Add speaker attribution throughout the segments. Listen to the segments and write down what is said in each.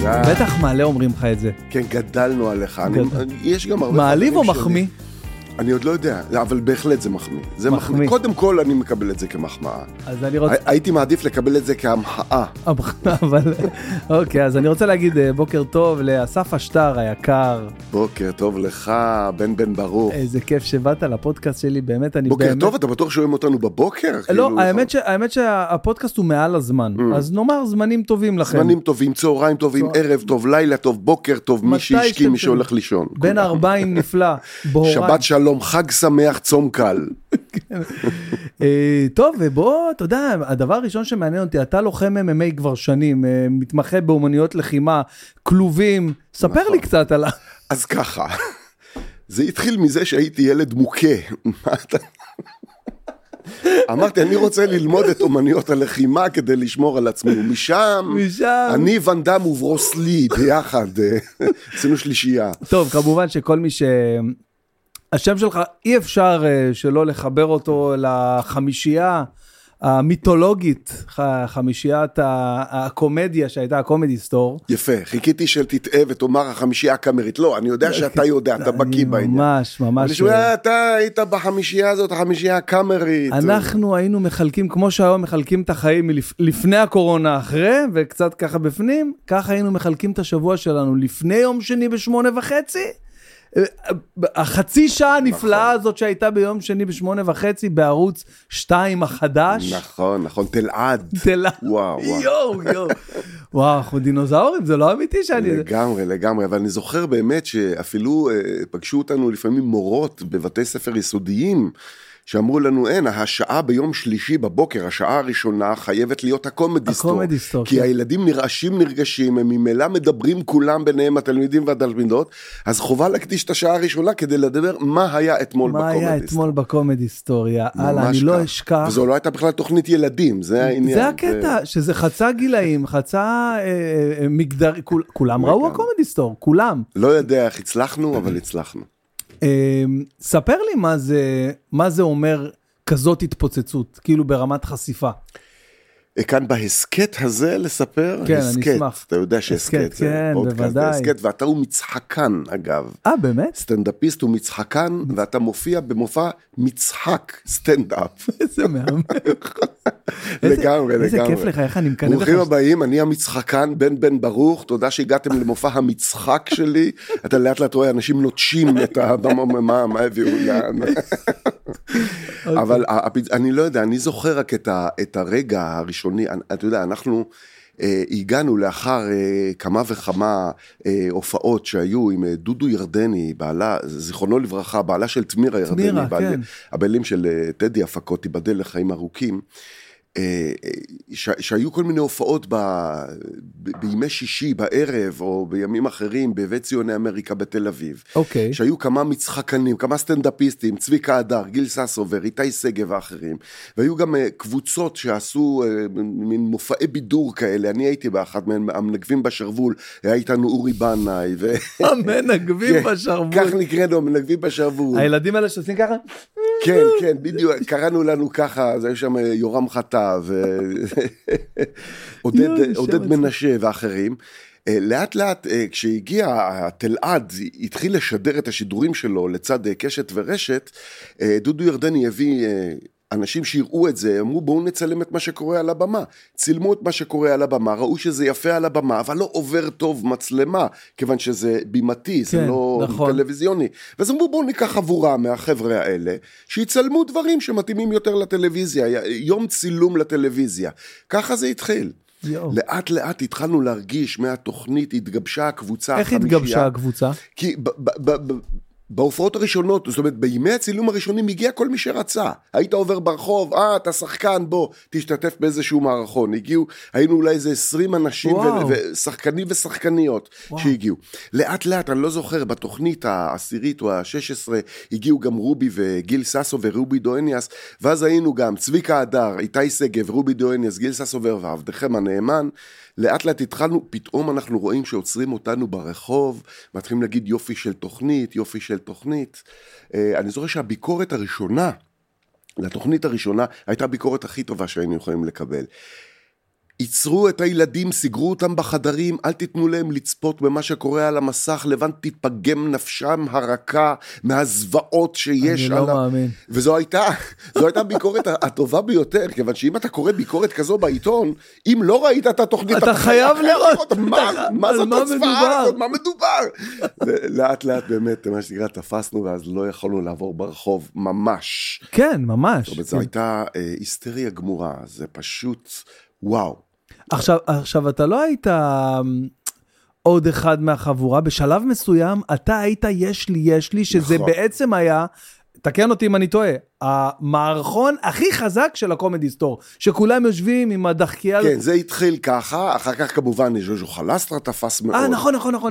Speaker 1: בטח מעלה אומרים לך את זה.
Speaker 2: כן, גדלנו עליך. יש גם הרבה...
Speaker 1: מעליב או מחמיא?
Speaker 2: אני עוד לא יודע, אבל בהחלט זה מחמיא. זה מחמיא. קודם כל אני מקבל את זה כמחמאה.
Speaker 1: אז אני רוצה...
Speaker 2: הייתי מעדיף לקבל את זה כהמחאה.
Speaker 1: אבל... אוקיי, אז אני רוצה להגיד בוקר טוב לאסף אשטר היקר.
Speaker 2: בוקר טוב לך, בן ברוך.
Speaker 1: איזה כיף שבאת לפודקאסט שלי, באמת אני...
Speaker 2: בוקר טוב, אתה בטוח שומעים אותנו בבוקר?
Speaker 1: לא, האמת שהפודקאסט הוא מעל הזמן. אז נאמר זמנים טובים לכם.
Speaker 2: זמנים טובים, צהריים טובים, ערב טוב, לילה טוב, בוקר טוב, מי שהשכים, מי שהולך לישון.
Speaker 1: בין 40 נפלא.
Speaker 2: שבת שלום, חג שמח, צום קל.
Speaker 1: טוב, ובוא, אתה יודע, הדבר הראשון שמעניין אותי, אתה לוחם MMA כבר שנים, מתמחה באומנויות לחימה, כלובים, ספר לי קצת על...
Speaker 2: אז ככה, זה התחיל מזה שהייתי ילד מוכה. אמרתי, אני רוצה ללמוד את אומנויות הלחימה כדי לשמור על עצמי, ומשם אני ונדם וברוסלי ביחד, עשינו שלישייה.
Speaker 1: טוב, כמובן שכל מי השם שלך אי אפשר שלא לחבר אותו לחמישייה המיתולוגית, חמישיית הקומדיה שהייתה הקומדי סטור.
Speaker 2: יפה, חיכיתי של תטעה ותאמר החמישייה הקאמרית. לא, אני יודע שאתה יודע, אתה בקיא בעניין.
Speaker 1: ממש, ממש.
Speaker 2: אתה היית בחמישייה הזאת, החמישייה הקאמרית.
Speaker 1: אנחנו היינו מחלקים, כמו שהיום מחלקים את החיים לפני הקורונה, אחרי, וקצת ככה בפנים, ככה היינו מחלקים את השבוע שלנו לפני יום שני ב8:30, החצי שעה הנפלאה הזאת שהייתה ביום שני ב8:30 בערוץ 2 החדש.
Speaker 2: נכון, נכון, תלעד. וואו,
Speaker 1: וואו, אנחנו דינוזאורים, זה לא אמיתי שאני...
Speaker 2: לגמרי, אבל אני זוכר באמת שאפילו פגשו אותנו לפעמים מורות בבתי ספר יסודיים, שאמרו לנו, אין, השעה ביום שלישי בבוקר, השעה הראשונה חייבת להיות הקומדי סטור. כי הילדים נרגשים, הם ממילא מדברים כולם ביניהם, התלמידים והתלמידות, אז חובה להקדיש את השעה הראשונה כדי לדבר מה היה אתמול בקומדי סטור. מה היה אתמול
Speaker 1: בקומדי סטור, יאללה, אני לא אשכח.
Speaker 2: וזו לא הייתה בכלל תוכנית ילדים, זה העניין.
Speaker 1: זה הקטע, שזה חצה גילאים, חצה מגדר, כולם ראו הקומדי סטור, כולם.
Speaker 2: לא יודע איך הצלחנו, אבל הצלחנו.
Speaker 1: ספר לי מה זה אומר כזאת התפוצצות, כאילו ברמת חסיפה.
Speaker 2: כאן בהסקט הזה לספר,
Speaker 1: כן, אני אשמח.
Speaker 2: אתה יודע שהסקט זה פודקאסט בהסקט, ואתה הוא מצחקן אגב.
Speaker 1: באמת?
Speaker 2: סטנדאפיסט הוא מצחקן, ואתה מופיע במופע מצחק, סטנדאפ.
Speaker 1: איזה מהמם.
Speaker 2: לגמרי.
Speaker 1: איזה כיף לך, איך אני מקנא לך.
Speaker 2: ברוכים הבאים, אני המצחקן, בן ברוך, תודה שהגעתם למופע המצחק שלי, אתה לאט לאט רואה אנשים נוטשים את מה הביאו לאן. אבל אני לא יודע, אני זוכר רק את הרגע הראשוני, אתה יודע, אנחנו הגענו לאחר כמה וכמה הופעות שהיו עם דודו ירדני, בעלה, זיכרונו לברכה, בעלה של תמירה ירדני, הבעלים של טדי הפקות, תיבדל לחיים ארוכים, שהיו כל מיני הופעות בימי שישי בערב או בימים אחרים בבית ציוני אמריקה בתל אביב, שהיו כמה מצחקנים, כמה סטנדאפיסטים, צביקה הדר, גיל ססובר, איתי סגב ואחרים, והיו גם קבוצות שעשו מין מופעי בידור כאלה. אני הייתי באחת מהם, המנגבים בשרוול, היה איתנו אורי בנאי
Speaker 1: המנגבים בשרוול,
Speaker 2: כך נקראנו, המנגבים בשרוול,
Speaker 1: הילדים האלה שעושים ככה,
Speaker 2: כן, בדיוק, קראנו לנו ככה, אז היו שם יורם חטא ועודד מנשה ואחרים. לאט לאט כשהגיע התלעד, התחיל לשדר את השידורים שלו לצד קשת ורשת, דודו ירדני הביא אנשים שיראו את זה, אמרו בואו נצלם את מה שקורה על הבמה, צילמו את מה שקורה על הבמה, ראו שזה יפה על הבמה, אבל לא עובר טוב מצלמה, כיוון שזה בימתי, זה לא טלוויזיוני, ואז אמרו בואו ניקח חבורה מהחבר'ה האלה, שיצלמו דברים שמתאימים יותר לטלוויזיה, יום צילום לטלוויזיה, ככה זה התחיל. לאט לאט התחלנו להרגיש מהתוכנית, התגבשה הקבוצה
Speaker 1: החמישייה. איך התגבשה הקבוצה?
Speaker 2: כי בהופעות הראשונות, זאת אומרת, בימי הצילום הראשונים הגיע כל מי שרצה. היית עובר ברחוב, אתה שחקן, בוא, תשתתף באיזשהו מערכון. היינו אולי איזה 20 אנשים ושחקנים ושחקניות שהגיעו. לאט לאט, אני לא זוכר, בתוכנית העשירית או ה-16, הגיעו גם רובי וגיל ססו ורובי דואניאס, ואז היינו גם צביקה הדר, איתי סגב, רובי דואניאס, גיל ססו ועבדכם הנאמן. לאט לאט התחלנו, פתאום אנחנו רואים שעוצרים אותנו ברחוב, מתחילים להגיד יופי של תוכנית, יופי של תוכנית. אני זוכר שהביקורת הראשונה, לתוכנית הראשונה, הייתה הביקורת הכי טובה שהיינו יכולים לקבל. ייצרו את הילדים, סיגרו אותם בחדרים, אל תיתנו להם לצפות במה שקורה על המסך, לבן תתפגם נפשם הרכה מהזוועות שיש.
Speaker 1: אני לא מאמין.
Speaker 2: וזו הייתה הביקורת הטובה ביותר, כיוון שאם אתה קורא ביקורת כזו בעיתון, אם לא ראית את התוכנית,
Speaker 1: אתה חייב לראות.
Speaker 2: מה זאת הצבעה הזאת, מה מדובר? לאט לאט באמת, מה שנקרא, תפסנו, ואז לא יכולנו לעבור ברחוב, ממש.
Speaker 1: כן, ממש.
Speaker 2: זו הייתה היסטריה גמורה, זה פשוט, וואו.
Speaker 1: עכשיו, אתה לא היית עוד אחד מהחבורה, בשלב מסוים, אתה היית יש לי, שזה בעצם היה, תקן אותי אם אני טועה, המערכון הכי חזק של הקומדי סטור, שכולם יושבים עם הדחקייה.
Speaker 2: כן, זה התחיל ככה, אחר כך כמובן ז'וז'ו חלסטרה תפס מאוד.
Speaker 1: נכון,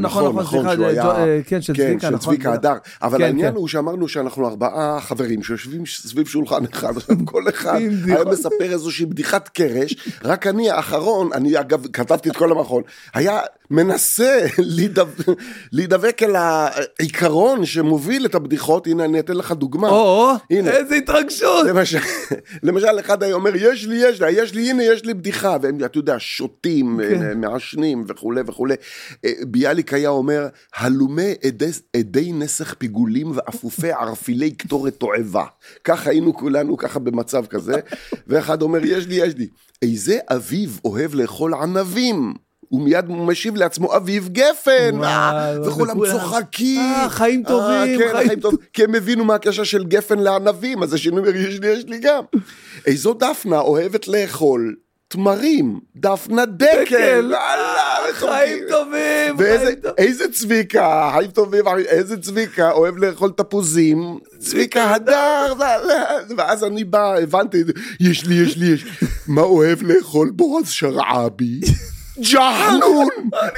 Speaker 1: כן, של צביקה
Speaker 2: הדר. אבל העניין הוא שאמרנו שאנחנו 4 חברים שיושבים סביב שולחן אחד, כל אחד היה מספר איזושהי בדיחת קרש, רק אני האחרון, אני אגב כתבתי את כל המכון, היה מנסה להידבק אל העיקרון שמוביל את הבדיחות. הנה אני אתן לך דוגמה.
Speaker 1: איזה התרגשות.
Speaker 2: למשל אחד היה אומר יש לי בדיחה, והם אתה יודע שותים, מעשנים וכו' וכו'. ביאליק היה אומר הלומי עדי נסך פיגולים ואפופי ערפילי קטורת תועבה. ככה היינו כולנו ככה במצב כזה, ואחד אומר יש לי איזה אביב אוהב לאכול ענבים, ומיד משיב לעצמו אביב גפן, וכולם צוחקים.
Speaker 1: חיים טובים.
Speaker 2: כי הם הבינו מה הקשר של גפן לענבים, אז השני אומר, יש לי גם. איזו דפנה אוהבת לאכול תמרים, דפנה דקל.
Speaker 1: חיים טובים.
Speaker 2: ואיזה צביקה, חיים טובים, איזה צביקה אוהב לאכול תפוזים, צביקה הדר. ואז אני בא, הבנתי, יש לי. מה אוהב לאכול בועז שרעבי? ג'חנון.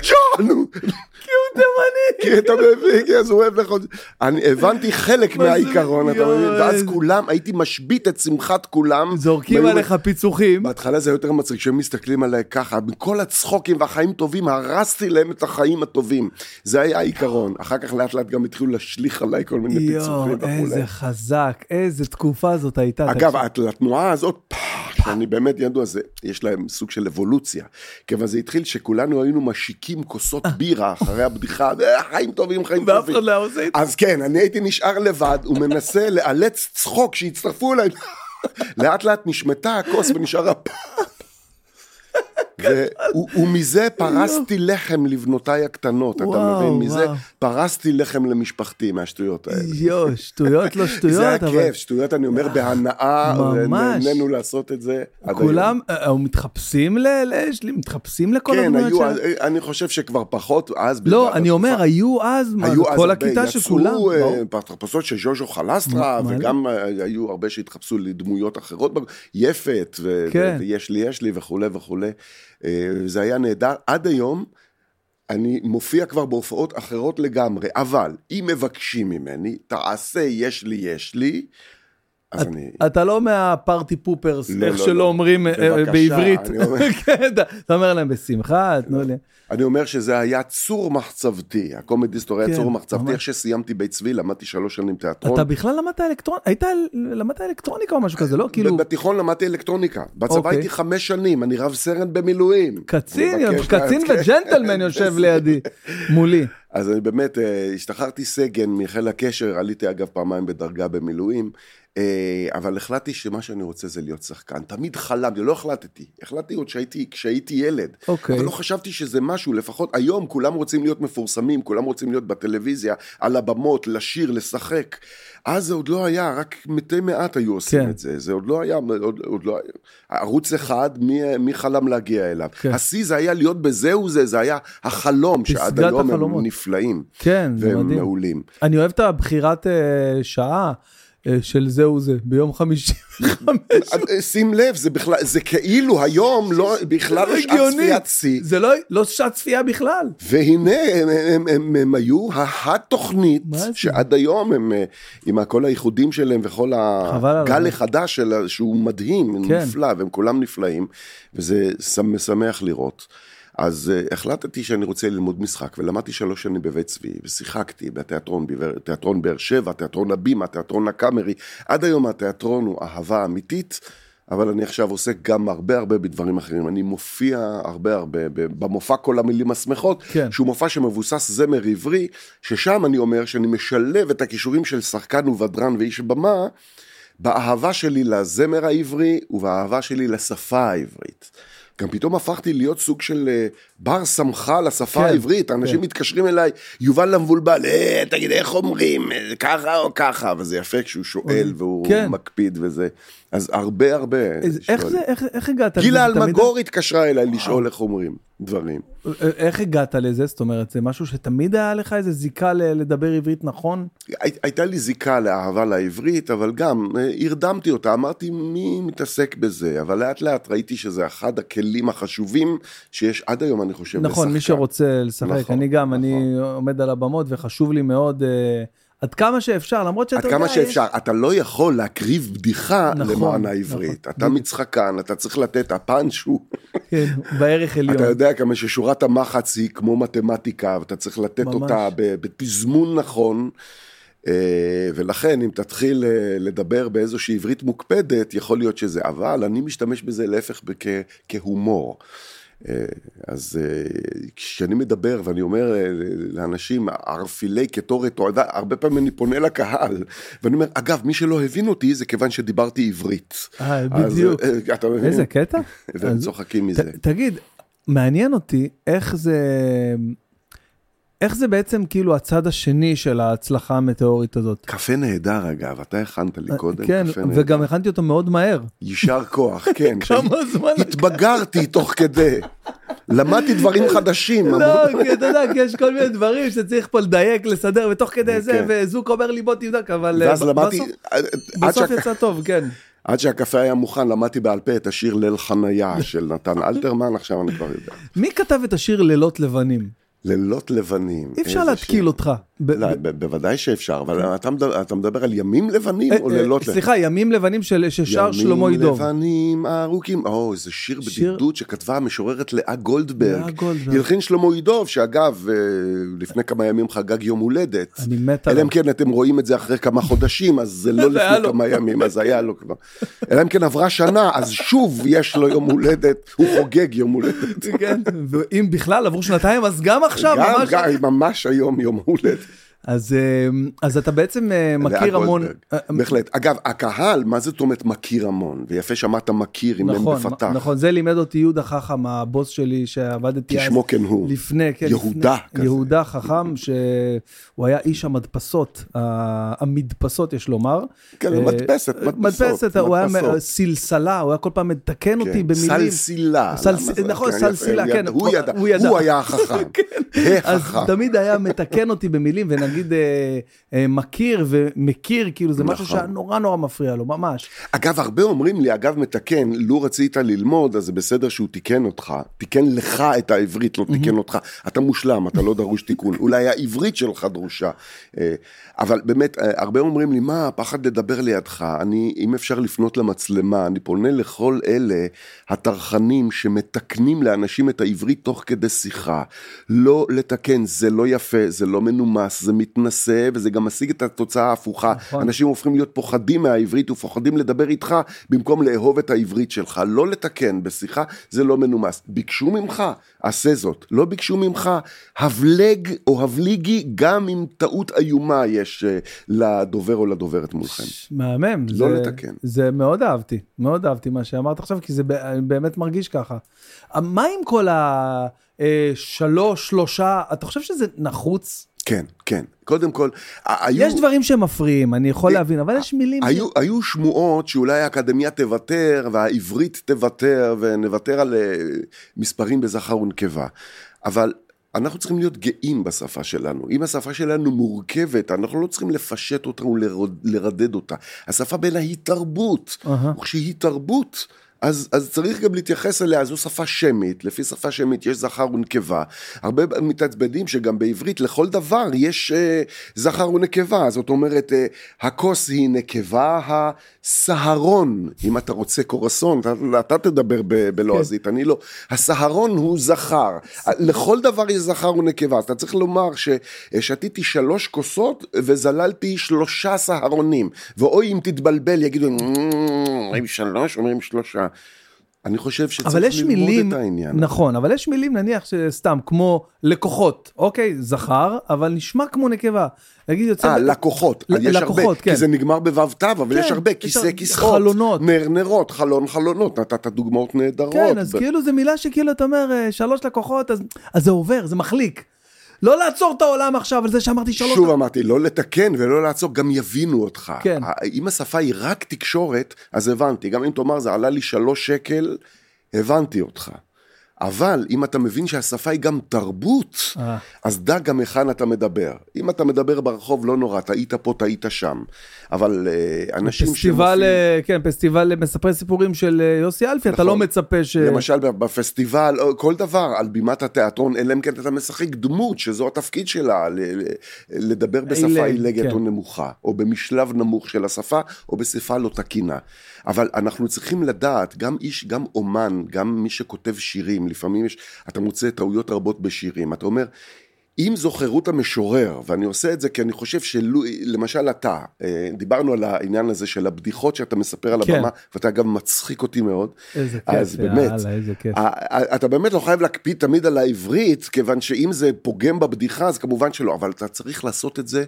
Speaker 1: כי הוא תימני.
Speaker 2: כי אתה מבין, כי אז הוא אוהב לך. אני הבנתי חלק מהעיקרון, אתה מבין, ואז כולם, הייתי משבית את שמחת כולם.
Speaker 1: זורקים עליך פיצוחים.
Speaker 2: בהתחלה זה יותר מצחיק, כשהם מסתכלים עליי ככה, מכל הצחוקים והחיים טובים, הרסתי להם את החיים הטובים. זה היה העיקרון. אחר כך לאט לאט גם התחילו להשליך עליי כל מיני פיצוחים וכו'.
Speaker 1: איזה חזק, איזה תקופה זאת הייתה.
Speaker 2: אגב, לתנועה הזאת, שאני באמת ידוע, יש להם סוג של אבולוציה. כיוון זה התחיל שכולנו היינו משיקים כוסות בירה אחרי הבדיחה, חיים טובים.
Speaker 1: ואף אחד לא עושה את זה.
Speaker 2: אז כן, אני הייתי נשאר לבד, ומנסה לאלץ צחוק שהצטרפו אליי. לאט לאט נשמטה הכוס ונשארה ומזה פרסתי לחם לבנותיי הקטנות, אתה מבין? מזה פרסתי לחם למשפחתי מהשטויות האלה.
Speaker 1: שטויות לא שטויות.
Speaker 2: זה הכיף, שטויות אני אומר בהנאה, ונהנינו לעשות את זה.
Speaker 1: כולם מתחפשים לכל הדמויות שלהם?
Speaker 2: כן, אני חושב שכבר פחות אז.
Speaker 1: לא, אני אומר, היו אז כל הכיתה של כולם.
Speaker 2: יצאו תחפשות של ז'וז'ו חלסטרה, וגם היו הרבה שהתחפשו לדמויות אחרות, יפת, ויש לי וכו' וכו'. זה היה נהדר. עד היום אני מופיע כבר בהופעות אחרות לגמרי, אבל אם מבקשים ממני, תעשה יש לי, אז אני...
Speaker 1: אתה לא מהפארטי פופרס, איך שלא אומרים בעברית. אתה אומר להם בשמחה, תנו לי.
Speaker 2: אני אומר שזה היה צור מחצבתי, הקומדיסטור היה צור מחצבתי, איך שסיימתי בית צבי, למדתי 3 שנים תיאטרון.
Speaker 1: אתה בכלל למדת אלקטרוניקה או משהו כזה, לא?
Speaker 2: בתיכון למדתי אלקטרוניקה, בצבא הייתי 5 שנים, אני רב סרן במילואים.
Speaker 1: קצין וג'נטלמן יושב לידי, מולי.
Speaker 2: אז אני באמת השתחררתי סגן מחיל הקשר, עליתי אגב פעמיים בדרגה במילואים, אבל החלטתי שמה שאני רוצה זה להיות שחקן. תמיד חלמתי, לא החלטתי עוד כשהייתי ילד, אבל לא חשבתי שזה משהו, לפחות היום כולם רוצים להיות מפורסמים, כולם רוצים להיות בטלוויזיה, על הבמות, לשיר, לשחק. אז זה עוד לא היה, רק מתי מעט היו עושים את זה. זה עוד לא היה, ערוץ אחד, מי חלם להגיע אליו. השיא זה היה להיות בזהו זה היה החלום, שעד היום הם נפלאים.
Speaker 1: כן, זה מדהים.
Speaker 2: והם מעולים.
Speaker 1: אני אוהב את הבחירת שעה, של זהו זה, ביום 55.
Speaker 2: שים לב, זה כאילו היום בכלל לא שעת צפיית שיא.
Speaker 1: זה לא שעת צפייה בכלל.
Speaker 2: והנה, הם היו התוכנית, שעד היום הם, עם כל הייחודים שלהם, וכל הגל החדש שהוא מדהים, נפלא, והם כולם נפלאים, וזה משמח לראות. אז החלטתי שאני רוצה ללמוד משחק, ולמדתי 3 שנים בבית צבי, ושיחקתי בתיאטרון באר שבע, תיאטרון הבימה, תיאטרון הקאמרי. עד היום התיאטרון הוא אהבה אמיתית, אבל אני עכשיו עוסק גם הרבה בדברים אחרים. אני מופיע הרבה במופע כל המילים השמחות,
Speaker 1: כן.
Speaker 2: שהוא מופע שמבוסס זמר עברי, ששם אני אומר שאני משלב את הכישורים של שחקן ובדרן ואיש במה, באהבה שלי לזמר העברי ובאהבה שלי לשפה העברית. גם פתאום הפכתי להיות סוג של בר שמחה לשפה העברית, אנשים מתקשרים אליי, יובל למבולבל, תגיד איך אומרים, ככה או ככה, וזה יפה כשהוא שואל והוא מקפיד וזה, אז הרבה
Speaker 1: איך הגעת?
Speaker 2: גילה אלמגור התקשרה אליי לשאול איך אומרים דברים.
Speaker 1: איך הגעת לזה? זאת אומרת, זה משהו שתמיד היה לך איזה זיקה לדבר עברית נכון?
Speaker 2: הייתה לי זיקה לאהבה לעברית, אבל גם הרדמתי אותה, אמרתי מי מתעסק בזה, אבל לאט לאט ראיתי שזה אחד הכלים החשובים שיש עד היום אני חושב לשחקן.
Speaker 1: נכון, מי שרוצה לשחק, אני גם, אני עומד על הבמות וחשוב לי מאוד עד כמה שאפשר, למרות שאתה
Speaker 2: יודע... עד כמה שאפשר, אתה לא יכול להקריב בדיחה למען העברית. אתה מצחקן, אתה צריך לתת הפאנץ' הוא...
Speaker 1: כן, בערך עליון.
Speaker 2: אתה יודע כמה ששורת המחץ היא כמו מתמטיקה, ואתה צריך לתת אותה בתזמון נכון, ולכן אם תתחיל לדבר באיזושהי עברית מוקפדת, יכול להיות שזה, אבל אני משתמש בזה להפך כהומור. אז כשאני מדבר ואני אומר לאנשים ערפילי קטורת, הרבה פעמים אני פונה לקהל ואני אומר, אגב, מי שלא הבין אותי זה כיוון שדיברתי עברית.
Speaker 1: בדיוק. איזה קטע?
Speaker 2: והם צוחקים מזה.
Speaker 1: תגיד, מעניין אותי איך זה בעצם כאילו הצד השני של ההצלחה המטאורית הזאת?
Speaker 2: קפה נהדר אגב, אתה הכנת לי קודם.
Speaker 1: כן, וגם הכנתי אותו מאוד מהר.
Speaker 2: יישר כוח, כן.
Speaker 1: כמה זמן?
Speaker 2: התבגרתי תוך כדי. למדתי דברים חדשים.
Speaker 1: לא, כי אתה יודע, כי יש כל מיני דברים שצריך פה לדייק, לסדר, ותוך כדי זה, וזוק אומר לי בוא תבדק, אבל בסוף יצא טוב, כן.
Speaker 2: עד שהקפה היה מוכן, למדתי בעל פה את השיר ליל חניה של נתן אלתרמן, עכשיו אני כבר יודע.
Speaker 1: מי כתב את השיר לילות לבנים?
Speaker 2: לילות לבנים.
Speaker 1: אי אפשר להתקיל אותך.
Speaker 2: לא, בוודאי שאפשר, אבל אתה מדבר על ימים לבנים או לילות לבנים?
Speaker 1: סליחה, ימים לבנים ששר שלמה ידוב.
Speaker 2: ימים לבנים ארוכים, זה שיר בדידות שכתבה המשוררת לאה גולדברג. ילחין שלמה ידוב, שאגב, לפני כמה ימים חגג יום הולדת.
Speaker 1: אני מת עליו.
Speaker 2: אלא אם כן אתם רואים את זה אחרי כמה חודשים, אז זה לא לפני כמה ימים, אז היה לו כבר. אלא אם כן עברה שנה, אז שוב יש לו יום הולדת, הוא חוגג יום הולדת.
Speaker 1: כן, ואם בכלל עברו שנתיים, אז גם עכשיו
Speaker 2: ממש היום יום הולדת.
Speaker 1: אז אתה בעצם מכיר המון...
Speaker 2: בהחלט. אגב, הקהל, מה זאת אומרת מכיר המון? ויפה שמעת מכיר עם הם בפתח.
Speaker 1: נכון, זה לימד אותי יהודה חכם, הבוס שלי שעבדתי
Speaker 2: כשמו כן הוא.
Speaker 1: לפני, כן.
Speaker 2: יהודה כזה.
Speaker 1: יהודה חכם, שהוא היה איש המדפסות, המדפסות יש לומר.
Speaker 2: כן, מדפסת.
Speaker 1: מדפסת, הוא היה סלסלה, הוא היה כל פעם מתקן אותי במילים.
Speaker 2: סלסילה.
Speaker 1: נכון, סלסילה, כן.
Speaker 2: הוא היה החכם.
Speaker 1: אז תמיד היה מתקן אותי במילים, ונגיד מכיר ומכיר, כאילו זה משהו שנורא נורא מפריע לו, ממש.
Speaker 2: אגב, הרבה אומרים לי, אגב מתקן, לו רצית ללמוד, אז זה בסדר שהוא תיקן אותך, תיקן לך את העברית, לא תיקן אותך, אתה מושלם, אתה לא דרוש תיקון, אולי העברית שלך דרושה, אבל באמת, הרבה אומרים לי, מה, פחד לדבר לידך, אם אפשר לפנות למצלמה, אני פונה לכל אלה התרחנים שמתקנים לאנשים את העברית תוך כדי שיחה, לא לתקן, זה לא יפה, זה לא מנומס, זה מתנסה, וזה גם משיג את התוצאה ההפוכה. נכון. אנשים הופכים להיות פוחדים מהעברית, ופוחדים לדבר איתך, במקום לאהוב את העברית שלך. לא לתקן בשיחה, זה לא מנומס. ביקשו ממך, עשה זאת. לא ביקשו ממך, הבלג או הבליגי, גם אם טעות איומה יש לדובר או לדוברת מולכם.
Speaker 1: מהמם.
Speaker 2: לא לתקן.
Speaker 1: זה מאוד אהבתי. מאוד אהבתי מה שאמרת עכשיו, כי זה באמת מרגיש ככה. מה עם כל שלושה, אתה חושב שזה נחוץ?
Speaker 2: כן, כן. קודם כל,
Speaker 1: יש דברים שמפריעים, אני יכול להבין, אבל יש מילים
Speaker 2: היו שמועות שאולי האקדמיה תוותר, והעברית תוותר, ונוותר על מספרים בזכר ונקבה. אבל אנחנו צריכים להיות גאים בשפה שלנו. אם השפה שלנו מורכבת, אנחנו לא צריכים לפשט אותה ולרדד אותה. השפה בינה היא תרבות. וכשהיא תרבות, אז צריך גם להתייחס אליה, זו שפה שמית, לפי שפה שמית יש זכר ונקבה, הרבה מתעצבנים שגם בעברית לכל דבר יש זכר ונקבה, זאת אומרת, הכוס היא נקבה, הסהרון, אם אתה רוצה קורסון, אתה תדבר בלועזית, אני לא, הסהרון הוא זכר, לכל דבר יש זכר ונקבה, אז אתה צריך לומר ששתיתי 3 כוסות וזללתי 3 סהרונים, ואוי אם תתבלבל יגידו, אומרים 3, אומרים 3, אני חושב שצריך ללמוד את העניין.
Speaker 1: נכון, אבל יש מילים נניח שסתם כמו לקוחות, אוקיי, זכר, אבל נשמע כמו נקבה.
Speaker 2: לקוחות, יש הרבה, כי זה נגמר בוו תו, אבל יש הרבה, כיסא כיסאות,
Speaker 1: חלונות,
Speaker 2: נרות, חלונות, נתת דוגמאות נהדרות.
Speaker 1: כן, אז כאילו זה מילה שכאילו אתה אומר 3 לקוחות, אז זה עובר, זה מחליק. לא לעצור את העולם עכשיו על זה שאמרתי 3.
Speaker 2: שוב אמרתי, לא לתקן ולא לעצור, גם יבינו אותך.
Speaker 1: כן.
Speaker 2: אם השפה היא רק תקשורת, אז הבנתי. גם אם תאמר, זה עלה לי 3 שקל, הבנתי אותך. אבל אם אתה מבין שהשפה היא גם תרבות, אז דע גם היכן אתה מדבר. אם אתה מדבר ברחוב, לא נורא, טעית פה, טעית שם. אבל אנשים
Speaker 1: פסטיבל, כן, פסטיבל מספרי סיפורים של יוסי אלפי, אתה לא מצפה
Speaker 2: למשל בפסטיבל, כל דבר, על בימת התיאטרון, אלא אם כן אתה משחק דמות, שזו התפקיד שלה, לדבר בשפה עילגת או נמוכה, או במשלב נמוך של השפה, או בשפה לא תקינה. אבל אנחנו צריכים לדעת, גם איש, גם אומן, גם מי שכותב שירים, לפעמים אתה מוצא טעויות רבות בשירים, אתה אומר, אם זו חירות המשורר, ואני עושה את זה כי אני חושב שלמשל אתה, דיברנו על העניין הזה של הבדיחות שאתה מספר על הבמה, ואתה אגב מצחיק אותי מאוד,
Speaker 1: איזה כיף,
Speaker 2: אז באמת,
Speaker 1: איזה כיף.
Speaker 2: אתה באמת לא חייב להקפיד תמיד על העברית, כיוון שאם זה פוגם בבדיחה, אז כמובן שלא, אבל אתה צריך לעשות את זה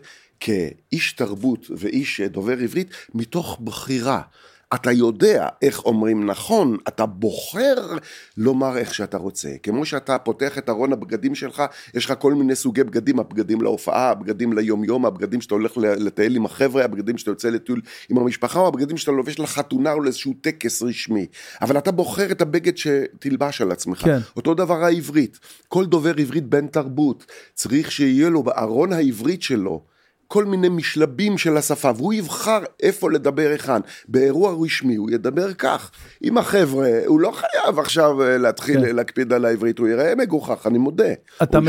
Speaker 2: כאיש תרבות ואיש דובר עברית, מתוך בחירה. אתה יודע איך אומרים נכון, אתה בוחר לומר איך שאתה רוצה. כמו שאתה פותח את ארון הבגדים שלך, יש לך כל מיני סוגי בגדים, הבגדים להופעה, הבגדים ליום יום, הבגדים שאתה הולך לטייל עם החבר'ה, הבגדים שאתה יוצא לטיול עם המשפחה, או הבגדים שאתה לובש לחתונה או לאיזשהו טקס רשמי. אבל אתה בוחר את הבגד שתלבש על עצמך.
Speaker 1: כן.
Speaker 2: אותו דבר העברית. כל דובר עברית בן תרבות, צריך שיהיה לו בארון העברית שלו, כל מיני משלבים של השפה, והוא יבחר איפה לדבר היכן. באירוע רשמי הוא ידבר כך. עם החבר'ה, הוא לא חייב עכשיו להתחיל להקפיד על העברית, הוא יראה מגוחך, אני מודה.
Speaker 1: אתה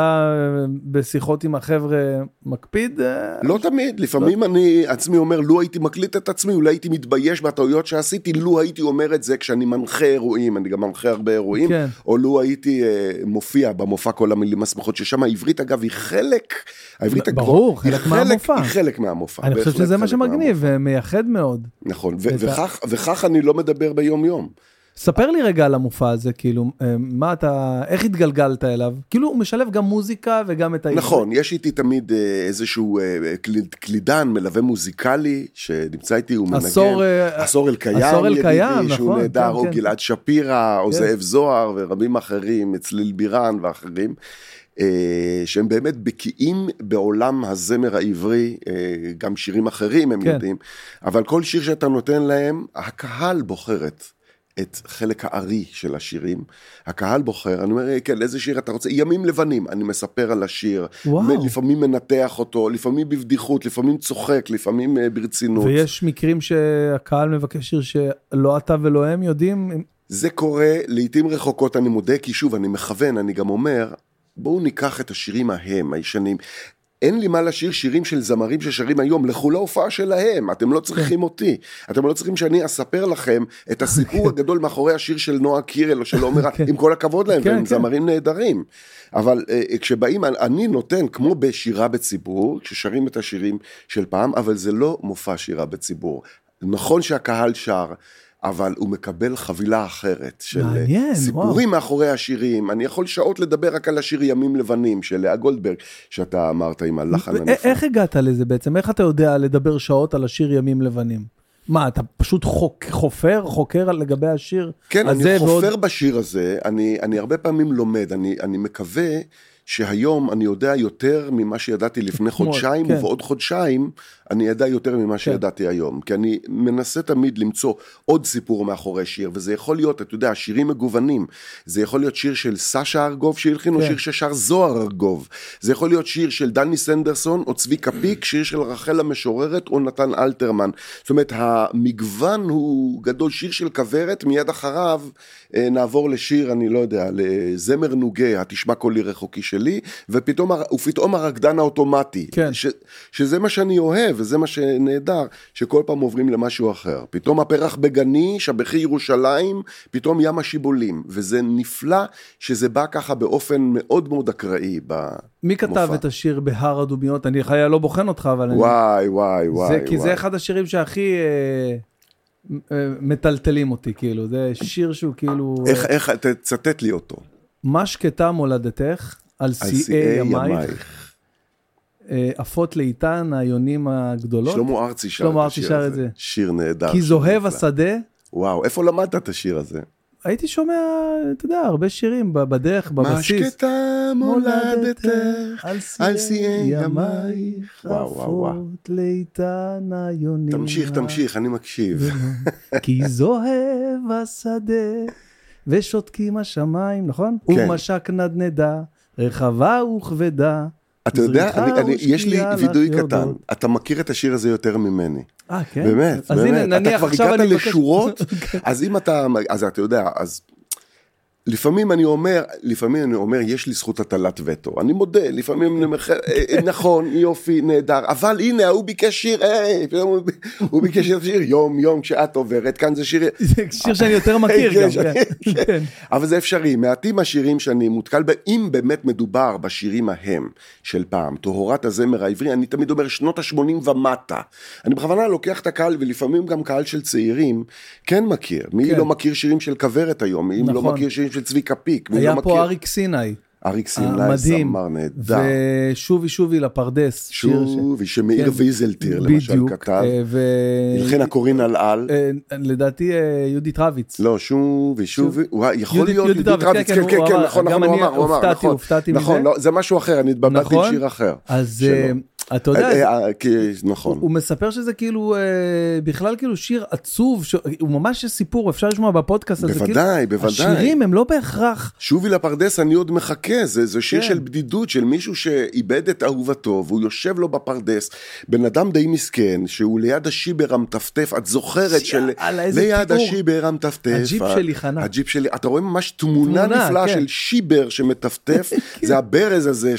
Speaker 1: בשיחות עם החבר'ה מקפיד?
Speaker 2: לא תמיד, לפעמים אני עצמי אומר, לו הייתי מקליט את עצמי, אולי הייתי מתבייש בטעויות שעשיתי, לו הייתי אומר את זה כשאני מנחה אירועים, אני גם מנחה הרבה אירועים, או לו הייתי מופיע במופע כל המילים השמחות, ששם העברית אגב היא חלק, העברית
Speaker 1: ברור, מהמופע.
Speaker 2: היא חלק מהמופע.
Speaker 1: אני חושב שזה מה שמגניב ומייחד מאוד.
Speaker 2: נכון, וכך אני לא מדבר ביום יום.
Speaker 1: ספר לי רגע על המופע הזה, כאילו, איך התגלגלת אליו? כאילו הוא משלב גם מוזיקה וגם את העברית.
Speaker 2: נכון, יש איתי תמיד איזשהו קלידן, מלווה מוזיקלי, שנמצא איתי, הוא מנגן. עשור אל קיים, ידידי, שהוא נהדר, או גלעד שפירא, או זאב זוהר, ורבים אחרים, צליל בירן ואחרים. שהם באמת בקיאים בעולם הזמר העברי, גם שירים אחרים הם יודעים, אבל כל שיר שאתה נותן להם, הקהל בוחרת את חלק הארי של השירים, הקהל בוחר, אני אומר, כן, איזה שיר אתה רוצה? ימים לבנים, אני מספר על השיר, לפעמים מנתח אותו, לפעמים בבדיחות, לפעמים צוחק, לפעמים ברצינות.
Speaker 1: ויש מקרים שהקהל מבקש שיר שלא אתה ולא הם יודעים?
Speaker 2: זה קורה, לעתים רחוקות אני מודה, כי שוב, אני מכוון, אני גם אומר, בואו ניקח את השירים ההם, הישנים. אין לי מה לשיר שירים של זמרים ששרים היום, לכו להופעה שלהם, אתם לא צריכים אותי. אתם לא צריכים שאני אספר לכם את הסיפור הגדול מאחורי השיר של נועה קירל או של עומר, עם כל הכבוד להם, והם זמרים נהדרים. אבל כשבאים, אני נותן, כמו בשירה בציבור, כששרים את השירים של פעם, אבל זה לא מופע שירה בציבור. נכון שהקהל שר, אבל הוא מקבל חבילה אחרת של סיפורים מאחורי השירים. אני יכול שעות לדבר רק על השיר ימים לבנים של לאה גולדברג, שאתה אמרת עם הלחן הנפלא.
Speaker 1: איך הגעת לזה בעצם? איך אתה יודע לדבר שעות על השיר ימים לבנים? מה, אתה פשוט חוקר לגבי השיר?
Speaker 2: כן, אני חופר בשיר הזה, אני הרבה פעמים לומד, אני מקווה שהיום אני יודע יותר ממה שידעתי לפני חודשיים, ובעוד חודשיים אני ידע יותר ממה שידעתי היום, כי אני מנסה תמיד למצוא עוד סיפור מאחורי שיר, וזה יכול להיות, אתה יודע, שירים מגוונים, זה יכול להיות שיר של סשה ארגוב שהלחין, או שיר ששר זוהר ארגוב, זה יכול להיות שיר של דני סנדרסון, או צביקה פיק, שיר של רחל המשוררת, או נתן אלתרמן, זאת אומרת, המגוון הוא גדול, שיר של כברת, מיד אחריו נעבור לשיר, אני לא יודע, לזמר נוגה, התשמע קולי רחוקי שלי, ופתאום הרקדן האוטומטי, שזה מה שאני אוהב, וזה מה שנהדר, שכל פעם עוברים למשהו אחר. פתאום הפרח בגני, שבחי ירושלים, פתאום ים השיבולים, וזה נפלא שזה בא ככה באופן מאוד מאוד אקראי במופע.
Speaker 1: מי כתב את השיר בהר הדומיות? אני חיה לא בוחן אותך, אבל
Speaker 2: וואי.
Speaker 1: כי זה אחד השירים שהכי מטלטלים אותי, כאילו, זה שיר שהוא כאילו...
Speaker 2: איך, תצטט לי אותו.
Speaker 1: מה שקטה מולדתך, על שיאי ימייך, אפות לאיתן, העיונים הגדולות.
Speaker 2: שלמה ארצי שר את זה. שיר נהדר.
Speaker 1: כי זוהב השדה.
Speaker 2: וואו, איפה למדת את השיר הזה?
Speaker 1: הייתי שומע, אתה יודע, הרבה שירים בדרך, בבסיס.
Speaker 2: מה שקטה מולדתך, על שיאי ימייך,
Speaker 1: אפות לאיתן, העיונים.
Speaker 2: תמשיך, אני מקשיב.
Speaker 1: כי זוהב השדה, ושותקים השמיים, נכון?
Speaker 2: כן.
Speaker 1: ומשק נדנדה, רחבה וכבדה.
Speaker 2: אתה יודע, יש לי וידוי קטן, אתה מכיר את השיר הזה יותר ממני.
Speaker 1: כן?
Speaker 2: באמת,
Speaker 1: אז הנה, נניח עכשיו אני
Speaker 2: מבקש. אתה כבר הגעת לשורות, אז אם אז אתה יודע, אז לפעמים אני אומר, יש לי זכות הטלת וטו, אני מודה, לפעמים נכון, יופי, נהדר, אבל הנה, הוא ביקש שיר, הוא ביקש שיר יום, כשאת עוברת, כאן זה שיר...
Speaker 1: זה שיר שאני יותר מכיר גם, כן.
Speaker 2: אבל זה אפשרי, מעטים השירים שאני מותקל בהם, אם באמת מדובר בשירים ההם של פעם, טהרת הזמר העברי, אני תמיד אומר שנות ה-80 ומטה, אני בכוונה לוקח את הקהל, ולפעמים גם קהל של צעירים, כן מכיר, מי לא מכיר שירים של כברת היום, מי לא מכיר שירים של צביקה פיק.
Speaker 1: היה פה אריק סיני.
Speaker 2: אריק סיני זמר נהדר.
Speaker 1: ושובי לפרדס.
Speaker 2: שובי, שמאיר ויזלטיר למשל כתב. הלחין הקורין על.
Speaker 1: לדעתי יהודית רביץ.
Speaker 2: לא, שובי. יכול להיות יהודית רביץ. כן, נכון,
Speaker 1: גם אני הופתעתי מזה.
Speaker 2: נכון, זה משהו אחר, אני התבלבלתי עם שיר אחר.
Speaker 1: אז... אתה יודע,
Speaker 2: נכון.
Speaker 1: הוא מספר שזה כאילו, בכלל כאילו שיר עצוב, הוא ממש סיפור, אפשר לשמוע בפודקאסט הזה.
Speaker 2: בוודאי.
Speaker 1: השירים הם לא בהכרח.
Speaker 2: שובי לפרדס, אני עוד מחכה, זה שיר של בדידות, של מישהו שאיבד את אהובתו, והוא יושב לו בפרדס, בן אדם די מסכן, שהוא ליד השיבר המטפטף, את זוכרת ליד השיבר המטפטף.
Speaker 1: הג'יפ שלי חנה.
Speaker 2: הג'יפ שלי, אתה רואה ממש תמונה נפלאה של שיבר שמטפטף, זה הברז הזה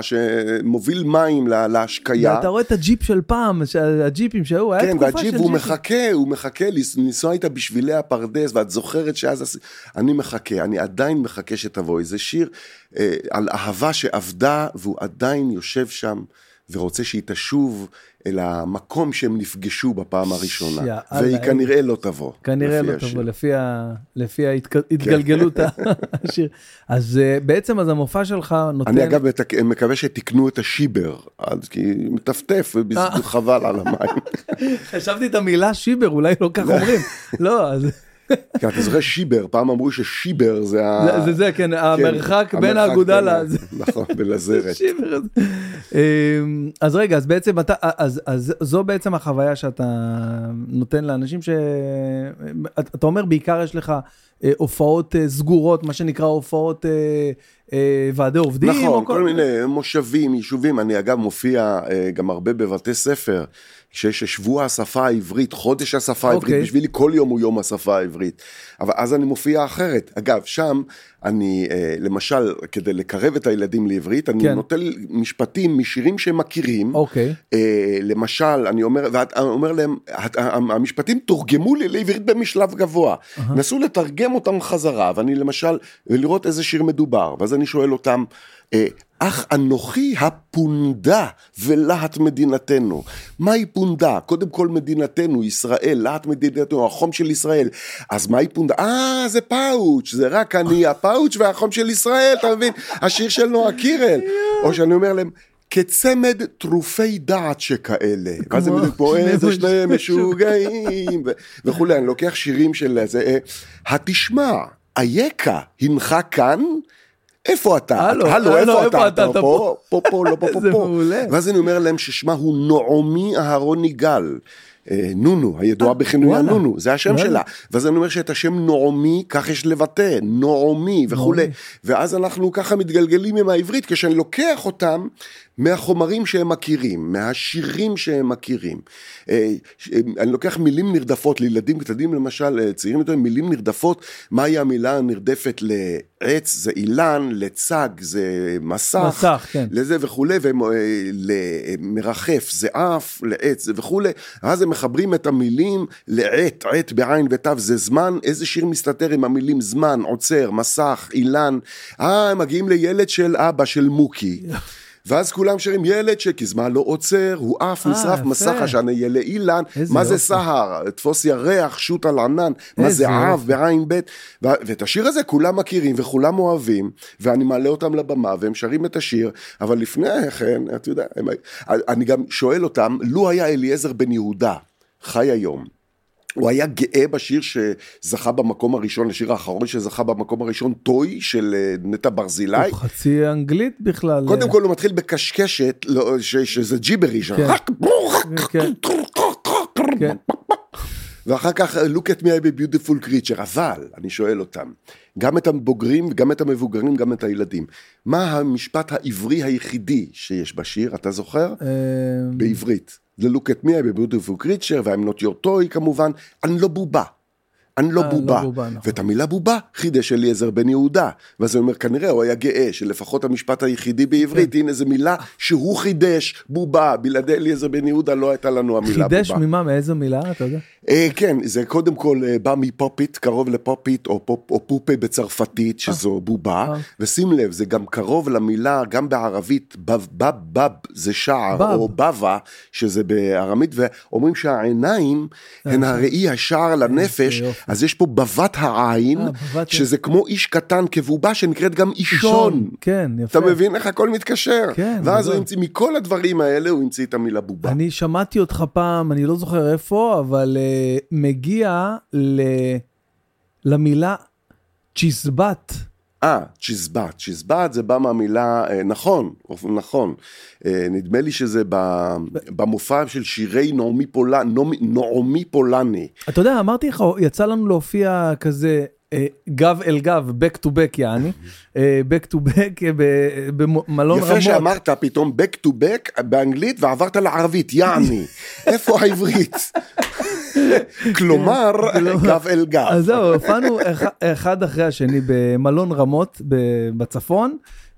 Speaker 2: שמוביל מים השקיה.
Speaker 1: ואתה רואה את הג'יפ של פעם, הג'יפים שהיו, היה תקופה של ג'יפים.
Speaker 2: כן, והג'יפ הוא מחכה לנסוע איתה בשבילי הפרדס, ואת זוכרת שאז, אני מחכה, אני עדיין מחכה שתבואי. זה שיר על אהבה שעבדה, והוא עדיין יושב שם, ורוצה שהיא תשוב אל המקום שהם נפגשו בפעם הראשונה. והיא כנראה לא תבוא.
Speaker 1: כנראה לא תבוא, לפי ההתגלגלות השיר. אז בעצם אז המופע שלך נותן...
Speaker 2: אני אגב מקווה שתקנו את השיבר, כי מטפטף וחבל על המים.
Speaker 1: חשבתי את המילה שיבר, אולי לא כך אומרים. לא, אז...
Speaker 2: כן, אתה זוכר שיבר, פעם אמרו ששיבר זה
Speaker 1: זה, כן, המרחק בין האגודה לזה.
Speaker 2: נכון, בלזרת.
Speaker 1: שיבר. אז רגע, אז בעצם אז זו בעצם החוויה שאתה נותן לאנשים אתה אומר בעיקר יש לך הופעות סגורות, מה שנקרא הופעות ועדי עובדים.
Speaker 2: נכון, כל מיני מושבים, יישובים, אני אגב מופיע גם הרבה בבתי ספר, שיש שבוע השפה העברית, חודש השפה העברית, בשבילי כל יום הוא יום השפה העברית, אבל אז אני מופיע אחרת. אגב, שם אני, למשל, כדי לקרב את הילדים לעברית, אני נוטל משפטים משירים שהם מכירים, למשל, אני אומר להם, המשפטים תורגמו לי לעברית במשלב גבוה, נסו לתרגם אותם חזרה, ואני למשל, ולראות איזה שיר מדובר, ואז אני שואל אותם, אך אנוכי הפונדה ולהט מדינתנו. מהי פונדה? קודם כל מדינתנו, ישראל, להט מדינתנו, החום של ישראל. אז מהי פונדה? זה פאוץ', זה רק אני הפאוץ' והחום של ישראל, אתה מבין? השיר של נועה קירל. או שאני אומר להם, כצמד תרופי דעת שכאלה. ואז הם פה איזה שני משוגעים וכולי. אני לוקח שירים של זה. התשמע, איקה, הנך כאן? איפה אתה? הלו, איפה אתה? פה, לא פה.
Speaker 1: זה מעולה.
Speaker 2: ואז אני אומר להם ששמה הוא נעמי אהרון יגאל. נונו, הידועה בכינויה נונו, זה השם שלה. ואז אני אומר שאת השם נעמי, כך יש לבטא, נעמי וכו'. ואז אנחנו ככה מתגלגלים עם העברית, כשאני לוקח אותם מהחומרים שהם מכירים, מהשירים שהם מכירים. אני לוקח מילים נרדפות, לילדים קטנים למשל, צעירים יותר, מילים נרדפות, מהי המילה הנרדפת לעץ, זה אילן, לצג, זה מסך,
Speaker 1: כן.
Speaker 2: לזה וכו', למרחף, זה אף, לעץ וכו'. אז הם מחברים את המילים לעת, עת בעין ותו, זה זמן, איזה שיר מסתתר עם המילים זמן, עוצר, מסך, אילן. הם מגיעים לילד של אבא, של מוקי. ואז כולם שרים ילד כי זמן לא עוצר, הוא אף נשרף מסך השנה ילה אילן, מה זה סהר, תפוס ירח, שוט על ענן, מה זה אב בעין בית, ואת השיר הזה כולם מכירים וכולם אוהבים, ואני מעלה אותם לבמה והם שרים את השיר, אבל לפני כן, אתה יודע, אני גם שואל אותם, לו היה אליעזר בן יהודה, חי היום, הוא היה גאה בשיר שזכה במקום הראשון, לשיר האחרון שזכה במקום הראשון, טוי של נטע ברזילי.
Speaker 1: הוא חצי אנגלית בכלל.
Speaker 2: קודם כל הוא מתחיל בקשקשת, שזה ג'יבריש. ואחר כך, look at me I'm a beautiful creature, אבל, אני שואל אותם, גם את הבוגרים, גם את המבוגרים, גם את הילדים, מה המשפט העברי היחידי שיש בשיר, אתה זוכר? בעברית. זה look at me, I'm a beautiful creature, ו-I'm not your toy כמובן, אני לא בובה. אני לא בובה. ואת המילה בובה חידש אליעזר בן יהודה. ואז הוא אומר, כנראה הוא היה גאה, שלפחות המשפט היחידי בעברית, הנה איזו מילה שהוא חידש, בובה. בלעדי אליעזר בן יהודה לא הייתה לנו המילה בובה.
Speaker 1: חידש ממה? מאיזו מילה, אתה יודע?
Speaker 2: כן, זה קודם כל בא מפופית, קרוב לפופית, או פופה בצרפתית, שזו בובה. ושים לב, זה גם קרוב למילה, גם בערבית, בב, זה שער, או בבה, שזה בארמית, ואומרים שהעיניים הן הראי השער לנפש, אז יש פה בבת העין, שזה כמו איש קטן כבובה, שנקראת גם אישון.
Speaker 1: כן, יפה.
Speaker 2: אתה מבין איך הכל מתקשר? ואז הוא המציא, מכל הדברים האלה, הוא המציא את המילה בובה.
Speaker 1: אני שמעתי אותך פעם, אני לא זוכר איפה, אבל מגיע למילה צ'יזבט. צ'יזבט זה בא מהמילה, נכון, נדמה לי שזה במופע של שירי נעמי פולני. אתה יודע, אמרתי לך, יצא לנו להופיע כזה, גב אל גב, back to back יעני, back to back במלון רמות.
Speaker 2: יפה שאמרת פתאום back to back באנגלית ועברת לערבית, יעני, איפה העברית? כלומר, גב אל גב.
Speaker 1: אז זהו, הופענו אחד אחרי השני במלון רמות בצפון,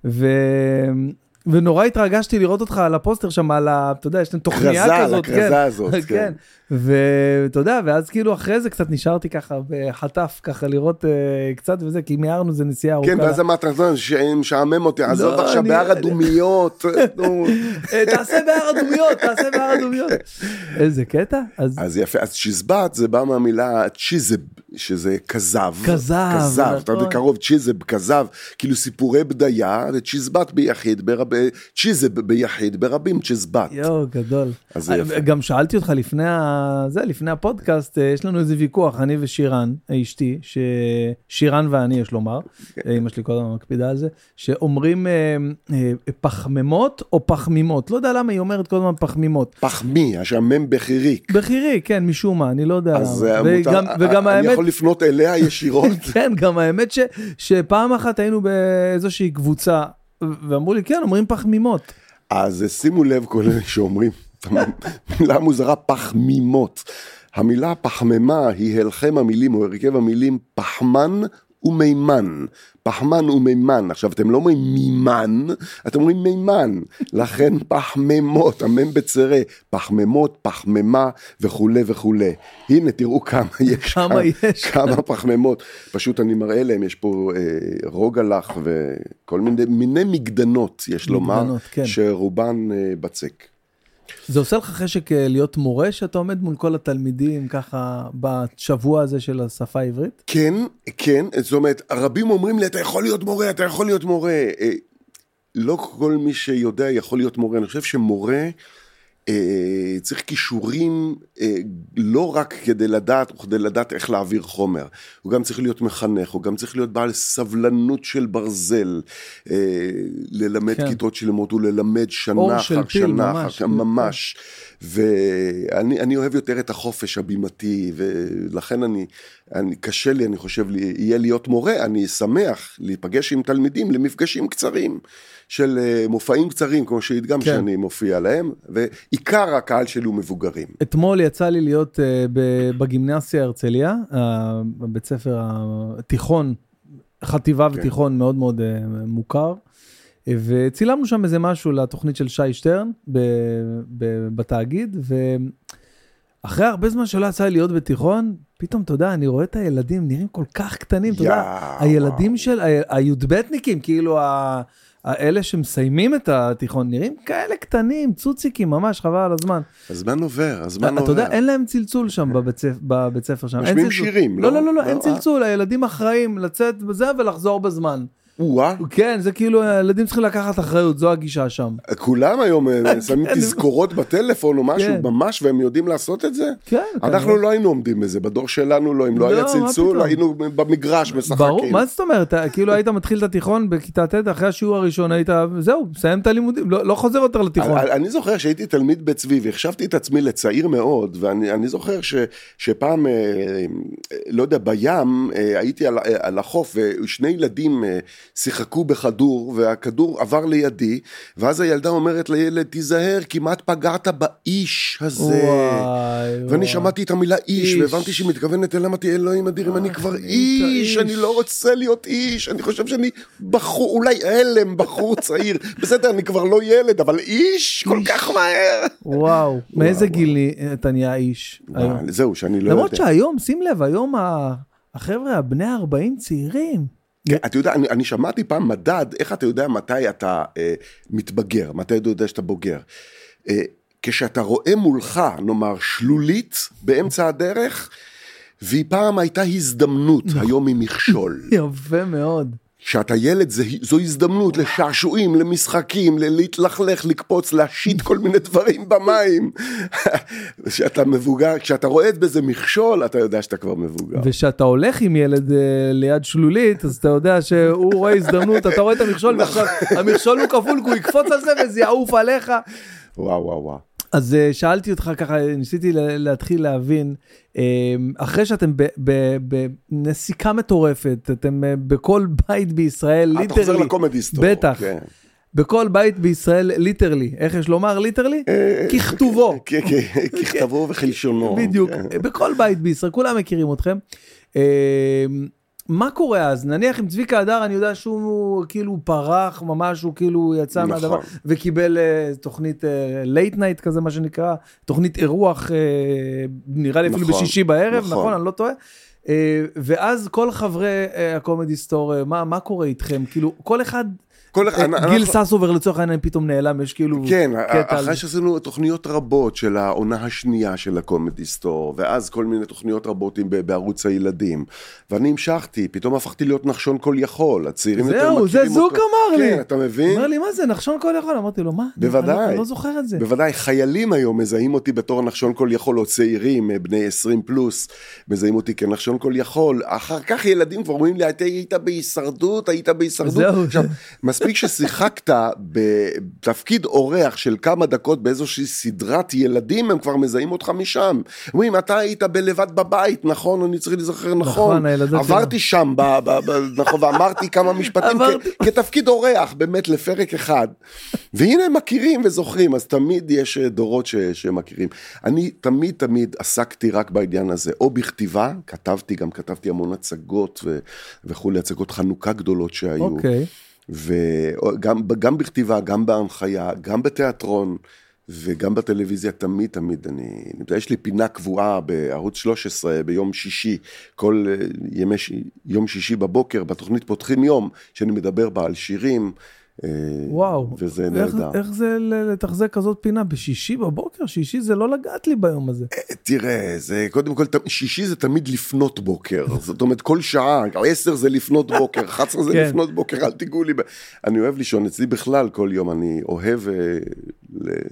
Speaker 1: ונורא התרגשתי לראות אותך על הפוסטר שם, על אתה יודע, יש להם תוכניה כזאת.
Speaker 2: הכרזה הזאת, כן.
Speaker 1: ואתה יודע, ואז כאילו אחרי זה קצת נשארתי ככה בחטף, ככה לראות קצת וזה, כי מיהרנו זה נסיעה ארוכה.
Speaker 2: כן, ואז אמרת, משעמם אותי, עזוב עכשיו בהר אדומיות.
Speaker 1: תעשה בהר אדומיות. איזה קטע.
Speaker 2: אז יפה, אז צ'יזבט זה בא מהמילה צ'יזב, שזה כזב.
Speaker 1: כזב.
Speaker 2: אתה יודע, קרוב צ'יזב, כזב, כאילו סיפורי בדיה, וצ'יזבט ביחיד, צ'יזב ביחיד, ברבים צ'יזבט.
Speaker 1: יו, גדול. גם שאלתי אותך לפני הפודקאסט, יש לנו איזה ויכוח, אני ושירן, אשתי, שירן ואני יש לומר, אמא שלי כל הזמן מקפידה על זה, שאומרים פחממות או פחמימות, לא יודע למה היא אומרת כל הזמן פחמימות.
Speaker 2: פחמי, השמם בחיריק.
Speaker 1: בחיריק, כן, משום מה, אני לא יודע
Speaker 2: למה. אני יכול לפנות אליה ישירות.
Speaker 1: כן, גם האמת שפעם אחת היינו באיזושהי קבוצה, ואמרו לי, כן, אומרים פחמימות.
Speaker 2: אז שימו לב כל אלה שאומרים, מילה מוזרה פחמימות. המילה פחממה היא הלחם המילים או הרכב המילים פחמן ומימן. פחמן ומימן. עכשיו אתם לא אומרים מימן, אתם אומרים מימן. לכן פחממות, המם בצרה, פחממות, פחממה וכו' וכו'. הנה תראו כמה יש. כמה פחממות. פשוט אני מראה להם, יש פה רוגלח וכל מיני מגדנות, יש לומר, שרובן בצק.
Speaker 1: זה עושה לך חשק להיות מורה, שאתה עומד מול כל התלמידים ככה בשבוע הזה של השפה העברית?
Speaker 2: כן, זאת אומרת, רבים אומרים לי, אתה יכול להיות מורה. לא כל מי שיודע יכול להיות מורה. אני חושב שמורה צריך כישורים לא רק כדי לדעת איך להעביר חומר, הוא גם צריך להיות מחנך, הוא גם צריך להיות בעל סבלנות של ברזל, ללמד כיתות שלמות, וללמד שנה אחר שנה, ממש, ואני אוהב יותר את החופש הבימתי, ולכן קשה לי, אני חושב, יהיה להיות מורה, אני שמח להיפגש עם תלמידים למפגשים קצרים, של מופעים קצרים, כמו שהדגם שאני מופיע להם, ועיקר הקהל שלי הוא מבוגרים.
Speaker 1: אתמול יצא לי להיות בגימנסיה הרצליה, בבית ספר התיכון, חטיבה ותיכון מאוד מאוד מוכר, וצילמנו שם איזה משהו לתוכנית של שי שטרן, בתאגיד, ואחרי הרבה זמן שלא יצא לי להיות בתיכון, פתאום, אתה יודע, אני רואה את הילדים, נראים כל כך קטנים, אתה יודע, הילדים של, הי"בניקים, כאילו האלה שמסיימים את התיכון, נראים כאלה קטנים, צוציקים, ממש חבל על הזמן.
Speaker 2: הזמן עובר, הזמן עובר.
Speaker 1: אתה יודע, אין להם צלצול שם בבית ספר שם.
Speaker 2: משמיעים שירים,
Speaker 1: לא? לא, אין צלצול, הילדים אחראים לצאת בזה ולחזור בזמן. כן, זה כאילו, הילדים צריכים לקחת אחריות, זו הגישה שם.
Speaker 2: כולם היום שמים תזכורות בטלפון או משהו, ממש, והם יודעים לעשות את זה?
Speaker 1: כן.
Speaker 2: אנחנו לא היינו עומדים בזה, בדור שלנו לא, אם לא היה צלצול, היינו במגרש משחקים.
Speaker 1: ברור, מה זאת אומרת? כאילו היית מתחיל את התיכון בכיתה ט', אחרי השיעור הראשון היית, זהו, מסיים את הלימודים, לא חוזר יותר לתיכון. אני
Speaker 2: זוכר שהייתי תלמיד בצבי, והחשבתי את עצמי לצעיר מאוד, ואני זוכר שפעם, לא יודע, בים, הייתי על החוף, ושני ילדים שיחקו בכדור, והכדור עבר לידי, ואז הילדה אומרת לילד, תיזהר, כמעט פגעת באיש הזה. ואני שמעתי את המילה איש, והבנתי שהיא מתכוונת אליהם, אמרתי, אלוהים אדירים, אני כבר איש, אני לא רוצה להיות איש, אני חושב שאני בחור, אולי אלם, בחור צעיר, בסדר, אני כבר לא ילד, אבל איש כל כך מהר.
Speaker 1: וואו, מאיזה גיל אתה נהיה איש?
Speaker 2: זהו, שאני לא יודע.
Speaker 1: למרות שהיום, שים לב, היום החבר'ה, הבני 40 צעירים,
Speaker 2: אתה יודע, אני שמעתי פעם מדד, איך אתה יודע מתי אתה מתבגר, מתי אתה יודע שאתה בוגר. כשאתה רואה מולך, נאמר, שלולית באמצע הדרך, והיא פעם הייתה הזדמנות, היום היא מכשול.
Speaker 1: יפה מאוד.
Speaker 2: שאתה ילד, זו הזדמנות לשעשועים, למשחקים, להתלכלך, לקפוץ, להשיט כל מיני דברים במים. שאתה מבוגר, כשאתה רואה את בזה מכשול, אתה יודע שאתה כבר מבוגר.
Speaker 1: ושאתה הולך עם ילד ליד שלולית, אז אתה יודע שהוא רואה הזדמנות, אתה רואה את המכשול, ועכשיו המכשול הוא כפול, הוא יקפוץ על זה וזה יעוף עליך.
Speaker 2: וואו.
Speaker 1: אז שאלתי אותך ככה, ניסיתי להתחיל להבין, אחרי שאתם בנסיקה מטורפת, אתם בכל בית בישראל, ליטרלי.
Speaker 2: אתה חוזר לקומדי סטור.
Speaker 1: בטח. בכל בית בישראל, ליטרלי. איך יש לומר ליטרלי? ככתובו.
Speaker 2: ככתבו וכלשונו.
Speaker 1: בדיוק. בכל בית בישראל, כולם מכירים אתכם. מה קורה אז? נניח עם צביקה הדר, אני יודע שהוא כאילו פרח ממש, הוא כאילו יצא מהדבר, וקיבל תוכנית late night כזה, מה שנקרא, תוכנית אירוח, נראה לי אפילו בשישי בערב, נכון, אני לא טועה, ואז כל חברי הקומדי סטור, מה קורה איתכם? כאילו, כל אחד... גיל ססובר לצורך העניין פתאום נעלם, יש כאילו...
Speaker 2: כן, אחרי שעשינו תוכניות רבות של העונה השנייה של הקומדי סטור, ואז כל מיני תוכניות רבות בערוץ הילדים, ואני המשכתי, פתאום הפכתי להיות נחשון כל יכול, הצעירים יותר מכירים אותו.
Speaker 1: זהו, זה זוק אמר לי.
Speaker 2: כן, אתה מבין?
Speaker 1: אמר לי, מה זה, נחשון כל יכול? אמרתי לו, מה?
Speaker 2: בוודאי.
Speaker 1: אני לא זוכר את זה.
Speaker 2: בוודאי, חיילים היום מזהים אותי בתור נחשון כל יכול, או צעירים, בני 20 פלוס, מזהים אותי כנחשון כל יכול. אחר כך ילדים כבר אומרים לי, היית בהישרדות. מספיק ששיחקת בתפקיד אורח של כמה דקות באיזושהי סדרת ילדים, הם כבר מזהים אותך משם. אומרים, אתה היית בלבד בבית, נכון? אני צריך לזכר נכון. עברתי שם, נכון, ואמרתי כמה משפטים כתפקיד אורח, באמת לפרק אחד. והנה הם מכירים וזוכרים, אז תמיד יש דורות שמכירים. אני תמיד עסקתי רק בעניין הזה, או בכתיבה, כתבתי המון הצגות וכולי, הצגות חנוכה גדולות שהיו.
Speaker 1: אוקיי.
Speaker 2: וגם בכתיבה, גם בהנחיה, גם בתיאטרון, וגם בטלוויזיה, תמיד, יש לי פינה קבועה בערוץ 13 ביום שישי, כל יום שישי בבוקר, בתוכנית פותחים יום, שאני מדבר בה על שירים,
Speaker 1: וואו,
Speaker 2: וזה נהדר.
Speaker 1: איך זה לתחזק כזאת פינה? בשישי בבוקר? שישי זה לא לגעת לי ביום הזה.
Speaker 2: תראה, זה קודם כל, שישי זה תמיד לפנות בוקר, זאת אומרת כל שעה, 10 זה לפנות בוקר, 11 זה לפנות בוקר, אל תיגעו לי. אני אוהב לישון, אצלי בכלל כל יום, אני אוהב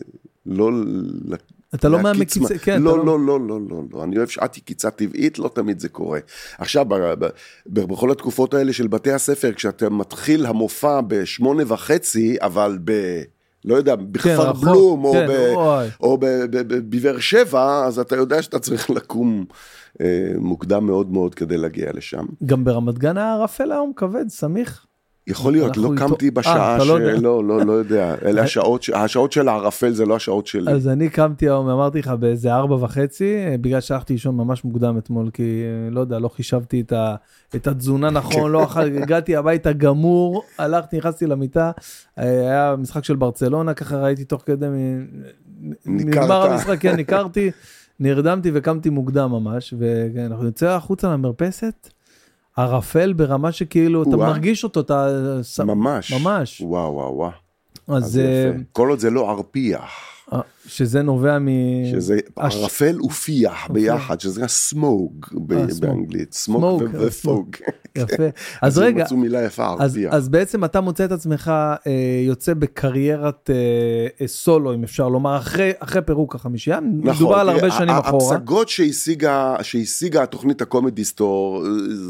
Speaker 2: לא...
Speaker 1: אתה לא מהמקיצה, כן.
Speaker 2: לא, אני אוהב שעתי קיצה טבעית, לא תמיד זה קורה. עכשיו, בכל התקופות האלה של בתי הספר, כשאתה מתחיל המופע ב8:30, אבל לא יודע, בכפר בלום, או בבאר שבע, אז אתה יודע שאתה צריך לקום מוקדם מאוד מאוד כדי להגיע לשם.
Speaker 1: גם ברמת גן הערפל היום כבד, סמיך.
Speaker 2: יכול להיות, לא קמתי בשעה לא יודע, אלה השעות של הערפל זה לא השעות שלי.
Speaker 1: אז אני קמתי היום, אמרתי לך באיזה 4:30, בגלל שהלכתי לישון ממש מוקדם אתמול, כי לא יודע, לא חישבתי את התזונה נכון, לא הגעתי הביתה גמור, הלכתי, נכנסתי למיטה, היה משחק של ברצלונה, ככה ראיתי תוך כדי, נגמר המשחק, כן, ניכרתי, נרדמתי וקמתי מוקדם ממש, ואנחנו נצא החוצה למרפסת, ערפל ברמה שכאילו, אתה מרגיש אותו, אתה...
Speaker 2: ממש. וואו.
Speaker 1: אז
Speaker 2: כל עוד זה לא ערפיח.
Speaker 1: שזה נובע
Speaker 2: שזה ערפל ופיח ביחד, שזה סמוג באנגלית. סמוג ופוג.
Speaker 1: יפה. אז רגע,
Speaker 2: מצאו מילה יפה, ערפיח.
Speaker 1: אז בעצם אתה מוצא את עצמך יוצא בקריירת סולו, אם אפשר לומר, אחרי פירוק החמישייה, מדובר על הרבה שנים אחורה.
Speaker 2: הפסגות שהשיגה התוכנית הקומדי סטור,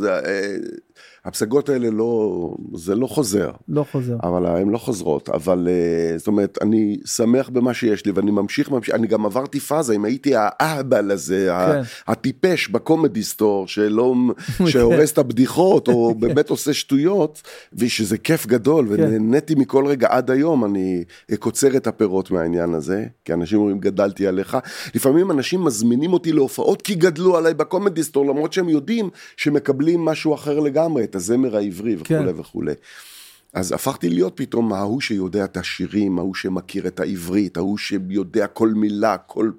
Speaker 2: הפסגות האלה זה לא חוזר.
Speaker 1: לא חוזר.
Speaker 2: אבל הן לא חוזרות, אבל זאת אומרת, אני שמח במה שיש לי, ואני ממשיך, אני גם עברתי פאזה, אם הייתי האהבל הזה, הטיפש בקומדי סטור, שהורס את הבדיחות, או באמת עושה שטויות, ושזה כיף גדול, ונהניתי מכל רגע עד היום, אני קוצר את הפירות מהעניין הזה, כי אנשים אומרים, גדלתי עליך, לפעמים אנשים מזמינים אותי להופעות, כי גדלו עליי בקומדי סטור, למרות שהם יודעים שמקבלים משהו אחר לגמרי, את הזמר העברי וכו'. אז הפכתי להיות פתאום ההוא שיודע את השירים, ההוא שמכיר את העברית, ההוא שיודע כל מילה,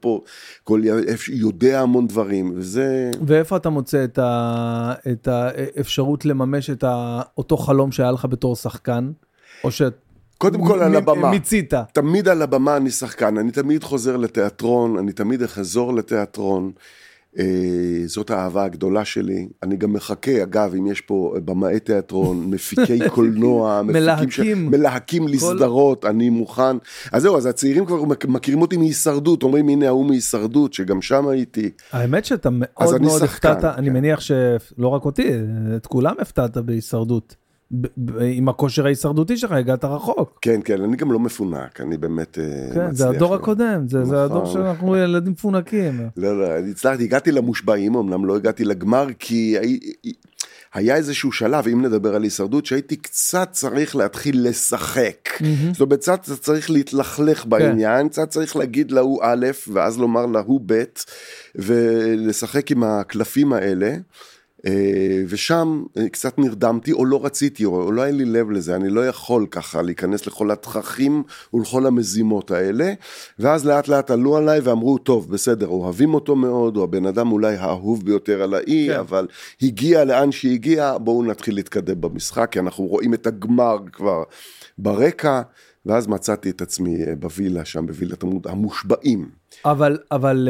Speaker 2: יודע המון דברים, וזה...
Speaker 1: ואיפה אתה מוצא את האפשרות לממש את אותו חלום שהיה לך בתור שחקן? או
Speaker 2: קודם כל על הבמה.
Speaker 1: מיצית.
Speaker 2: תמיד על הבמה אני שחקן, אני תמיד חוזר לתיאטרון, אני תמיד אחזור לתיאטרון, זאת האהבה הגדולה שלי. אני גם מחכה, אגב, אם יש פה במאי תיאטרון, מפיקי קולנוע, מלהקים לסדרות, אני מוכן. אז זהו, אז הצעירים כבר מכירים אותי מהישרדות, אומרים, הנה, הוא מהישרדות, שגם שם הייתי.
Speaker 1: האמת שאתה מאוד מאוד הפתעת, אני מניח שלא רק אותי, את כולם הפתעת בהישרדות. עם הכושר ההישרדותי שלך, הגעת רחוק.
Speaker 2: כן, אני גם לא מפונק, אני באמת
Speaker 1: כן, זה הדור הקודם, זה הדור שאנחנו ילדים מפונקים.
Speaker 2: לא, אני הצלחתי, הגעתי למושבעים, אמנם לא הגעתי לגמר, כי היה איזשהו שלב, אם נדבר על הישרדות, שהייתי קצת צריך להתחיל לשחק. זאת אומרת, קצת צריך להתלכלך בעניין, קצת צריך להגיד להוא א', ואז לומר להוא ב', ולשחק עם הקלפים האלה, ושם קצת נרדמתי, או לא רציתי, או לא היה לי לב לזה, אני לא יכול ככה להיכנס לכל התככים ולכל המזימות האלה, ואז לאט לאט עלו עליי ואמרו, טוב, בסדר, אוהבים אותו מאוד, הוא הבן אדם אולי האהוב ביותר על האי, אבל הגיע לאן שהגיע, בואו נתחיל להתקדם במשחק, כי אנחנו רואים את הגמר כבר ברקע, ואז מצאתי את עצמי בווילה שם, בווילת המושבעים.
Speaker 1: אבל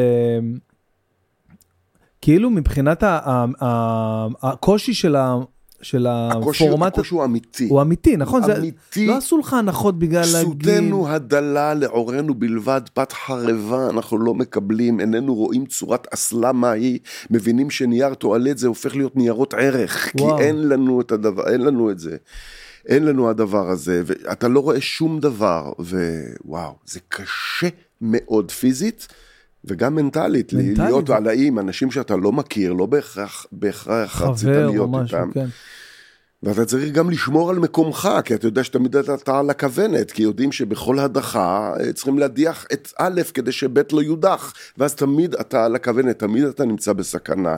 Speaker 1: כאילו מבחינת הקושי של הפורמט...
Speaker 2: הקושי הוא אמיתי.
Speaker 1: הוא אמיתי, נכון? אמיתי. לא עשו לך הנחות בגלל להגיד...
Speaker 2: סודנו הדלה לעורנו בלבד, פת חרבה, אנחנו לא מקבלים, איננו רואים צורת אסלה מה היא, מבינים שנייר תועלת זה הופך להיות ניירות ערך, כי אין לנו את הדבר, אין לנו את זה. אין לנו הדבר הזה, ואתה לא רואה שום דבר, ווואו, זה קשה מאוד פיזית, וגם מנטלית, להיות עלאים, אנשים שאתה לא מכיר, לא בהכרח רצית להיות איתם. כן. ואתה צריך גם לשמור על מקומך, כי אתה יודע שתמיד אתה על הכוונת, כי יודעים שבכל הדחה צריכים להדיח את א' כדי שב' לא יודח, ואז תמיד אתה על הכוונת, תמיד אתה נמצא בסכנה.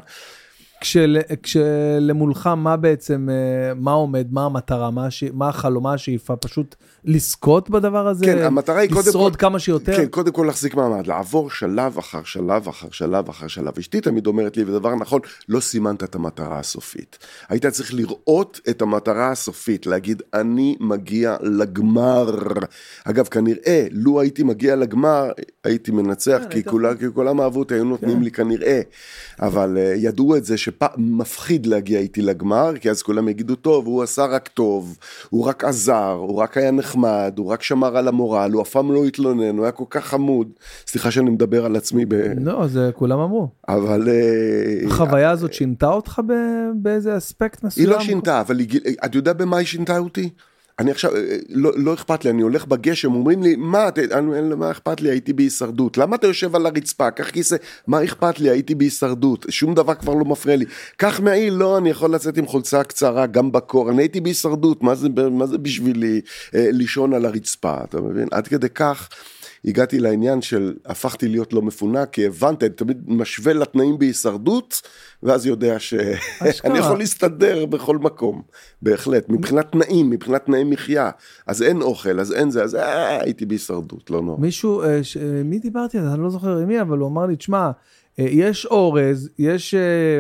Speaker 1: כשלמולך מה בעצם, מה עומד, מה המטרה, מה החלומה, השאיפה, פשוט לזכות בדבר הזה?
Speaker 2: כן, המטרה היא
Speaker 1: לשרוד כמה שיותר?
Speaker 2: כן, קודם כל להחזיק מעמד, לעבור שלב אחר שלב אחר שלב אחר שלב. אשתי תמיד אומרת לי, ודבר נכון, לא סימנת את המטרה הסופית. היית צריך לראות את המטרה הסופית, להגיד, אני מגיע לגמר. אגב, כנראה, לו הייתי מגיע לגמר, הייתי מנצח, כי כולם אהבו אותי, היו נותנים לי כנראה. אבל ידעו את זה שמפחיד להגיע איתי לגמר, כי אז כולם יגידו, טוב, הוא עשה רק טוב, הוא רק עזר, הוא רק היה נחמד, הוא רק שמר על המורל, הוא אף פעם לא התלונן, הוא היה כל כך חמוד. סליחה שאני מדבר על עצמי.
Speaker 1: לא, זה כולם אמרו.
Speaker 2: אבל...
Speaker 1: החוויה הזאת שינתה אותך באיזה אספקט מסוים?
Speaker 2: היא לא שינתה, אבל את יודע במה היא שינתה אותי? אני עכשיו, לא אכפת לי, אני הולך בגשם, אומרים לי, מה אכפת לי, הייתי בהישרדות, למה אתה יושב על הרצפה, קח כיסא, מה אכפת לי, הייתי בהישרדות, שום דבר כבר לא מפריע לי, קח מעיל, לא, אני יכול לצאת עם חולצה קצרה, גם בקור, אני הייתי בהישרדות, מה זה בשבילי לישון על הרצפה, אתה מבין? עד כדי כך, הגעתי לעניין של, הפכתי להיות לא מפונה, כי הבנת, אני תמיד משווה לתנאים בהישרדות, ואז יודע שאני יכול להסתדר בכל מקום, בהחלט, מבחינת תנאים, מבחינת תנאי מחיה, אז אין אוכל, אז אין זה, אז הייתי בהישרדות, לא נורא.
Speaker 1: מישהו, מי דיברתי על זה, אני לא זוכר עם מי, אבל הוא אמר לי, תשמע, יש אורז, יש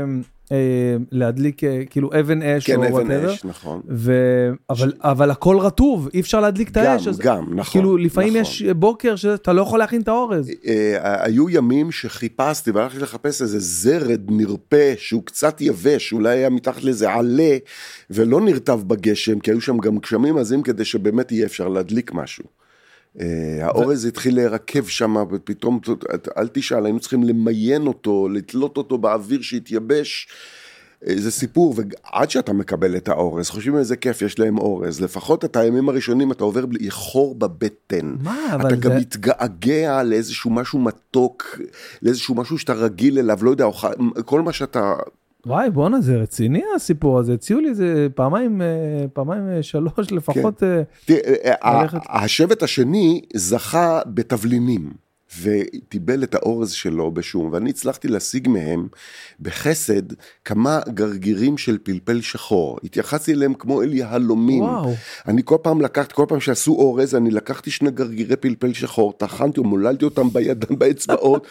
Speaker 1: להדליק כאילו אבן אש,
Speaker 2: כן, אבן אש, נכון.
Speaker 1: אבל הכל רטוב, אי אפשר להדליק את האש.
Speaker 2: גם, נכון.
Speaker 1: כאילו לפעמים יש בוקר שאתה לא יכול להכין את האורז.
Speaker 2: היו ימים שחיפשתי, והלכתי לחפש איזה זרד נרפה, שהוא קצת יבש, אולי היה מתחת לזה עלה, ולא נרטב בגשם, כי היו שם גם גשמים עזים, כדי שבאמת יהיה אפשר להדליק משהו. האורז התחיל להירקב שם, ופתאום, אל תשאל, היינו צריכים למיין אותו, לתלות אותו באוויר שהתייבש, זה סיפור, ועד שאתה מקבל את האורז, חושבים איזה כיף יש להם אורז, לפחות את הימים הראשונים אתה עובר בלי חור בבטן, אתה גם מתגעגע לאיזשהו משהו מתוק, לאיזשהו משהו שאתה רגיל אליו, לא יודע, כל מה שאתה...
Speaker 1: וואי, בואנה, זה רציני הסיפור הזה, הציעו לי זה פעמיים שלוש לפחות.
Speaker 2: השבט השני זכה בתבלינים, וטיבל את האורז שלו בשום, ואני הצלחתי להשיג מהם בחסד כמה גרגירים של פלפל שחור, התייחסתי אליהם כמו אל יהלומים, אני כל פעם שעשו אורז, אני לקחתי 2 גרגירי פלפל שחור, טחנתי ומוללתי אותם בידיים, באצבעות,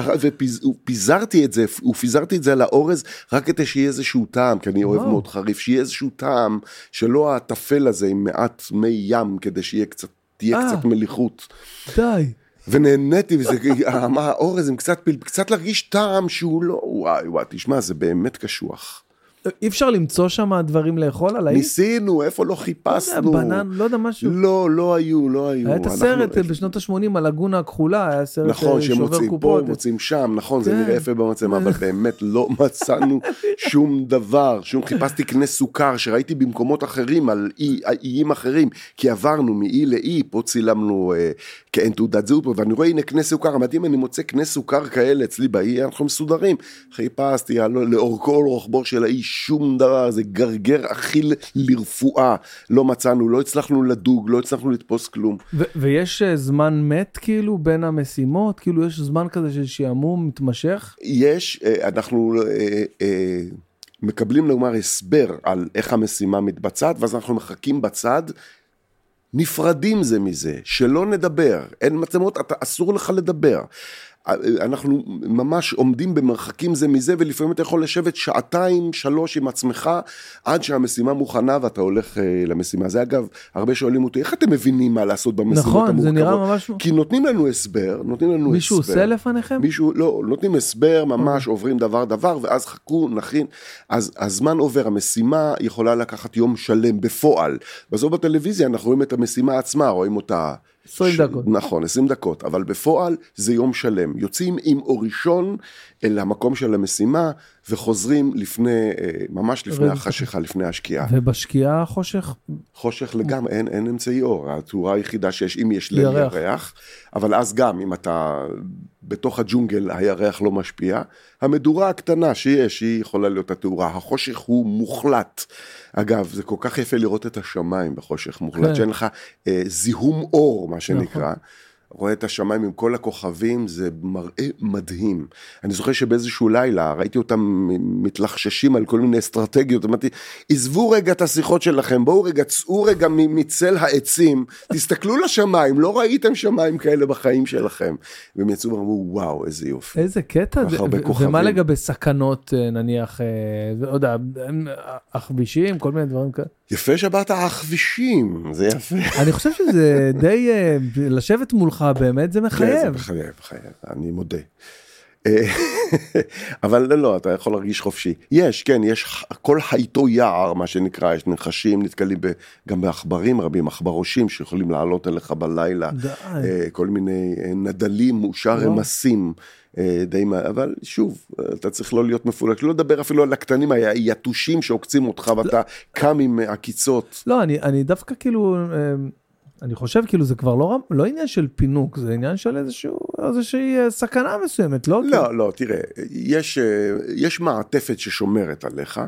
Speaker 2: ופיזרתי את זה, ופיזרתי את זה על האורז, רק כדי שיהיה איזשהו טעם, כי אני אוהב מאוד חריף, שיהיה איזשהו טעם, שלא התפל הזה עם מעט מי ים, כדי שיהיה קצת מליחות.
Speaker 1: די.
Speaker 2: ונהניתי, וזה, האורז עם קצת להרגיש טעם שהוא לא, וואי, תשמע, זה באמת קשוח.
Speaker 1: אי אפשר למצוא שם דברים לאכול על האי?
Speaker 2: ניסינו, איפה לא חיפשנו.
Speaker 1: בנן, לא יודע משהו.
Speaker 2: לא היו.
Speaker 1: היה את הסרט בשנות ה-80, הלגונה הכחולה, היה סרט
Speaker 2: נכון, שמוצאים פה, מוצאים שם, נכון, זה נראה יפה במצלמה, אבל באמת לא מצאנו שום דבר, חיפשתי קנה סוכר, שראיתי במקומות אחרים, על איים אחרים, כי עברנו מאי לאי, פה צילמנו כאין תעודת זהות, ואני רואה, הנה קנה סוכר, אמרתי, אני מוצא קנה סוכר כאלה אצלי באי, אנחנו מסודרים. חיפשתי, לאורכו רוחבו של האי, שום דבר, זה גרגר אכיל לרפואה, לא מצאנו, לא הצלחנו לדוג, לא הצלחנו לתפוס כלום.
Speaker 1: ויש זמן מת כאילו בין המשימות, כאילו יש זמן כזה של שעמום מתמשך?
Speaker 2: יש, אנחנו מקבלים לומר הסבר על איך המשימה מתבצעת, ואז אנחנו מחכים בצד, נפרדים זה מזה, שלא נדבר, אין מצלמות, אסור לך לדבר. אנחנו ממש עומדים במרחקים זה מזה, ולפעמים אתה יכול לשבת 2-3 עם עצמך, עד שהמשימה מוכנה ואתה הולך למשימה. זה אגב, הרבה שואלים אותי, איך אתם מבינים מה לעשות במשימות המורכבות?
Speaker 1: נכון, זה נראה ממש...
Speaker 2: כי נותנים לנו הסבר,
Speaker 1: מישהו עושה לפניכם?
Speaker 2: לא, נותנים הסבר, ממש עוברים דבר, ואז חכו, נכין, אז הזמן עובר, המשימה יכולה לקחת יום שלם בפועל. בזו בטלוויזיה אנחנו רואים את המשימה עצמה, רואים אותה
Speaker 1: 20 דקות.
Speaker 2: נכון, 20 דקות, אבל בפועל זה יום שלם. יוצאים עם אור ראשון אל המקום של המשימה, וחוזרים ממש לפני החשיכה, לפני השקיעה.
Speaker 1: ובשקיעה חושך?
Speaker 2: חושך לגמרי, אין אמצעי אור. התאורה היחידה שיש, אם יש ליל ירח, אבל אז גם, אם אתה בתוך הג'ונגל, הירח לא משפיע. המדורה הקטנה שיש, היא יכולה להיות התאורה. החושך הוא מוחלט. אגב, זה כל כך יפה לראות את השמיים בחושך מוחלט, שאין לך זיהום אור, מה שנקרא. רואה את השמיים עם כל הכוכבים, זה מראה מדהים. אני זוכר שבאיזשהו לילה, ראיתי אותם מתלחששים על כל מיני אסטרטגיות, אמרתי, עזבו רגע את השיחות שלכם, בואו רגע, צאו רגע מצל העצים, תסתכלו לשמיים, לא ראיתם שמיים כאלה בחיים שלכם. והם יצאו ואמרו, וואו, איזה יופי.
Speaker 1: איזה קטע, ומה לגבי סכנות, נניח, לא יודע, החבישים, כל מיני דברים כאלה?
Speaker 2: יפה שבאת החבישים, זה יפה.
Speaker 1: אני חושב שזה די, לשבת מולך באמת זה מחייב.
Speaker 2: זה מחייב, אני מודה. אבל לא, אתה יכול להרגיש חופשי. יש, כן, יש כל חייתו יער, מה שנקרא, יש נחשים, נתקלים גם בעכברים רבים, עכברושים שיכולים לעלות אליך בלילה, כל מיני נדלים, מאושר רמסים, אבל שוב, אתה צריך לא להיות מפולק, לא לדבר אפילו על הקטנים, היתושים שעוקצים אותך, ואתה קם עם עקיצות.
Speaker 1: לא, אני דווקא כאילו... אני חושב כאילו זה כבר לא עניין של פינוק, זה עניין של איזושהי סכנה מסוימת, לא?
Speaker 2: לא, תראה, יש מעטפת ששומרת עליך,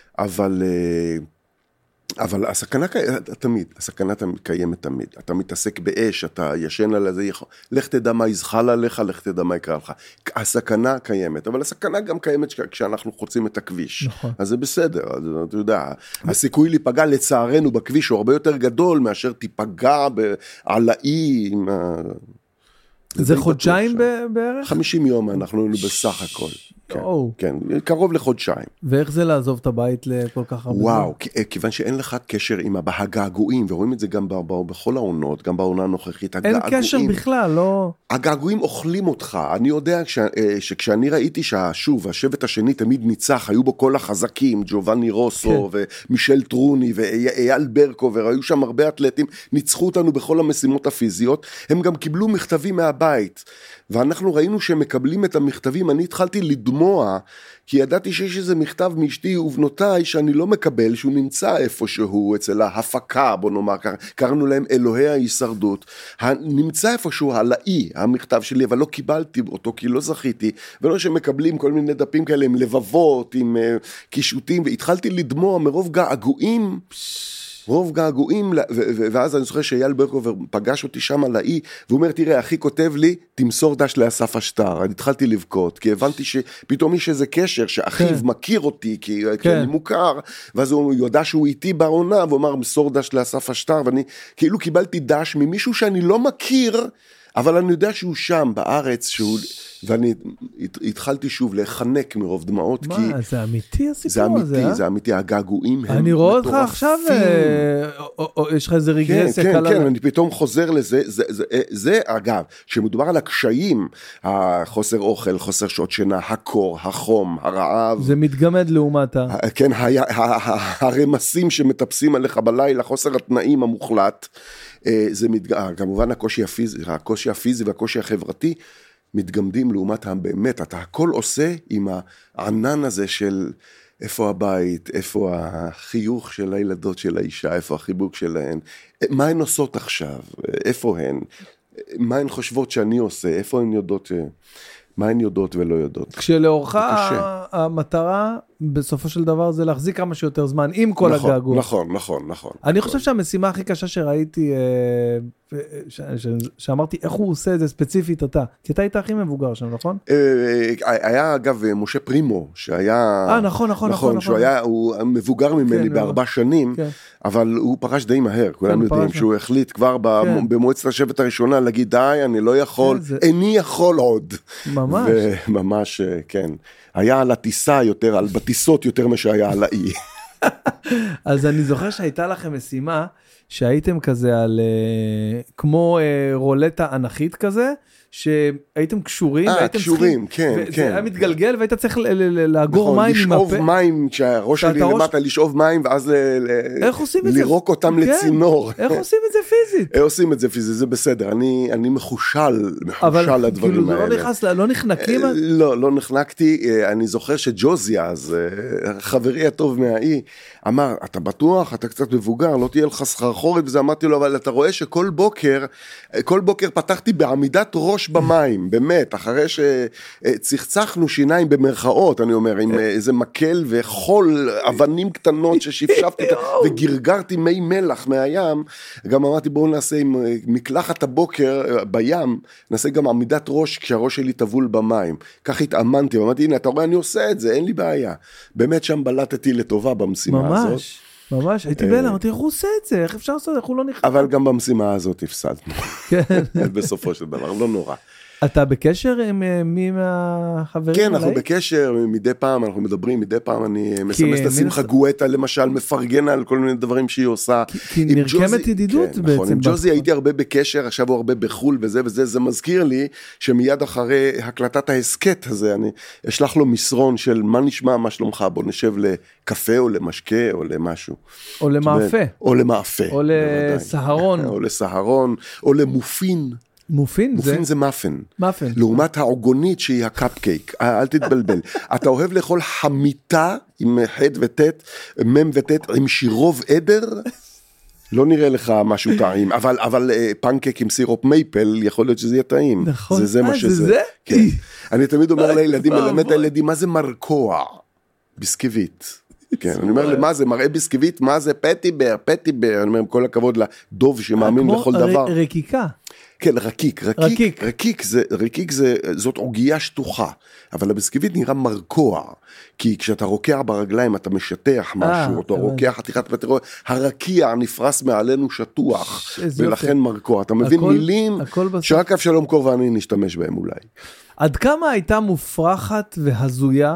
Speaker 2: אבל הסכנה קיימת תמיד. אתה מתעסק באש, אתה ישן על זה, לך תדע מה יזחל עליך, לך תדע מה יקרה לך. הסכנה קיימת, אבל הסכנה גם קיימת כשאנחנו חוצים את הכביש. נכון. אז זה בסדר, אתה יודע, הסיכוי להיפגע לצערנו בכביש הוא הרבה יותר גדול מאשר תיפגע על האי.
Speaker 1: זה חודשיים בערך?
Speaker 2: 50 יום אנחנו היינו בסך הכל. כן, קרוב לחודשיים.
Speaker 1: ואיך זה לעזוב את הבית לכל כך הרבה?
Speaker 2: וואו, כיוון שאין לך קשר עם הגעגועים, ורואים את זה גם בכל העונות, גם בעונה הנוכחית,
Speaker 1: הגעגועים. אין קשר בכלל, לא...
Speaker 2: הגעגועים אוכלים אותך. אני יודע שכשאני ראיתי שוב, השבט השני תמיד ניצח, היו בו כל החזקים, ג'ובאני רוסו, ומישל טרוני, ואייל ברקו, והיו שם הרבה אתלטים, ניצחו אותנו בכל המשימות הפיזיות, הם גם קיבלו מכתבים מהבית, ואנחנו ראינו שהם מקבלים את המכתבים, אני התחלתי לדמוע, כי ידעתי שיש איזה מכתב מאשתי ובנותיי שאני לא מקבל, שהוא נמצא איפשהו אצל ההפקה, בוא נאמר, קראנו להם אלוהי ההישרדות, נמצא איפשהו על האי, המכתב שלי, אבל לא קיבלתי אותו כי לא זכיתי, ולא שמקבלים כל מיני דפים כאלה עם לבבות, עם קישוטים, והתחלתי לדמוע מרוב געגועים, ואז אני זוכר שאייל ברקובר פגש אותי שם על האי, והוא אומר, תראה, אחי כותב לי, תמסור דש לאסף אשטר. אני התחלתי לבכות, כי הבנתי שפתאום יש איזה קשר, שאחיו מכיר אותי, כי אני מוכר, ואז הוא יודע שהוא איתי בעונה, והוא אמר, מסור דש לאסף אשטר, ואני כאילו קיבלתי דש ממישהו שאני לא מכיר, אבל אני יודע שהוא שם בארץ, ואני התחלתי שוב לחנק מרוב דמעות.
Speaker 1: מה, זה אמיתי הסיפור הזה?
Speaker 2: זה אמיתי, הגעגועים הם מטורפים.
Speaker 1: אני רואה אותך עכשיו, יש לך איזה רגרסיה קלה.
Speaker 2: כן, אני פתאום חוזר לזה, זה אגב, שמדובר על הקשיים, החוסר אוכל, חוסר שעות שינה, הקור, החום, הרעב.
Speaker 1: זה מתגמד לעומת
Speaker 2: כן, הרמסים שמטפסים עליך בלילה, חוסר התנאים המוחלט. זה כמובן הקושי הפיזי והקושי החברתי מתגמדים לעומת באמת, אתה הכל עושה עם הענן הזה של איפה הבית, איפה החיוך של הילדות של האישה, איפה החיבוק שלהן, מה הן עושות עכשיו, איפה הן, מה הן חושבות שאני עושה, איפה הן יודעות, מה הן יודעות ולא יודעות.
Speaker 1: כשלאורך המטרה, בסופו של דבר, זה להחזיק כמה שיותר זמן, עם כל הגעגוע.
Speaker 2: נכון.
Speaker 1: אני חושב שהמשימה הכי קשה שראיתי, שאמרתי, איך הוא עושה את זה ספציפית אתה? כי אתה היית הכי מבוגר שם, נכון?
Speaker 2: היה אגב משה פרימו, שהיה...
Speaker 1: נכון.
Speaker 2: הוא מבוגר ממני ב4 שנים, אבל הוא פרש די מהר, כולנו יודעים שהוא החליט כבר במועצת השבט הראשונה, להגיד די, אני לא יכול, איני יכול עוד.
Speaker 1: ממש.
Speaker 2: ממש, כן. היה על הטיסה יותר, על בטיסות יותר מה שהיה על האי.
Speaker 1: אז אני זוכר שהייתה לכם משימה, שהייתם כזה על, כמו רולטה אנכית כזה, שהייתם קשורים,
Speaker 2: קשורים, כן.
Speaker 1: זה היה מתגלגל, והיית צריך לאגור מים עם
Speaker 2: הפה. לשאוב מים, כשהראש שלי למטה, לשאוב מים, ואז לירוק אותם לצינור.
Speaker 1: איך עושים את זה פיזית?
Speaker 2: עושים את זה פיזית, זה בסדר, אני מחושל לדברים האלה.
Speaker 1: אבל כאילו לא נחנקים?
Speaker 2: לא נחנקתי, אני זוכר שג'וזיה, אז חברי הטוב מהאי, אמר, אתה בטוח, אתה קצת מבוגר, לא תהיה לך סחרחורת, וזה אמרתי לו, אבל אתה רואה שכל בוקר פתחתי בעמידת ראש במים, באמת, אחרי שצחצחנו שיניים במרכאות, אני אומר, עם איזה מקל וחול, אבנים קטנות ששפשפתי, וגרגרתי מי מלח מהים, גם אמרתי, בואו נעשה עם מקלחת הבוקר בים, נעשה גם עמידת ראש, כשהראש שלי טבול במים. כך התאמנתי, ואמרתי, הנה, אתה רואה, אני עושה את זה, אין לי בעיה. באמת שם בלטתי לטובה במשימה הזאת.
Speaker 1: ממש, הייתי בן, אמרתי, איך הוא עושה את זה? איך אפשר לעשות? איך הוא לא נכנס?
Speaker 2: אבל גם במשימה הזאת הפסדנו. בסופו של דבר, לא נורא.
Speaker 1: אתה בקשר עם מי מהחברים?
Speaker 2: כן, אנחנו בקשר, מדי פעם אנחנו מדברים, מדי פעם אני מסמס את שמחה גואטה, למשל, מפרגן על כל מיני דברים שהיא עושה.
Speaker 1: כי נרקמת ידידות בעצם.
Speaker 2: עם ג'וזי הייתי הרבה בקשר, עכשיו הוא הרבה בחול וזה וזה, זה מזכיר לי שמיד אחרי הקלטת ההסקט הזה, אני אשלח לו מסרון של מה נשמע, מה שלומך, בוא נשב לקפה או למשקה או למשהו.
Speaker 1: או למאפה.
Speaker 2: או למאפה.
Speaker 1: או לסהרון.
Speaker 2: או לסהרון, או למופין.
Speaker 1: מופין
Speaker 2: זה מאפן.
Speaker 1: מאפן.
Speaker 2: לעומת העוגונית שהיא הקאפקייק. אל תתבלבל. אתה אוהב לאכול חמיתה עם חד וטט, מם וטט, עם שירוב עדר? לא נראה לך משהו טעים, אבל פנקק עם סירופ מייפל, יכול להיות שזה יהיה טעים.
Speaker 1: נכון.
Speaker 2: זה מה שזה.
Speaker 1: זה?
Speaker 2: כן. אני תמיד אומר לילדים, מלמד לילדים, מה זה מרקוע? ביסקוויט. כן, אני אומר, מה זה, מראה ביסקוויט, מה זה פטיבר, אני אומר, עם כל הכבוד לדוב שמאמין לכל דבר.
Speaker 1: כמו רקיקה.
Speaker 2: כן, רקיק זאת עוגיה שטוחה, אבל הביסקוויט נראה מרקוע, כי כשאתה רוקע ברגליים אתה משטח משהו, אתה רוקע חתיכת פטרול, הרקיע נפרס מעלינו שטוח, ולכן מרקוע. אתה מבין מילים שרק אבשלום קור ואני נשתמש בהם אולי.
Speaker 1: עד כמה הייתה מופרכת והזויה,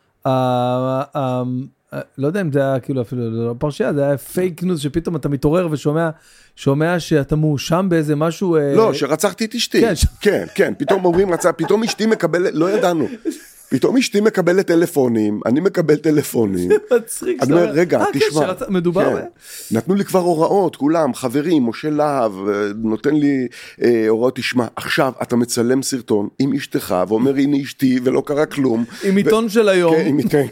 Speaker 1: לא יודע אם זה היה כאילו אפילו לא פרשייה, זה היה פייק ניוז שפתאום אתה מתעורר ושומע שאתה מאושם באיזה משהו.
Speaker 2: לא, שרצחתי את אשתי. כן, פתאום אומרים פתאום אשתי מקבלת, לא ידענו. פתאום אשתי מקבלת טלפונים, אני מקבל טלפונים.
Speaker 1: מצחיק.
Speaker 2: אני אומר, רגע, תשמע.
Speaker 1: מדובר.
Speaker 2: נתנו לי כבר הוראות, כולם, חברים, משה להב, נותן לי הוראות, תשמע, עכשיו אתה מצלם סרטון עם אשתך, ואומר, הנה אשתי, ולא קרה כלום.
Speaker 1: עם עיתון של היום.
Speaker 2: כן,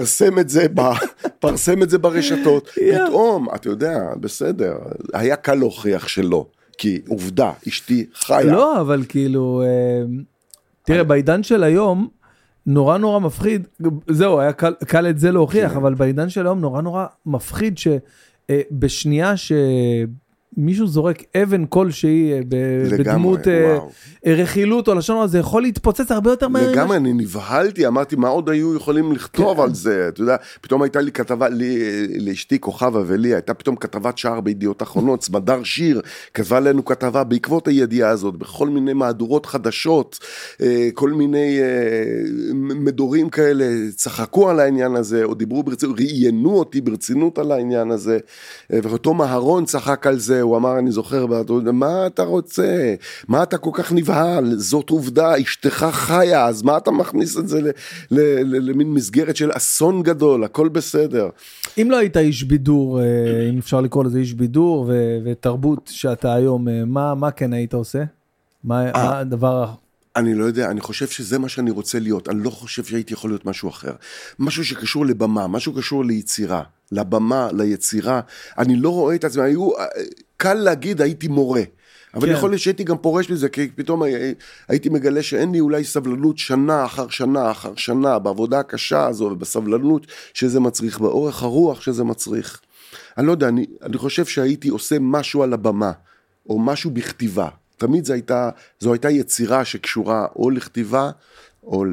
Speaker 2: פרסם את זה ברשתות. פתאום, אתה יודע, בסדר, היה קל להוכיח שלא, כי עובדה, אשתי חיה.
Speaker 1: לא, אבל כאילו, תראה, בעידן של היום, נורא מפחיד, זהו, היה קל את זה להוכיח, אבל בעידן של היום נורא מפחיד שבשנייה מישהו זורק אבן כלשהי בדמות רכילות או לשון, זה יכול להתפוצץ הרבה יותר מהר.
Speaker 2: לגמרי, אני נבהלתי, אמרתי, מה עוד היו יכולים לכתוב על זה? אתה יודע, פתאום הייתה לי כתבה, לאשתי כוכבה ולי, הייתה פתאום כתבת שער בידיעות אחרונות, סמדר שיר, כתבה לנו כתבה בעקבות הידיעה הזאת, בכל מיני מהדורות חדשות, כל מיני מדורים כאלה, צחקו על העניין הזה, או דיברו ברצינות, ראיינו אותי ברצינות על העניין הזה, ואותו מהרון צחק על זה, הוא אמר, אני זוכר, מה אתה רוצה? מה אתה כל כך נבהל? זאת עובדה, אשתך חיה, אז מה אתה מכניס את זה למין מסגרת של אסון גדול? הכל בסדר.
Speaker 1: אם לא היית איש בידור, אם אפשר לקרוא לזה איש בידור ותרבות שאתה היום, מה כן היית עושה? מה הדבר...
Speaker 2: אני לא יודע, אני חושב שזה מה שאני רוצה להיות, אני לא חושב שהייתי יכול להיות משהו אחר. משהו שקשור לבמה, משהו קשור ליצירה, לבמה, ליצירה. אני לא רואה את עצמי, קל להגיד הייתי מורה, אבל יכול להיות שהייתי גם פורש בזה, כי פתאום הייתי מגלה שאין לי אולי סבלנות שנה אחר שנה אחר שנה, בעבודה הקשה הזו ובסבלנות שזה מצריך, באורך הרוח שזה מצריך. אני לא יודע, אני חושב שהייתי עושה משהו על הבמה, או משהו בכתיבה. תמיד זו הייתה יצירה שקשורה או לכתיבה, או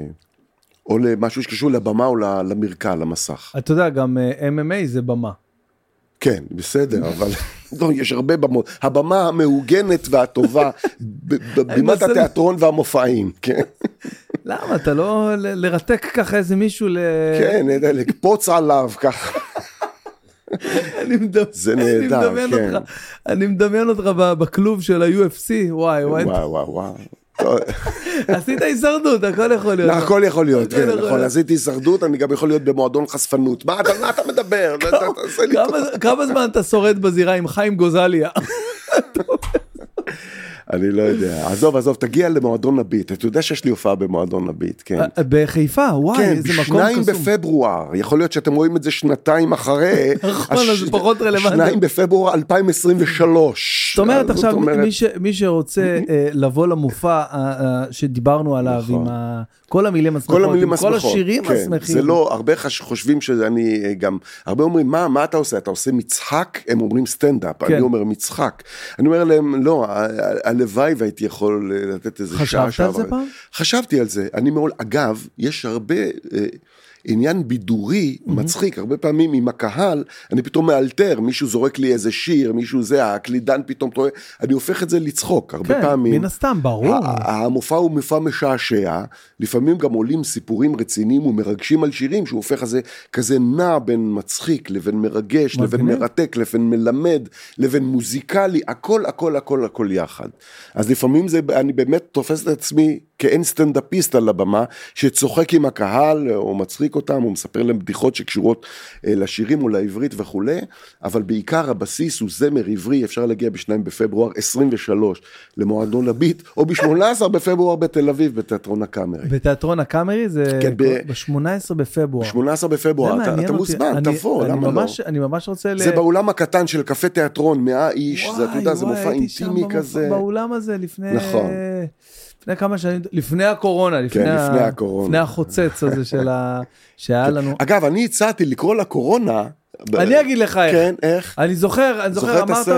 Speaker 2: למשהו שקשור לבמה או למרקע, למסך.
Speaker 1: אתה יודע, גם MMA זה במה.
Speaker 2: כן, בסדר, אבל לא, יש הרבה במות. הבמה המהוגנת והטובה, בבימת התיאטרון והמופעים, כן.
Speaker 1: למה? אתה לא לרתק ככה איזה מישהו
Speaker 2: כן, לקפוץ עליו ככה. זה נהדר, כן.
Speaker 1: אני מדמיין אותך בכלוב של ה-UFC, וואי. עשית הישרדות, הכל יכול להיות.
Speaker 2: הכל יכול להיות, כן, נכון, עשיתי הישרדות, אני גם יכול להיות במועדון חשפנות. מה אתה מדבר?
Speaker 1: כמה זמן אתה שורד בזירה עם חיים גוזליה?
Speaker 2: אני לא יודע. עזוב, תגיע למועדון הביט. אתה יודע שיש לי הופעה במועדון הביט, כן.
Speaker 1: בחיפה, וואי, איזה מקום קסום.
Speaker 2: כן, ב2 בפברואר. יכול להיות שאתם רואים את זה שנתיים אחרי.
Speaker 1: נכון, אז זה פחות רלוונטי.
Speaker 2: 2 בפברואר 2023.
Speaker 1: זאת אומרת, עכשיו, מי שרוצה לבוא למופע שדיברנו עליו, עם כל המילים השמחות, עם כל השירים השמחים.
Speaker 2: זה לא, הרבה חושבים שאני גם, הרבה אומרים, מה אתה עושה? אתה עושה מצחק? הם אומרים סטנדאפ. אני אומר מצחק. אני אומר להם, לא, הלוואי והייתי יכול לתת איזה שעה.
Speaker 1: חשבת על זה פעם?
Speaker 2: חשבתי על זה. אגב, יש הרבה עניין בידורי מצחיק, הרבה פעמים עם הקהל, אני פתאום מאלתר, מישהו זורק לי איזה שיר, מישהו זה, הקלידן פתאום טועה, אני הופך את זה לצחוק, הרבה פעמים.
Speaker 1: כן, מן הסתם, ברור.
Speaker 2: המופע הוא מופע משעשע, לפעמים גם עולים סיפורים רציניים ומרגשים על שירים, שהוא הופך כזה נע בין מצחיק, לבין מרגש, לבין מרתק, לבין מלמד, לבין מוזיקלי, הכל יחד. אז לפעמים אני באמת תופס את עצמי כאין סטנדאפיסט על הבמה, שצוחק עם הקהל, או מצחיק אותם, או מספר להם בדיחות שקשורות לשירים או לעברית וכו', אבל בעיקר הבסיס הוא זמר עברי, אפשר להגיע ב2 בפברואר 23 למועדון הביט, או ב18 בפברואר בתל אביב, בתיאטרון הקאמרי.
Speaker 1: בתיאטרון הקאמרי זה ב18 בפברואר.
Speaker 2: 18 בפברואר, אתה מוזמן, תבוא, למה לא?
Speaker 1: אני ממש רוצה
Speaker 2: זה באולם הקטן של קפה תיאטרון, 100 איש, זה, אתה יודע, זה מופע אינטימי כזה.
Speaker 1: באולם הזה לפני...
Speaker 2: נכון.
Speaker 1: לפני כמה שנים, לפני הקורונה, לפני החוצץ הזה שהיה לנו.
Speaker 2: אגב, אני הצעתי לקרוא לקורונה,
Speaker 1: אני אגיד לך איך.
Speaker 2: כן, איך?
Speaker 1: אני זוכר, אמרת,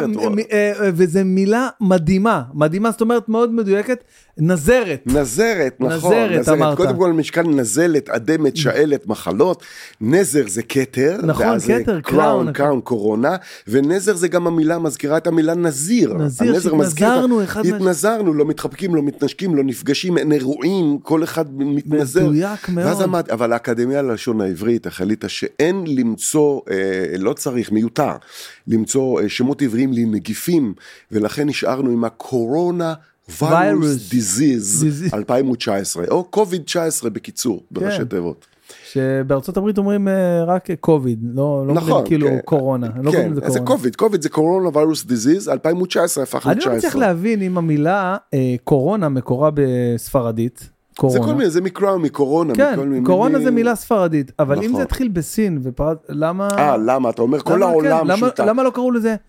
Speaker 1: וזו מילה מדהימה, זאת אומרת מאוד מדויקת, נזרת.
Speaker 2: נזרת, נכון. נזרת, אמרת. קודם כל משקל נזלת, אדמת, שאלת, מחלות, נזר זה כתר.
Speaker 1: נכון, כתר, קראון.
Speaker 2: קראון, קורונה, ונזר זה גם המילה, מזכירה את המילה נזיר.
Speaker 1: נזיר, שהתנזרנו אחד מהשני.
Speaker 2: התנזרנו, לא מתחבקים, לא מתנשקים, לא נפגשים, אין אירועים, כל אחד מתנזר.
Speaker 1: מדויק מאוד.
Speaker 2: אבל האקדמיה ללשון העברית החליטה שאין למצוא, לא צריך, מיותר, למצוא שמות עבריים לנגיפים, ולכן נשארנו עם הקורונה וירוס דיזיז 2019, או קוביד-19 בקיצור, בראשי תיבות.
Speaker 1: שבארצות הברית אומרים רק קוביד, לא אומרים כאילו קורונה.
Speaker 2: כן, זה קוביד זה קורונה וירוס דיזיז, 2019 הפך ל-19.
Speaker 1: אני לא צריך להבין אם המילה קורונה מקורה בספרדית,
Speaker 2: זה כל מיני, זה מקורונה.
Speaker 1: כן, קורונה זה מילה ספרדית, אבל אם זה התחיל בסין, למה...
Speaker 2: למה? אתה אומר כל העולם שותק.
Speaker 1: למה לא קראו לזה?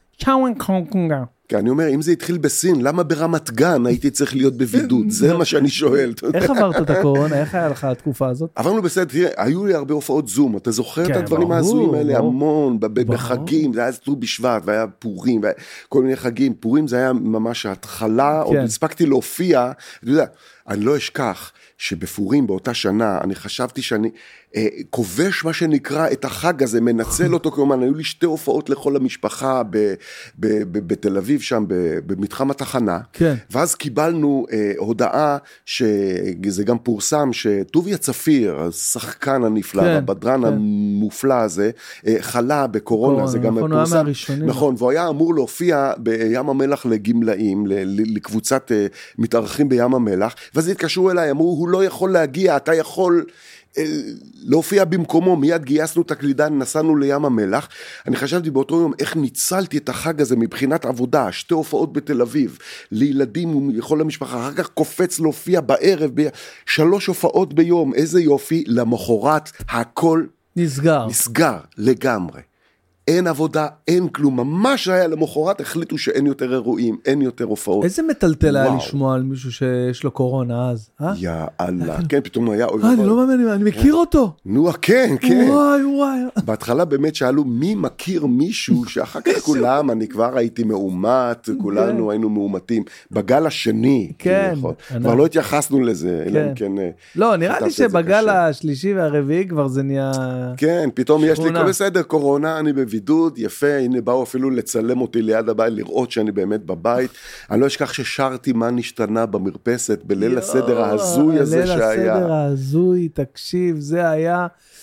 Speaker 2: כן, אני אומר, אם זה התחיל בסין, למה ברמת גן הייתי צריך להיות בבידוד? זה מה שאני שואל.
Speaker 1: איך עברת את הקורונה? איך היה לך התקופה הזאת?
Speaker 2: עברנו בסדר, תראה, היו לי הרבה הופעות זום, אתה זוכר את הדברים ההזויים האלה המון, בחגים, זה היה ט"ו בשבט, והיה פורים, כל מיני חגים, פורים זה היה ממש ההתחלה, עוד הספקתי להופיע, אתה יודע, אני לא אשכח שבפורים באותה שנה, אני חשבתי שאני כובש מה שנקרא את החג הזה, מנצל אותו כלומר, היו לי 2 הופעות לכל המשפחה בתל אביב שם, במתחם התחנה, ואז קיבלנו הודעה, שזה גם פורסם, שטוביה צפיר, השחקן הנפלא, הבדרן המופלא הזה, חלה בקורונה, זה גם פורסם, נכון, והוא היה אמור להופיע בים המלח לגמלאים, לקבוצת מתארחים בים המלח, ואז התקשרו אליי, אמרו, הוא לא יכול להגיע, אתה יכול להופיע במקומו, מיד גייסנו את הקלידן, נסענו לים המלח, אני חשבתי באותו יום איך ניצלתי את החג הזה מבחינת עבודה, 2 הופעות בתל אביב, לילדים ולכל המשפחה, אחר כך קופץ להופיע בערב, 3 הופעות ביום, איזה יופי, למחרת הכל נסגר לגמרי. אין עבודה, אין כלום, ממש היה למחרת, החליטו שאין יותר אירועים, אין יותר הופעות.
Speaker 1: איזה מטלטל היה לשמוע על מישהו שיש לו קורונה אז,
Speaker 2: יא אללה, כן, פתאום היה...
Speaker 1: אני לא מאמין, אני מכיר אותו.
Speaker 2: נו, כן.
Speaker 1: וואי.
Speaker 2: בהתחלה באמת שאלו, מי מכיר מישהו, שאחר כך כולם, אני כבר הייתי מאומת, כולנו היינו מאומתים, בגל השני,
Speaker 1: כן.
Speaker 2: כבר לא התייחסנו לזה, אלא אם כן...
Speaker 1: לא, נראה לי שבגל השלישי והרביעי כבר זה נהיה...
Speaker 2: כן, פתאום יש לי, בסדר, קורונה, אני בבידוד, יפה, הנה באו אפילו לצלם אותי ליד הבית, לראות שאני באמת בבית. אני לא אשכח ששרתי מה נשתנה במרפסת, בליל הסדר ההזוי הזה שהיה.
Speaker 1: ליל הסדר ההזוי, תקשיב, זה היה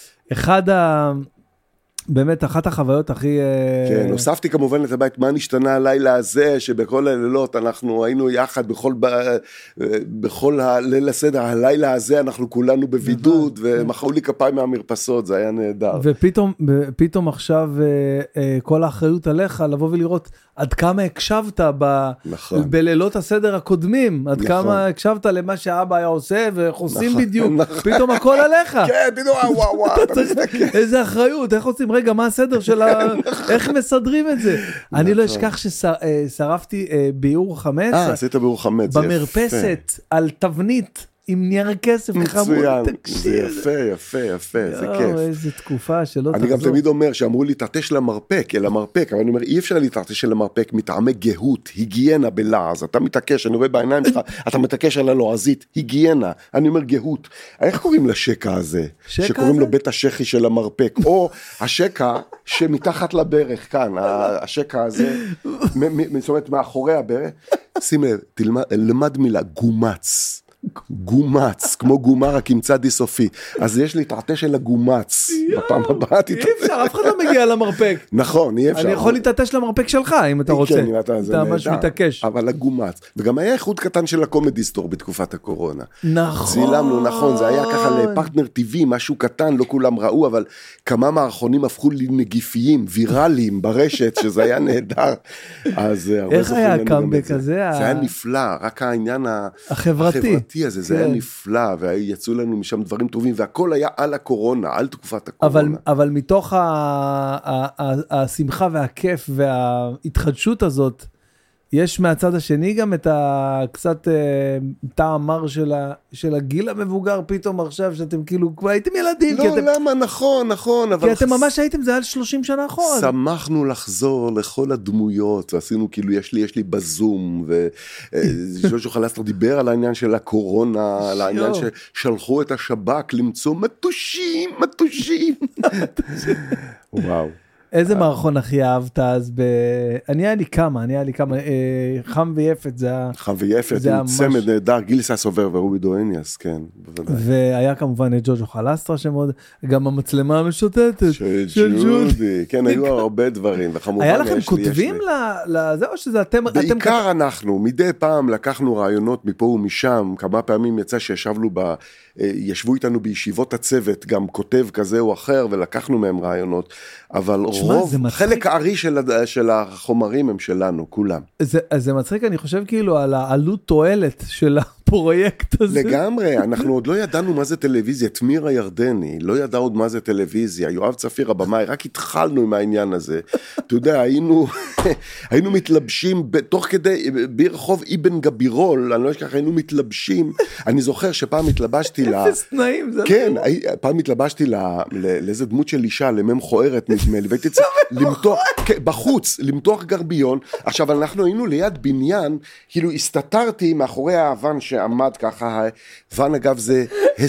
Speaker 1: באמת אחת החוויות הכי...
Speaker 2: כן, הוספתי כמובן את הבית, מה נשתנה הלילה הזה, שבכל הלילות אנחנו היינו יחד, בכל הליל הסדר, הלילה הזה אנחנו כולנו בבידוד, ומחאו לי כפיים מהמרפסות, זה היה נהדר.
Speaker 1: ופתאום עכשיו כל האחריות עליך, לבוא ולראות עד כמה הקשבת בלילות הסדר הקודמים, עד כמה הקשבת למה שאבא היה עושה, ואיך עושים בדיוק, פתאום הכל עליך.
Speaker 2: כן, פתאום, וואו, אתה מסתכל.
Speaker 1: איזה אחריות, איך עושים, רגע, מה הסדר של איך מסדרים את זה? אני לא אשכח ששרפתי ביעור חמץ.
Speaker 2: עשית ביעור חמץ,
Speaker 1: במרפסת, על תבנית, עם נייר כסף.
Speaker 2: מצוין, זה יפה, זה כיף.
Speaker 1: איזה תקופה שלא
Speaker 2: תחזור. אני גם תמיד אומר שאמרו לי, תרטש למרפק, אל המרפק, אבל אני אומר, אי אפשר להתרטש למרפק, מטעמי גהות, היגיינה בלעז, אתה מתעקש, אני רואה בעיניים שלך, אתה מתעקש על הלועזית, היגיינה, אני אומר גהות. איך קוראים לשקע הזה? שקוראים לו בית השכי של המרפק, או השקע שמתחת לברך, כאן, השקע הזה, זאת אומרת, מאחורי הברך, שים לב, למד מילה, גומץ. גומץ, כמו גומה רק עם צד סופי. אז יש לי תעתה של הגומץ. בפעם הבאה
Speaker 1: אי אפשר, אף אחד לא מגיע למרפק.
Speaker 2: נכון, אי אפשר.
Speaker 1: אני יכול להתעטש למרפק שלך, אם אתה רוצה.
Speaker 2: כן,
Speaker 1: אתה ממש מתעקש.
Speaker 2: אבל הגומץ. וגם היה איחוד קטן של הקומדי סטור בתקופת הקורונה.
Speaker 1: נכון.
Speaker 2: צילמנו, נכון, זה היה ככה לפרטנר טבעי, משהו קטן, לא כולם ראו, אבל כמה מערכונים הפכו לי נגיפיים, ויראליים ברשת, שזה היה נהדר.
Speaker 1: איך היה הקאמבק הזה?
Speaker 2: זה היה נפלא, רק העניין
Speaker 1: החברתי
Speaker 2: הזה, זה היה נפלא, ויצאו לנו משם דברים טובים, והכל היה על הקורונה, על תקופת הקורונה.
Speaker 1: אבל מתוך השמחה והכיף וההתחדשות הזאת, יש מהצד השני גם את קצת טעם מר של הגיל המבוגר פתאום עכשיו, שאתם כאילו כבר הייתם ילדים.
Speaker 2: לא, למה? נכון.
Speaker 1: כי אתם ממש הייתם, זה היה 30 שנה אחורה.
Speaker 2: שמחנו לחזור לכל הדמויות, ועשינו כאילו, יש לי בזום, וז'וז'ו חלסטר דיבר על העניין של הקורונה, על העניין ששלחו את השב"כ למצוא מטושים. וואו.
Speaker 1: איזה מערכון הכי אהבת אז אני היה לי כמה, חם ויפת זה היה...
Speaker 2: חם ויפת, עם צמד נהדר, גיל ססובר ורובי דואניאס, כן, בוודאי.
Speaker 1: והיה כמובן את ג'וז'ו חלסטרה שמאוד, גם המצלמה המשוטטת
Speaker 2: של ג'ודי, כן, היו הרבה דברים, וכמובן
Speaker 1: היה לכם כותבים לזה, או שזה אתם...
Speaker 2: בעיקר אנחנו, מדי פעם לקחנו רעיונות מפה ומשם, כמה פעמים יצא ישבו איתנו בישיבות הצוות, גם כותב כזה או אחר, ולקחנו מהם רעיונות, אבל חלק הארי של החומרים הם שלנו, כולם.
Speaker 1: זה מצחיק, אני חושב כאילו על העלות תועלת של הפרויקט הזה.
Speaker 2: לגמרי, אנחנו עוד לא ידענו מה זה טלוויזיה, תמיר הירדני, לא ידע עוד מה זה טלוויזיה, יואב צפיר הבמאי, רק התחלנו עם העניין הזה. אתה יודע, היינו מתלבשים, תוך כדי, ברחוב אבן גבירול, אני לא אשכח, היינו מתלבשים, אני זוכר שפעם התלבשתי
Speaker 1: אפס תנאים, זה
Speaker 2: כן, פעם התלבשתי לאיזה דמות של אישה, למם חוערת נדמה לי, והייתי צריך בחוץ, למתוח גרביון. עכשיו, אנחנו היינו ליד בניין, כאילו הסתתרתי מאחורי האבן שעמד ככה, האבן אגב זה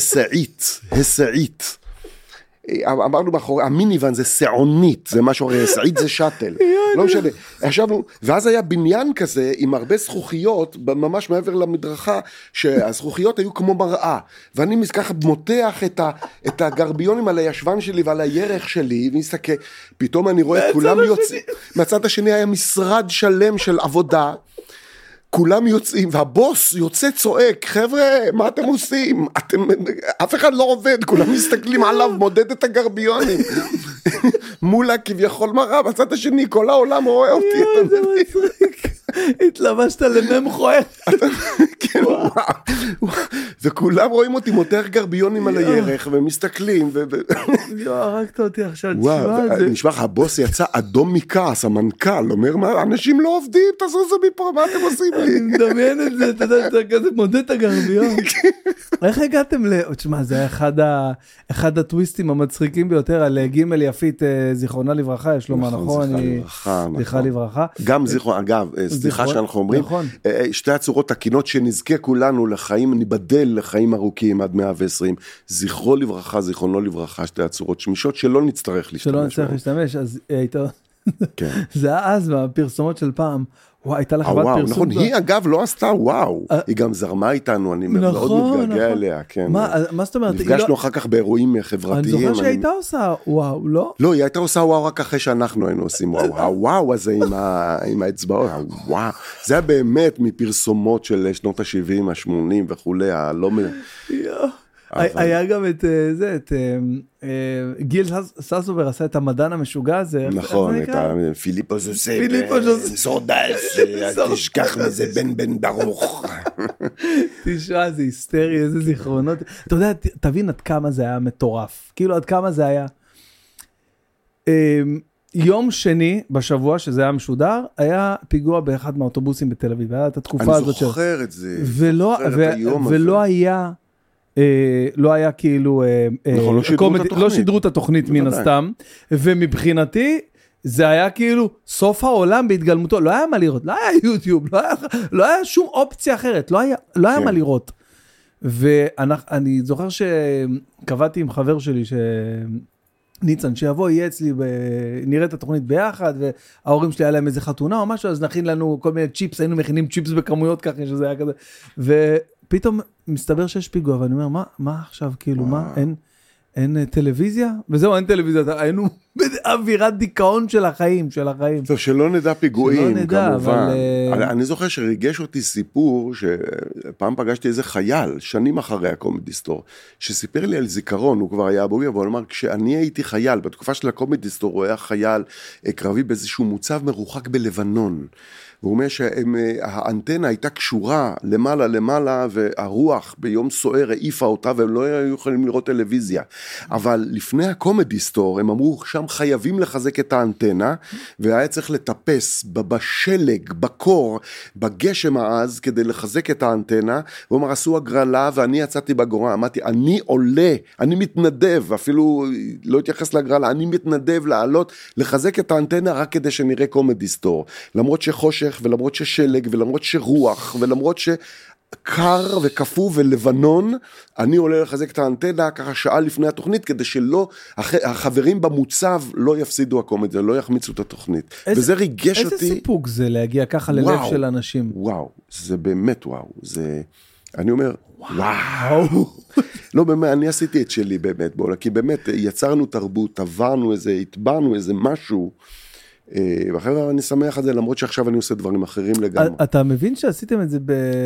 Speaker 2: הסעית. אמרנו מאחורי, המיניוון זה סעונית, זה משהו, הסעית זה שטל, לא משנה, ישבנו, ואז היה בניין כזה, עם הרבה זכוכיות, ממש מעבר למדרכה, שהזכוכיות היו כמו מראה, ואני ככה מותח את הגרביונים על הישבן שלי, ועל הירך שלי, ומסתכל, פתאום אני רואה את כולם יוצאים, מהצד השני היה משרד שלם של עבודה, כולם יוצאים, והבוס יוצא צועק, חבר'ה, מה אתם עושים? אף אחד לא עובד, כולם מסתכלים עליו, מודד את הגרביונים. מולה כביכול מראה, בצד השני, כל העולם רואה אותי.
Speaker 1: זה מצחיק. התלבשת למם חוער.
Speaker 2: כן, וואו. וכולם רואים אותי מותח גרביונים על הירך, ומסתכלים.
Speaker 1: הרגת אותי עכשיו.
Speaker 2: נשמע לך, הבוס יצא אדום מכעס, המנכ"ל, אומר, מה, אנשים לא עובדים, תזוזו מפה, מה אתם עושים לי?
Speaker 1: אני מדמיין את זה, אתה יודע, אתה כזה מודד את הגרביון. איך הגעתם תשמע, זה היה אחד הטוויסטים המצחיקים ביותר, על ג' יפית, זיכרונה לברכה, יש לו מה נכון? זיכרונה לברכה.
Speaker 2: גם זיכרונה, אגב, סליחה שאנחנו אומרים, שתי הצורות תקינות שנזכה כולנו לחיים, ניבדל לחיים ארוכים עד 120, זיכרונו לברכה, שתי הצורות שמישות שלא נצטרך
Speaker 1: להשתמש. אז זה היה אז בפרסומות של פעם, הייתה לה חברת פרסום.
Speaker 2: נכון, היא אגב לא עשתה וואו, היא גם זרמה איתנו, אני מאוד מתגעגע אליה.
Speaker 1: מה זאת אומרת?
Speaker 2: נפגשנו אחר כך באירועים חברתיים.
Speaker 1: אני זוכר שהייתה עושה וואו, לא?
Speaker 2: לא, היא הייתה עושה וואו רק אחרי שאנחנו היינו עושים וואו. הוואו הזה עם האצבעות, הוואו. זה היה באמת מפרסומות של שנות ה-70, ה-80 וכולי, הלא...
Speaker 1: היה גם את זה, את גיל ססובר עשה את המדען המשוגע הזה.
Speaker 2: נכון, את פיליפו ז'וסף, סורדש, תשכח מזה בן ברוך.
Speaker 1: תשמע, זה היסטרי, איזה זיכרונות. אתה יודע, תבין עד כמה זה היה מטורף. כאילו עד כמה זה היה. יום שני בשבוע שזה היה משודר, היה פיגוע באחד מהאוטובוסים בתל אביב. היה את התקופה הזאת.
Speaker 2: אני זוכר את זה.
Speaker 1: ולא היה לא היה כאילו, לא שידרו את התוכנית מן הסתם, ומבחינתי, זה היה כאילו סוף העולם בהתגלמותו, לא היה מה לראות, לא היה יוטיוב, לא היה שום אופציה אחרת, לא היה מה לראות. ואני זוכר שקבעתי עם חבר שלי, ניצן, שיבוא, יהיה אצלי, נראה את התוכנית ביחד, וההורים שלי היה להם איזה חתונה או משהו, אז נכין לנו כל מיני צ'יפס, היינו מכינים צ'יפס בכמויות ככה, שזה היה כזה, ופתאום מסתבר שיש פיגוע, ואני אומר, מה עכשיו, כאילו, מה, אין טלוויזיה? וזהו, אין טלוויזיה, היינו באווירת דיכאון של החיים.
Speaker 2: טוב, שלא נדע פיגועים, כמובן. אני זוכר שריגש אותי סיפור, שפעם פגשתי איזה חייל, שנים אחרי הקומדי סטור, שסיפר לי על זיכרון, הוא כבר היה אבוי, אבל הוא אמר, כשאני הייתי חייל, בתקופה של הקומדי סטור, הוא היה חייל קרבי באיזשהו מוצב מרוחק בלבנון, והוא אומר שהאנטנה הייתה קשורה למעלה, והרוח ביום סוער העיפה אותה, והם לא היו יכולים לראות טלוויזיה. אבל לפני הקומדי סטור, הם אמרו, שם חייבים לחזק את האנטנה, והיה צריך לטפס בשלג, בקור, בגשם העז, כדי לחזק את האנטנה, והוא אומר, עשו הגרלה, ואני יצאתי בגורל, אמרתי, אני עולה, אני מתנדב, אפילו לא התייחס להגרלה, אני מתנדב לעלות, לחזק את האנטנה, רק כדי שנראה קומדי סטור. למרות שחושך, ולמרות ששלג, ולמרות שרוח, ולמרות שקר וקפוא ולבנון, אני עולה לחזק את האנטנה ככה שעה לפני התוכנית, כדי שלא, החברים במוצב לא יפסידו הקומדיה, לא יחמיצו את התוכנית. וזה ריגש אותי.
Speaker 1: איזה סיפוק זה להגיע ככה ללב של אנשים?
Speaker 2: וואו, זה באמת וואו. זה, אני אומר, וואו. לא, באמת, אני עשיתי את שלי באמת, כי באמת יצרנו תרבות, עברנו איזה, התברנו איזה משהו, ואחרי אני שמח על זה, למרות שעכשיו אני עושה דברים אחרים לגמרי.
Speaker 1: אתה מבין שעשיתם את זה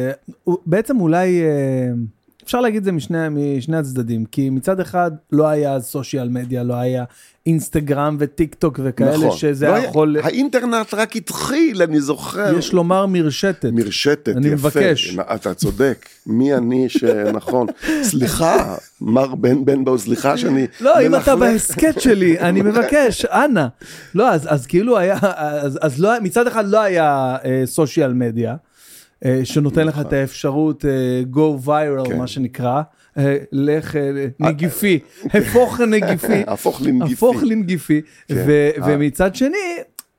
Speaker 1: בעצם אולי, אפשר להגיד את זה משני הצדדים, כי מצד אחד לא היה סושיאל מדיה, לא היה אינסטגרם וטיק טוק וכאלה,
Speaker 2: נכון.
Speaker 1: שזה
Speaker 2: לא
Speaker 1: יכול...
Speaker 2: האינטרנט רק התחיל, אני זוכר.
Speaker 1: יש לומר מרשתת.
Speaker 2: מרשתת,
Speaker 1: אני
Speaker 2: יפה.
Speaker 1: מבקש.
Speaker 2: אתה צודק. מי אני שנכון. סליחה, מר בן באו, סליחה שאני...
Speaker 1: לא, אם אתה בהסקט שלי, אני מבקש, אנא. לא, אז כאילו היה, אז לא, מצד אחד לא היה סושיאל מדיה, שנותן לך את האפשרות go viral, מה שנקרא, לך נגיפי, הפוך נגיפי, הפוך לנגיפי, ומצד שני,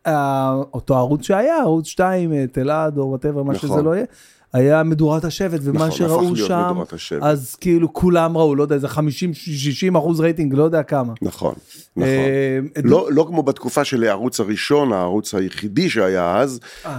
Speaker 1: אותו ערוץ שהיה, ערוץ 2, תלעד או whatever, מה שזה לא יהיה, היה מדורת השבט, ומה שראו שם, אז כאילו כולם ראו, לא יודע, זה 50-60% רייטינג, לא יודע כמה.
Speaker 2: נכון, נכון. לא כמו בתקופה של הערוץ הראשון, הערוץ היחידי שהיה אז,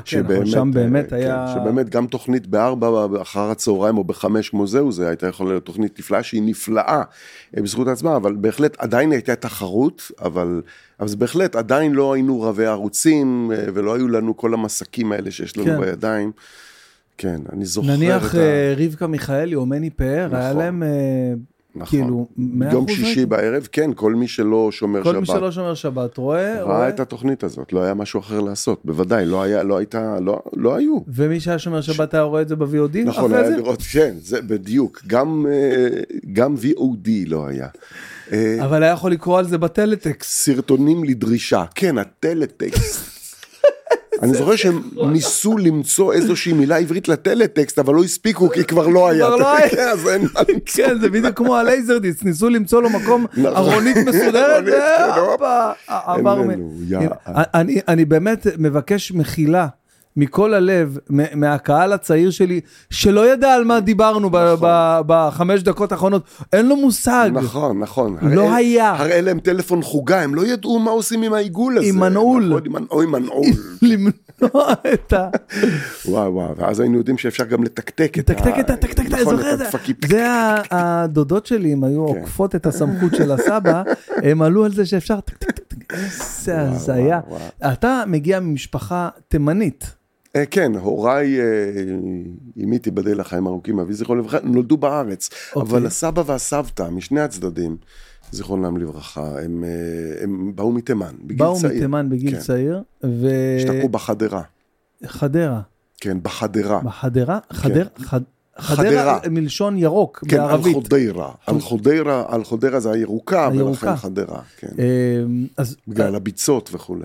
Speaker 2: שבאמת גם תוכנית ב4 אחר הצהריים או ב5 כמו זהו, זה הייתה יכולה להיות תוכנית נפלאה, שהיא נפלאה בזכות עצמה, אבל בהחלט עדיין הייתה תחרות, אבל בהחלט עדיין לא היינו רבי ערוצים, ולא היו לנו כל המסקים האלה שיש לנו בידיים. כן, אני זוכר
Speaker 1: נניח רבקה מיכאלי או מני פאר, היה להם כאילו 100%.
Speaker 2: יום שישי בערב, כן, כל מי שלא שומר שבת.
Speaker 1: כל מי שלא שומר שבת,
Speaker 2: ראה את התוכנית הזאת, לא היה משהו אחר לעשות, בוודאי, לא היו.
Speaker 1: ומי שהיה שומר שבת היה רואה את זה ב-VOD?
Speaker 2: נכון, היה לראות, כן, זה בדיוק, גם VOD לא היה.
Speaker 1: אבל היה יכול לקרוא על זה בטלטקסט.
Speaker 2: סרטונים לדרישה, כן, הטלטקסט. אני זוכר שהם ניסו למצוא איזושהי מילה עברית לטלטקסט, אבל לא הספיקו, כי כבר לא היה.
Speaker 1: כן, זה בדיוק כמו הלייזרדיסט, ניסו למצוא לו מקום ארונית מסודרת, אני באמת מבקש מחילה, מכל הלב, מהקהל הצעיר שלי, שלא ידע על מה דיברנו ב5 דקות האחרונות, אין לו מושג.
Speaker 2: נכון, נכון.
Speaker 1: לא היה.
Speaker 2: הרי להם טלפון חוגה, הם לא ידעו מה עושים עם העיגול הזה.
Speaker 1: עם מנעול.
Speaker 2: או עם מנעול.
Speaker 1: למנוע את ה...
Speaker 2: וואו, ואז היינו יודעים שאפשר גם לתקתק את
Speaker 1: הדפקים. זה הדודות שלי, הם היו עוקפות את הסמכות של הסבא, הם עלו על זה שאפשר איזה הזיה. אתה מגיע ממשפחה תימנית.
Speaker 2: כן, הוריי, אמי תיבדל לחיים ארוכים, אבי זיכרון לברכה, נולדו בארץ, אבל הסבא והסבתא, משני הצדדים, זיכרונם לברכה, הם באו מתימן, בגיל צעיר.
Speaker 1: באו מתימן בגיל צעיר,
Speaker 2: השתקעו בחדרה.
Speaker 1: חדרה.
Speaker 2: כן, בחדרה.
Speaker 1: בחדרה? חדרה מלשון ירוק, בערבית.
Speaker 2: כן, על חודרה זה הירוקה, ולכן חדרה, כן. בגלל הביצות וכו'.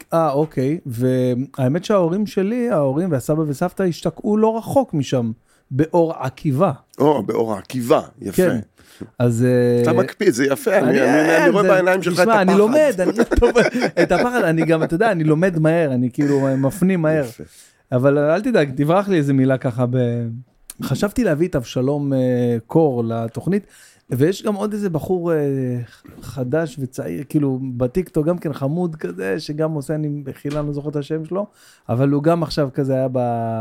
Speaker 1: אוקיי, והאמת שההורים שלי, ההורים והסבא וסבתא השתקעו לא רחוק משם, באור עקיבא.
Speaker 2: באור עקיבא, יפה.
Speaker 1: כן. אז...
Speaker 2: אתה מקפיד, זה יפה, אני רואה בעיניים שלך את הפחד.
Speaker 1: אני לומד, את הפחד, אני גם, אתה יודע, אני לומד מהר, אני כאילו מפנים מהר. אבל אל תדאג, תברח לי איזה מילה ככה חשבתי להביא את אבשלום קור לתוכנית, ויש גם עוד איזה בחור חדש וצעיר, כאילו בטיקטוק גם כן חמוד כזה, שגם עושה, אני בחילה לא זוכר את השם שלו, אבל הוא גם עכשיו כזה היה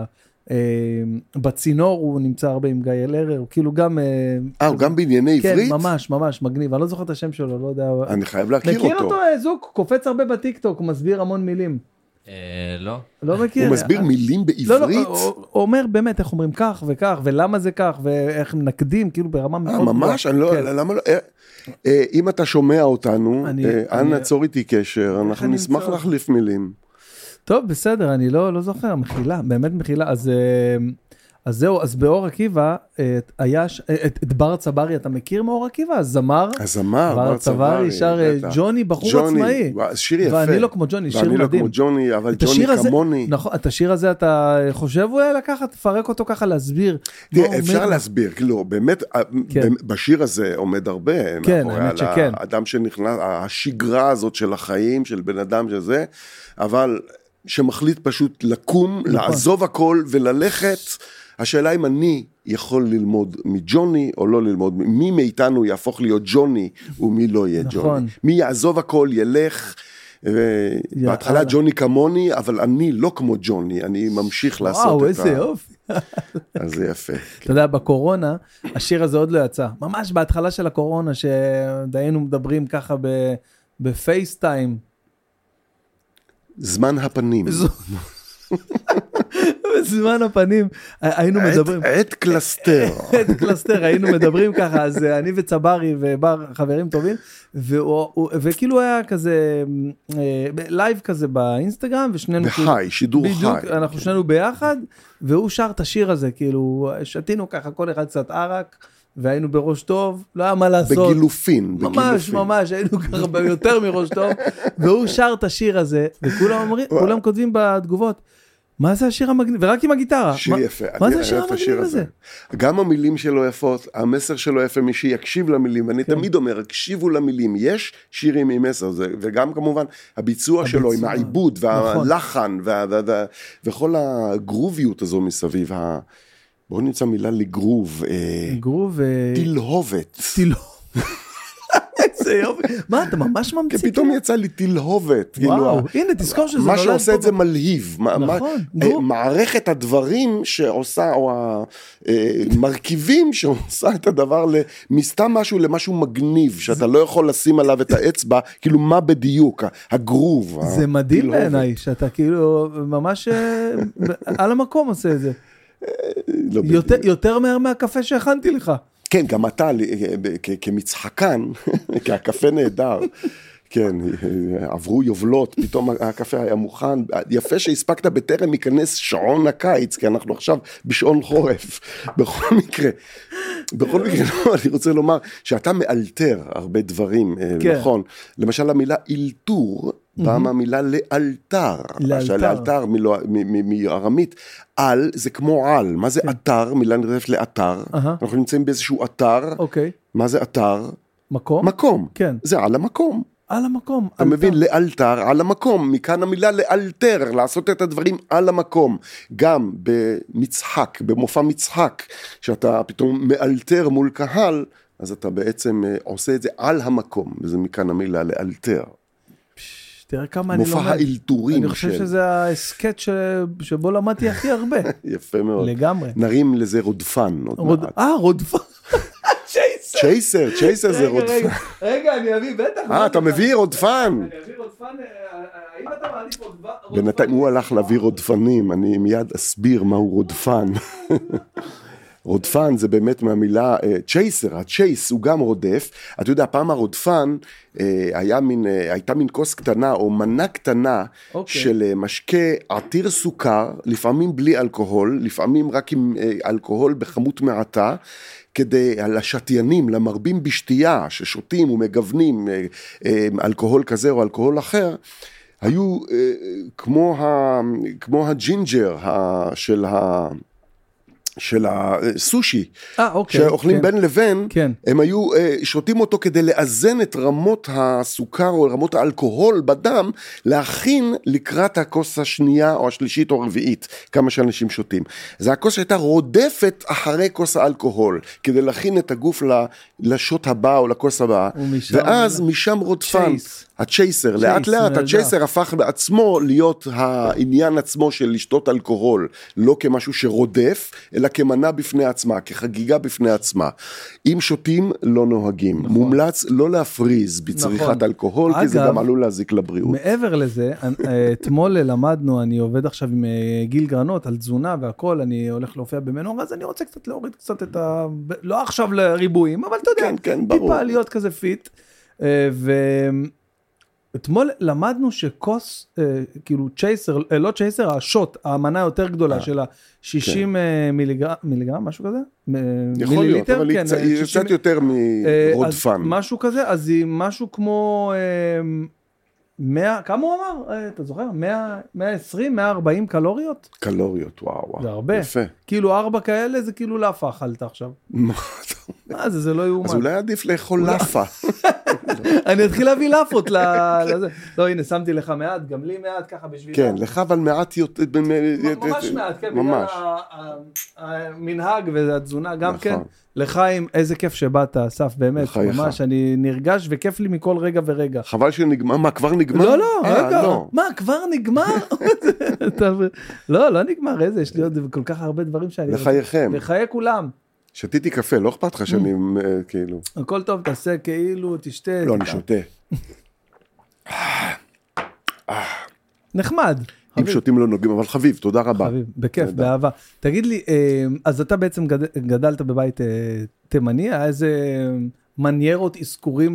Speaker 1: בצינור, הוא נמצא הרבה עם גיא אלרר, הוא כאילו גם...
Speaker 2: הוא גם בענייני עברית?
Speaker 1: כן, ממש, ממש מגניב, אני לא זוכר את השם שלו, לא יודע...
Speaker 2: אני חייב להכיר אותו.
Speaker 1: מכיר אותו, זוק, קופץ הרבה בטיקטוק, הוא מסביר המון מילים.
Speaker 3: לא.
Speaker 1: לא מכיר.
Speaker 2: הוא מסביר מילים בעברית?
Speaker 1: לא, הוא אומר באמת איך אומרים כך וכך, ולמה זה כך, ואיך נקדים, כאילו ברמה מאוד...
Speaker 2: ממש? למה לא... אם אתה שומע אותנו, אנא צור איתי קשר, אנחנו נשמח להחליף מילים.
Speaker 1: טוב, בסדר, אני לא זוכר, מחילה, באמת מחילה, אז זהו, אז באור עקיבא, היה, את בר צברי, אתה מכיר מאור עקיבא? הזמר?
Speaker 2: הזמר,
Speaker 1: בר צברי, שר ג'וני, בחור עצמאי.
Speaker 2: שיר יפה.
Speaker 1: ואני לא כמו ג'וני, שיר מדהים.
Speaker 2: ואני לא כמו ג'וני, אבל ג'וני כמוני.
Speaker 1: נכון, את השיר הזה אתה חושב אולי לקחת, תפרק אותו ככה, להסביר.
Speaker 2: אפשר להסביר, כאילו, באמת, בשיר הזה עומד הרבה.
Speaker 1: כן, האמת שכן.
Speaker 2: האדם שנכנס, השגרה הזאת של החיים, של בן אדם שזה, אבל שמחליט פשוט לקום, לעזוב הכל וללכת. השאלה אם אני יכול ללמוד מג'וני או לא ללמוד, מי מאיתנו יהפוך להיות ג'וני ומי לא יהיה ג'וני. מי יעזוב הכל, ילך, בהתחלה ג'וני כמוני, אבל אני לא כמו ג'וני, אני ממשיך לעשות את ה...
Speaker 1: וואו, איזה יופי.
Speaker 2: אז זה יפה.
Speaker 1: אתה יודע, בקורונה, השיר הזה עוד לא יצא. ממש בהתחלה של הקורונה, שדיינו מדברים ככה בפייסטיים.
Speaker 2: זמן הפנים.
Speaker 1: בזמן הפנים היינו מדברים
Speaker 2: עת קלסטר
Speaker 1: היינו מדברים ככה, אז אני וצברי ובר חברים טובים, וכאילו היה כזה לייב כזה באינסטגרם, ושנינו
Speaker 2: בחי, שידור חי,
Speaker 1: אנחנו שנינו ביחד, והוא שר את השיר הזה, כאילו שתינו ככה כל אחד קצת ערק, והיינו בראש טוב, לא היה מה לעשות.
Speaker 2: בגילופין.
Speaker 1: ממש, היינו ככה ביותר מראש טוב, והוא שר את השיר הזה, וכולם כותבים בתגובות, מה זה השיר המגניב? ורק עם הגיטרה.
Speaker 2: שיר יפה.
Speaker 1: מה זה השיר המגניב הזה?
Speaker 2: גם המילים שלו יפות, המסר שלו יפה, מי שיקשיב למילים, ואני תמיד אומר, הקשיבו למילים, יש שירים עם מסר, וגם כמובן הביצוע שלו עם העיבוד והלחן, וכל הגרוביות הזו מסביב. בואו נמצא מילה לגרוב.
Speaker 1: גרוב.
Speaker 2: תלהובת.
Speaker 1: איזה יופי. מה, אתה ממש ממציא?
Speaker 2: כי פתאום יצא לי תלהובת.
Speaker 1: וואו, הנה, תזכור שזה
Speaker 2: נולד פה. מה שעושה את זה מלהיב.
Speaker 1: נכון.
Speaker 2: מערכת הדברים שעושה, או המרכיבים שעושה את הדבר מסתם משהו למשהו מגניב, שאתה לא יכול לשים עליו את האצבע, כאילו מה בדיוק, הגרוב.
Speaker 1: זה מדהים בעיניי, שאתה כאילו ממש על המקום עושה את זה. יותר מהר מהקפה שהכנתי לך.
Speaker 2: כן, גם אתה, כמצחקן, כי הקפה נהדר, כן, עברו יובלות, פתאום הקפה היה מוכן, יפה שהספקת בטרם ייכנס שעון הקיץ, כי אנחנו עכשיו בשעון חורף, בכל מקרה, אני רוצה לומר, שאתה מאלתר הרבה דברים, נכון, למשל המילה אילתור, באה מהמילה לאלתר, לאלתר מארמית, על זה כמו על, מה זה אתר, מילה נרדפת לאתר, אנחנו נמצאים באיזשהו אתר, מה זה אתר?
Speaker 1: מקום?
Speaker 2: מקום, זה על המקום.
Speaker 1: על המקום.
Speaker 2: אתה מבין, לאלתר, על המקום, מכאן המילה לאלתר, לעשות את הדברים על המקום, גם במצחק, במופע מצחק, שאתה פתאום מאלתר מול קהל, אז אתה בעצם עושה את זה על המקום, וזה מכאן המילה לאלתר.
Speaker 1: תראה כמה אני לומד.
Speaker 2: מופע האלתורים.
Speaker 1: אני חושב שזה הסקט שבו למדתי הכי הרבה.
Speaker 2: יפה מאוד.
Speaker 1: לגמרי.
Speaker 2: נרים לזה רודפן.
Speaker 1: רודפן.
Speaker 2: צ'ייסר זה רודפן.
Speaker 1: רגע, אני אביא, בטח.
Speaker 2: אתה מביא רודפן.
Speaker 1: אני אביא רודפן, האם אתה מעדיף רודפן?
Speaker 2: בינתיים הוא הלך להביא רודפנים, אני מיד אסביר מהו רודפן. רודפן זה באמת צ'ייסר, הצ'ייס הוא גם רודף, אתה יודע, פעם הרודפן הייתה מין כוס קטנה או מנה קטנה של משקה עתיר סוכר, לפעמים בלי אלכוהול, לפעמים רק עם אלכוהול בכמות מעטה, כדי לשתיינים, למרבים בשתייה, ששותים ומגוונים אלכוהול כזה או אלכוהול אחר, היו כמו הג'ינג'ר של של הסושי,
Speaker 1: אוקיי,
Speaker 2: שאוכלים
Speaker 1: כן.
Speaker 2: בין לבין,
Speaker 1: כן.
Speaker 2: הם היו שותים אותו כדי לאזן את רמות הסוכר או רמות האלכוהול בדם, להכין לקראת הכוס השנייה או השלישית או הרביעית, כמה שאנשים שותים. זה הכוס שהייתה רודפת אחרי כוס האלכוהול, כדי להכין את הגוף לשוט הבא או לכוס הבאה, ואז משם רודפן. הצ'ייסר, לאט לאט הצ'ייסר הפך בעצמו להיות העניין עצמו של לשתות אלכוהול, לא כמשהו שרודף, אלא כמנה בפני עצמה, כחגיגה בפני עצמה. אם שותים, לא נוהגים. מומלץ לא להפריז בצריכת אלכוהול, כי זה גם עלול להזיק לבריאות.
Speaker 1: מעבר לזה, אתמול למדנו, אני עובד עכשיו עם גיל גרנות על תזונה והכל, אני הולך להופיע במנור, אז אני רוצה קצת להוריד קצת את לא עכשיו לריבועים, אבל אתה יודע, טיפה להיות כזה פיט, אתמול למדנו שכוס, כאילו צ'ייסר, לא צ'ייסר, השוט, המנה יותר גדולה של ה-60 מיליגרם, משהו כזה?
Speaker 2: יכול להיות, אבל היא קצת יותר מרודפן.
Speaker 1: משהו כזה, אז היא משהו כמו 100, כמה הוא אמר? אתה זוכר? 120, 140 קלוריות?
Speaker 2: קלוריות, וואו.
Speaker 1: זה הרבה.
Speaker 2: יפה.
Speaker 1: כאילו 4 כאלה, זה כאילו לאפה אכלת עכשיו. מה זה לא יאומן.
Speaker 2: אז אולי עדיף לאכול לאפה.
Speaker 1: אני אתחיל להביא לאפות לזה. לא, הנה, שמתי לך מעט, גם לי מעט ככה בשבילה.
Speaker 2: כן, לך אבל מעט יותר.
Speaker 1: ממש מעט, כן, בגלל המנהג והתזונה גם כן. לחיים, איזה כיף שבאת, אסף, באמת, ממש, אני נרגש וכיף לי מכל רגע ורגע.
Speaker 2: חבל שנגמר, מה, כבר נגמר?
Speaker 1: לא, רגע, מה, כבר נגמר? לא נגמר, איזה, יש לי עוד כל כך הרבה דברים שאני...
Speaker 2: לחייכם.
Speaker 1: לחיי כולם.
Speaker 2: שתיתי קפה, לא אכפת לך שאני כאילו...
Speaker 1: הכל טוב, תעשה כאילו, תשתה.
Speaker 2: לא, אני שותה.
Speaker 1: נחמד.
Speaker 2: אם שותים לא נוגעים, אבל חביב, תודה רבה. חביב,
Speaker 1: בכיף, באהבה. תגיד לי, אז אתה בעצם גדלת בבית תימני, היה איזה מניירות, אזכורים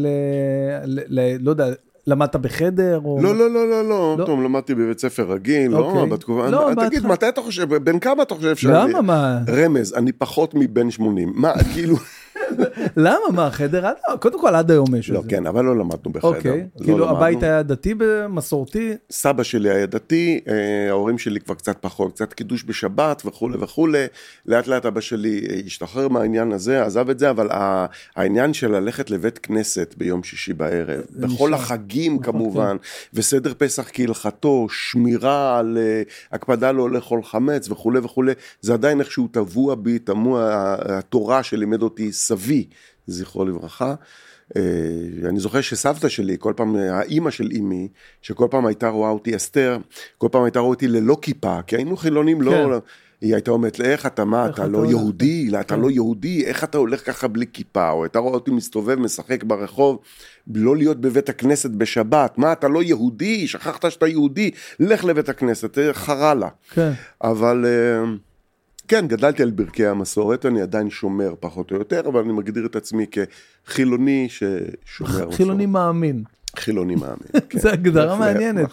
Speaker 1: לא יודע, למדת בחדר?
Speaker 2: לא, טוב, למדתי בבית ספר רגיל, לא, בתקופה, תגיד, מתי אתה חושב, בין כמה אתה חושב שאני...
Speaker 1: למה, מה?
Speaker 2: רמז, אני פחות מבין 80, מה, כאילו...
Speaker 1: למה, מה, חדר? קודם כל עד היום יש את
Speaker 2: זה. לא, כן, אבל לא למדנו בחדר.
Speaker 1: אוקיי, כאילו הבית היה דתי במסורתי?
Speaker 2: סבא שלי היה דתי, ההורים שלי כבר קצת פחות, קצת קידוש בשבת וכו' וכו'. לאט לאט אבא שלי השתחרר מהעניין הזה, עזב את זה, אבל העניין של ללכת לבית כנסת ביום שישי בערב, בכל החגים כמובן, וסדר פסח כהלכתו, שמירה על הקפדה לא לאכול חמץ וכו' וכו', זה עדיין איכשהו טבוע בי, תמוה התורה שלימד אותי סבי, זכרו לברכה. אני זוכר שסבתא שלי, כל פעם, האמא של אמי, שכל פעם הייתה רואה אותי, אסתר, כל פעם הייתה רואה אותי ללא כיפה, כי היינו חילונים, לא, היא הייתה אומרת, איך אתה, מה, אתה לא יהודי, אתה לא יהודי, איך אתה הולך ככה בלי כיפה, או הייתה רואה אותי מסתובב, משחק ברחוב, לא להיות בבית הכנסת בשבת, מה, אתה לא יהודי, שכחת שאתה יהודי, לך לבית הכנסת, חרה לה. אבל... כן, גדלתי על ברכי המסורת, אני עדיין שומר פחות או יותר, אבל אני מגדיר את עצמי כחילוני ששומר מסורת.
Speaker 1: חילוני מאמין.
Speaker 2: חילוני מאמין.
Speaker 1: זה הגדרה מעניינת.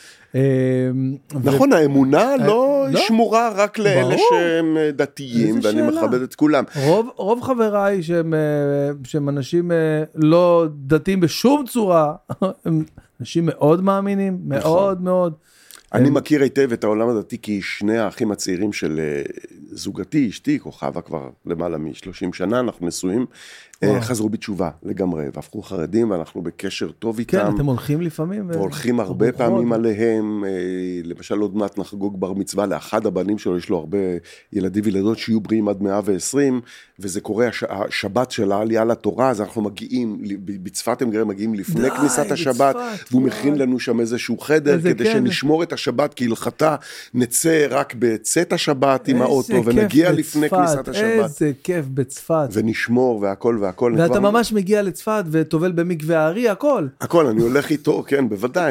Speaker 2: נכון, האמונה לא שמורה רק לאלה שהם דתיים, ואני מכבד את כולם.
Speaker 1: רוב חבריי שהם אנשים לא דתיים בשום צורה, הם אנשים מאוד מאמינים, מאוד מאוד.
Speaker 2: אני מכיר היטב את העולם הדתי, כי שני האחים הצעירים של זוגתי, אשתי, כוכבה כבר למעלה מ-30 שנה, אנחנו נשואים, חזרו בתשובה לגמרי, והפכו חרדים, ואנחנו בקשר טוב איתם.
Speaker 1: כן, אתם הולכים לפעמים.
Speaker 2: והולכים הרבה פעמים עליהם, למשל עוד מעט נחגוג בר מצווה לאחד הבנים שלו, יש לו הרבה ילדים וילדות שיהיו בריאים עד 120, וזה קורה השבת של העלייה לתורה, אז אנחנו מגיעים, בצפת הם מגיעים לפני כניסת השבת, והוא מכין לנו שם איזשהו חדר, כדי שנשמור את השבת כהלכתה, נצא רק בצאת השבת עם האוטו, ונגיע לפני כניסת השבת.
Speaker 1: איזה כיף בצפת.
Speaker 2: ונשמור והכל והכל.
Speaker 1: ואתה ממש מגיע לצפת וטובל במקווה הארי, הכל.
Speaker 2: הכל, אני הולך איתו, כן, בוודאי.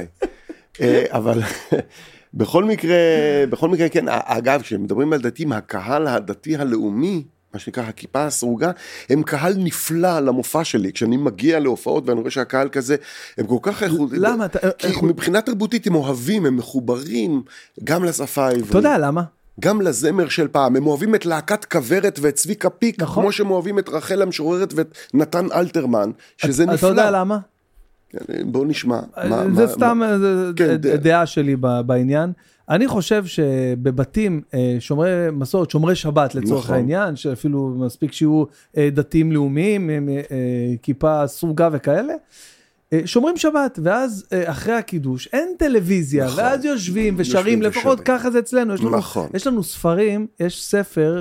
Speaker 2: אבל בכל מקרה, כן, אגב, כשמדברים על דתיים, הקהל הדתי הלאומי, מה שנקרא הכיפה הסרוגה, הם קהל נפלא למופע שלי. כשאני מגיע להופעות ואני רואה שהקהל כזה, הם כל כך איכותיים.
Speaker 1: למה?
Speaker 2: כי מבחינה תרבותית הם אוהבים, הם מחוברים גם לשפה העברית.
Speaker 1: אתה יודע למה?
Speaker 2: גם לזמר של פעם, הם אוהבים את להקת כוורת ואת צביקה פיק, כמו שהם אוהבים את רחל המשוררת ואת נתן אלתרמן, שזה נפלא.
Speaker 1: אתה יודע למה?
Speaker 2: בוא נשמע.
Speaker 1: זה סתם דעה שלי בעניין. אני חושב שבבתים שומרי מסורת, שומרי שבת לצורך העניין, שאפילו מספיק שיהיו דתיים לאומיים, כיפה סרוגה וכאלה, שומרים שבת, ואז אחרי הקידוש אין טלוויזיה, ואז יושבים ושרים, לפחות ככה זה אצלנו. יש לנו ספרים, יש ספר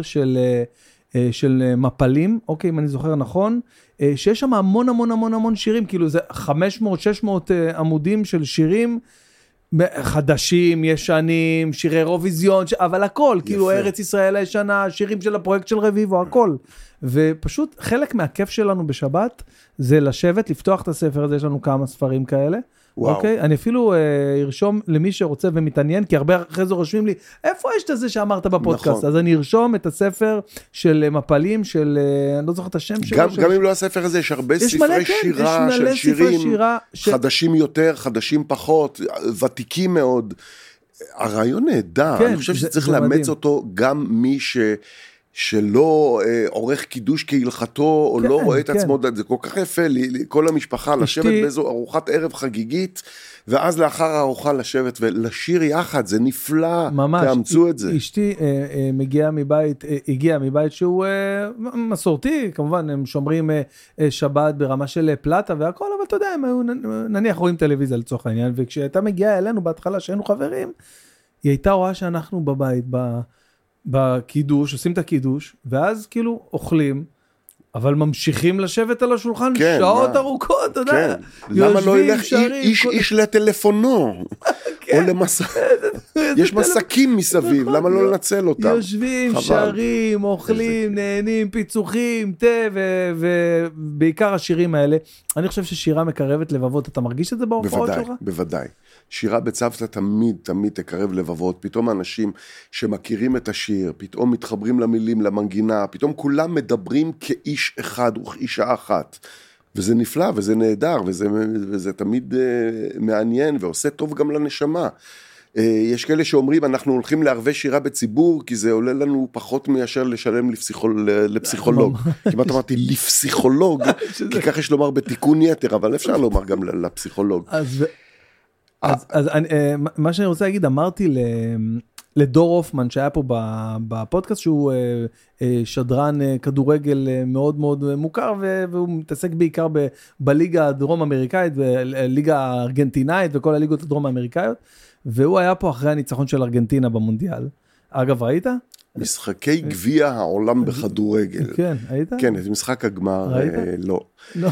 Speaker 1: של מפלים, אוקיי, אם אני זוכר נכון, שיש שם המון המון המון המון שירים, כאילו זה 500-600 עמודים של שירים, חדשים, ישנים, שירי אירוויזיון, אבל הכל, כאילו ארץ ישראל הישנה, שירים של הפרויקט של רביבו, הכל. ופשוט חלק מהכיף שלנו בשבת, זה לשבת, לפתוח את הספר הזה, יש לנו כמה ספרים כאלה. אוקיי? אני אפילו ארשום למי שרוצה ומתעניין, כי הרבה אחרי זה רושמים לי, איפה יש את זה שאמרת בפודקאסט? אז אני ארשום את הספר של מפלים, של, אני לא זוכר את השם שלו.
Speaker 2: גם אם לא הספר הזה, יש הרבה ספרי שירה, של שירים חדשים יותר, חדשים פחות, ותיקים מאוד. הרעיון נהדר, אני חושב שצריך לאמץ אותו גם מי שלא עורך קידוש כהלכתו, או לא רואה את עצמו, זה כל כך יפה כל המשפחה, לשבת באיזו ארוחת ערב חגיגית, ואז לאחר הארוחה לשבת ולשיר יחד, זה נפלא, תאמצו את זה.
Speaker 1: אשתי הגיעה מבית שהוא מסורתי, כמובן הם שומרים שבת ברמה של פלטה והכל, אבל אתה יודע, נניח רואים טלוויזיה לצורך העניין, וכשהייתה מגיעה אלינו בהתחלה שהיינו חברים, היא הייתה רואה שאנחנו בבית, בקידוש, עושים את הקידוש, ואז כאילו אוכלים, אבל ממשיכים לשבת על השולחן שעות ארוכות, אתה יודע.
Speaker 2: למה לא ילך איש לטלפונו, או למסך, יש מסכים מסביב, למה לא לנצל אותם?
Speaker 1: יושבים, שרים, אוכלים, נהנים, פיצוחים, תה, ובעיקר השירים האלה. אני חושב ששירה מקרבת לבבות, אתה מרגיש את זה בהופעות שלך?
Speaker 2: בוודאי. שירה בצוותא תמיד תקרב לבבות, פתאום האנשים שמכירים את השיר, פתאום מתחברים למילים, למנגינה, פתאום כולם מדברים כאיש אחד וכאישה אחת, וזה נפלא וזה נהדר, וזה תמיד מעניין ועושה טוב גם לנשמה. יש כאלה שאומרים, אנחנו הולכים לערבי שירה בציבור, כי זה עולה לנו פחות מאשר לשלם לפסיכולוג. כמעט אמרתי לפסיכולוג, כי כך יש לומר בתיקון יתר, אבל אפשר לומר גם לפסיכולוג.
Speaker 1: אז מה שאני רוצה להגיד, אמרתי לדור הופמן שהיה פה בפודקאסט, שהוא שדרן כדורגל מאוד מאוד מוכר, והוא מתעסק בעיקר בליגה הדרום אמריקאית, בליגה הארגנטינאית וכל הליגות הדרום האמריקאיות, והוא היה פה אחרי הניצחון של ארגנטינה במונדיאל. אגב, ראית?
Speaker 2: משחקי גביע העולם בכדורגל.
Speaker 1: כן, היית?
Speaker 2: כן, את משחק הגמר, לא.
Speaker 1: לא.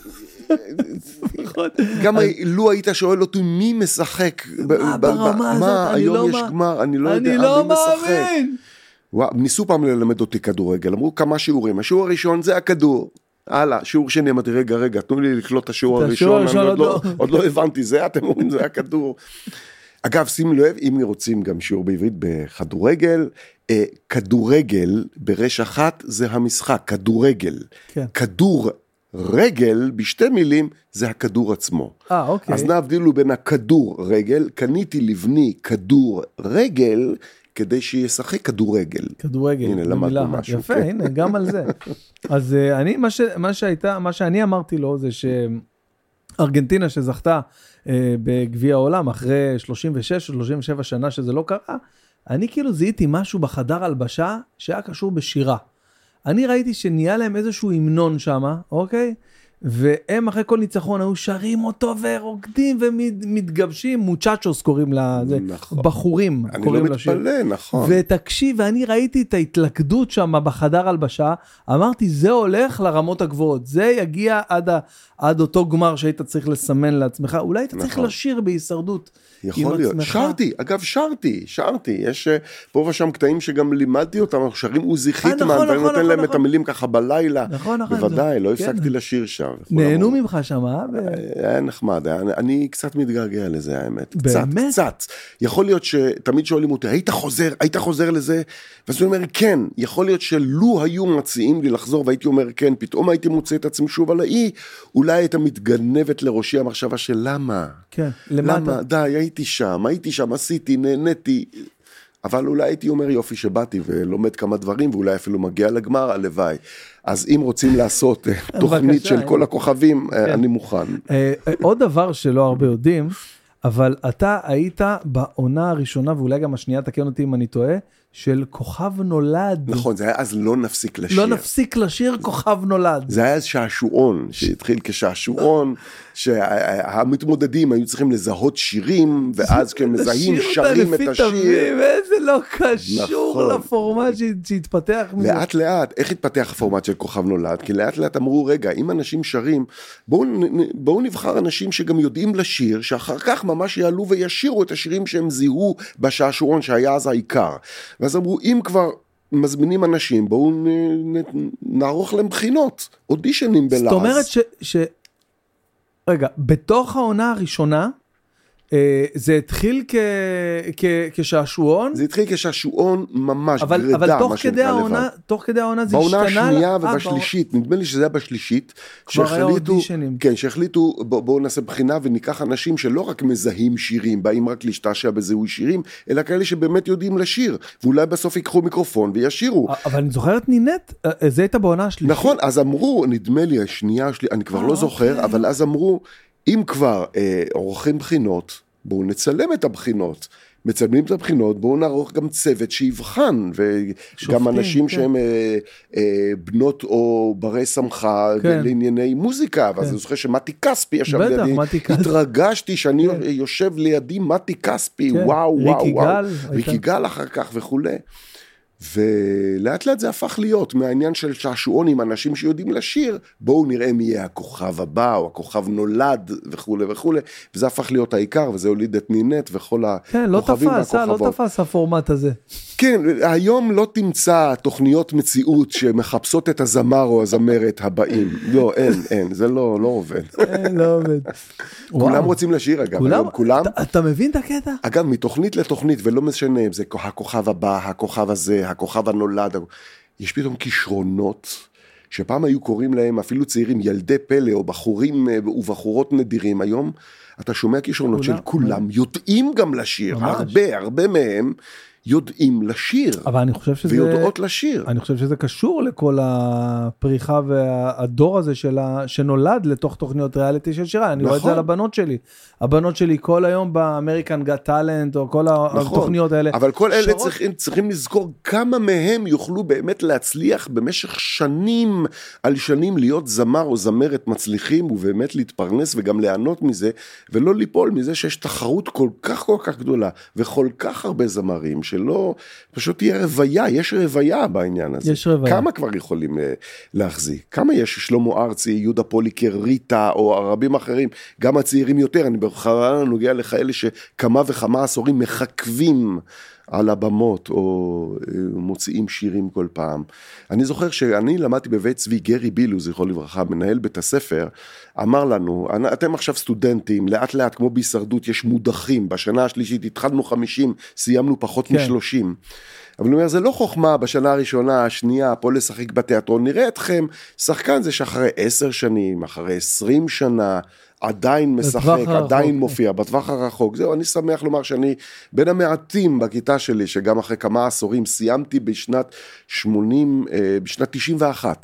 Speaker 2: גם לו היית שואל אותי מי משחק,
Speaker 1: ברמה הזאת,
Speaker 2: היום יש גמר, אני לא יודע מי משחק. ניסו פעם ללמד אותי כדורגל, אמרו כמה שיעורים, השיעור הראשון זה הכדור, הלאה, שיעור שני, אמרתי רגע, תנו לי לקלוט את השיעור הראשון, עוד לא הבנתי, זה אתם אומרים, זה הכדור. אגב, שימו לב, אם רוצים גם שיעור בעברית בכדורגל, כדורגל ברש אחת זה המשחק, כדורגל. כדור רגל, בשתי מילים, זה הכדור עצמו.
Speaker 1: אוקיי.
Speaker 2: אז נבדילו בין הכדור רגל, קניתי לבני כדור רגל, כדי שישחק כדורגל.
Speaker 1: כדורגל.
Speaker 2: הנה, למדנו משהו.
Speaker 1: יפה, הנה, גם על זה. אז מה שאני אמרתי לו, זה שארגנטינה שזכתה בגביע העולם, אחרי 36 או 37 שנה שזה לא קרה, אני כאילו זיהיתי משהו בחדר הלבשה, שהיה קשור בשירה. אני ראיתי שנהיה להם איזשהו המנון שם, אוקיי? והם אחרי כל ניצחון היו שרים אותו ורוקדים ומתגבשים, מוצ'צ'וס קוראים לזה, נכון. בחורים קוראים לשיר.
Speaker 2: אני לא מתפלא, נכון.
Speaker 1: ותקשיב, ואני ראיתי את ההתלכדות שם בחדר הלבשה, אמרתי, זה הולך לרמות הגבוהות, זה יגיע עד אותו גמר שהיית צריך לסמן לעצמך, אולי היית צריך לשיר בהישרדות.
Speaker 2: יכול להיות, שרתי, אגב שרתי, יש פה ושם קטעים שגם לימדתי אותם, אנחנו שרים עוזי חיטמן, ואני נותן להם את המילים ככה בלילה, בוודאי, לא הפסקתי לשיר שם.
Speaker 1: נהנו ממך שם,
Speaker 2: היה נחמד, אני קצת מתגעגע לזה האמת, קצת, יכול להיות שתמיד שואלים אותי, היית חוזר לזה, ואז הוא אומר, כן, יכול להיות שלו היו מציעים לי לחזור, והייתי אומר, כן, פתאום הייתי מוצא את עצמי שוב על האי, אולי היית מתגנבת לראשי המחשבה של למה?
Speaker 1: כן,
Speaker 2: למה? די, הייתי שם, עשיתי, נהניתי, אבל אולי הייתי אומר יופי שבאתי ולומד כמה דברים, ואולי אפילו מגיע לגמר, הלוואי. אז אם רוצים לעשות תוכנית של כל הכוכבים, אני מוכן.
Speaker 1: עוד דבר שלא הרבה יודעים, אבל אתה היית בעונה הראשונה, ואולי גם השנייה, תקן אותי אם אני טועה, של כוכב נולד.
Speaker 2: נכון, זה היה אז לא נפסיק לשיר.
Speaker 1: לא נפסיק לשיר כוכב נולד.
Speaker 2: זה היה אז שעשועון, שהתחיל כשעשועון, שהמתמודדים היו צריכים לזהות שירים, ואז כשהם מזהים שרים את השיר.
Speaker 1: איזה לא קשור לפורמט שהתפתח.
Speaker 2: לאט לאט, איך התפתח הפורמט של כוכב נולד? כי לאט לאט אמרו, רגע, אם אנשים שרים, בואו נבחר אנשים שגם יודעים לשיר, שאחר כך ממש יעלו וישירו את השירים שהם זיהו בשעשועון, שהיה אז העיקר. ואז אמרו, אם כבר מזמינים אנשים, בואו נערוך להם בחינות, אודישנים בלעז.
Speaker 1: זאת אומרת רגע, בתוך העונה הראשונה, זה התחיל כשעשועון?
Speaker 2: זה התחיל כשעשועון ממש גרדה.
Speaker 1: אבל תוך כדי העונה זה השתנה?
Speaker 2: בעונה השנייה ובשלישית, נדמה לי שזה היה בשלישית,
Speaker 1: כבר היה אודישנים.
Speaker 2: כן, שהחליטו, בואו נעשה בחינה וניקח אנשים שלא רק מזהים שירים, באים רק להשתעשע בזיהוי שירים, אלא כאלה שבאמת יודעים לשיר, ואולי בסוף ייקחו מיקרופון וישירו.
Speaker 1: אבל אני זוכרת נינט, זה הייתה בעונה השלישית.
Speaker 2: נכון, אז אמרו, נדמה לי השנייה, אני כבר לא זוכר, אבל אז אמרו, אם כבר עורכים בחינות, בואו נצלם את הבחינות. מצלמים את הבחינות, בואו נערוך גם צוות שיבחן, וגם אנשים שהם בנות או ברי שמחה לענייני מוזיקה, ואז אני זוכר שמתי כספי ישב לידי, התרגשתי שאני יושב לידי מתי כספי, וואו, וואו, וואו, ריקי גל אחר כך וכולי. ולאט לאט זה הפך להיות מהעניין של שעשועון עם אנשים שיודעים לשיר, בואו נראה מי יהיה הכוכב הבא, או הכוכב נולד וכו' וכו', וזה הפך להיות העיקר, וזה הוליד את נינט וכל הכוכבים והכוכבות.
Speaker 1: לא תפס הפורמט הזה.
Speaker 2: כן, היום לא תמצא תוכניות מציאות שמחפשות את הזמר או הזמרת הבאים. לא, אין, זה לא עובד.
Speaker 1: לא עובד.
Speaker 2: כולם רוצים לשיר, אגב. כולם.
Speaker 1: אתה מבין את הקטע?
Speaker 2: אגב, מתוכנית לתוכנית, ולא משנה אם זה הכוכב הבא, הכוכב הזה, הכוכב הנולד, יש פתאום כישרונות, שפעם היו קוראים להם אפילו צעירים, ילדי פלא, או בחורים ובחורות נדירים. היום אתה שומע כישרונות של כולם, יודעים גם לשיר, הרבה מהם, יודעים לשיר,
Speaker 1: אבל אני חושב שזה,
Speaker 2: ויודעות לשיר.
Speaker 1: אני חושב שזה קשור לכל הפריחה והדור הזה שנולד לתוך תוכניות ריאליטי של שירה. אני רואה את זה על הבנות שלי. הבנות שלי כל היום באמריקן גאט טאלנט, או כל התוכניות האלה.
Speaker 2: אבל כל אלה צריכים לזכור כמה מהם יוכלו באמת להצליח במשך שנים על שנים להיות זמר או זמרת מצליחים, ובאמת להתפרנס וגם ליהנות מזה, ולא ליפול מזה שיש תחרות כל כך גדולה, וכל כך הרבה זמרים, שלא, פשוט תהיה רוויה, יש רוויה בעניין הזה.
Speaker 1: יש רוויה.
Speaker 2: כמה כבר יכולים להחזיק? כמה יש? שלמה ארצי, יהודה פוליקר, ריטה, או הרבים אחרים, גם הצעירים יותר, אני בכוונה נוגע לכאלה שכמה וכמה עשורים מחכבים על הבמות, או מוציאים שירים כל פעם. אני זוכר שאני למדתי בבית צבי, גרי בילו, זכרו לברכה, מנהל בית הספר, אמר לנו, אתם עכשיו סטודנטים, לאט לאט כמו בהישרדות יש מודחים, בשנה השלישית התחלנו 50, סיימנו פחות מ-30. אבל הוא אומר, זה לא חוכמה בשנה הראשונה, השנייה, פה לשחק בתיאטרון, נראה אתכם, שחקן זה שאחרי 10 שנים, אחרי 20 שנה, עדיין משחק, עדיין מופיע, בטווח הרחוק. זהו, אני שמח לומר שאני בין המעטים בכיתה שלי, שגם אחרי כמה עשורים סיימתי בשנת 91,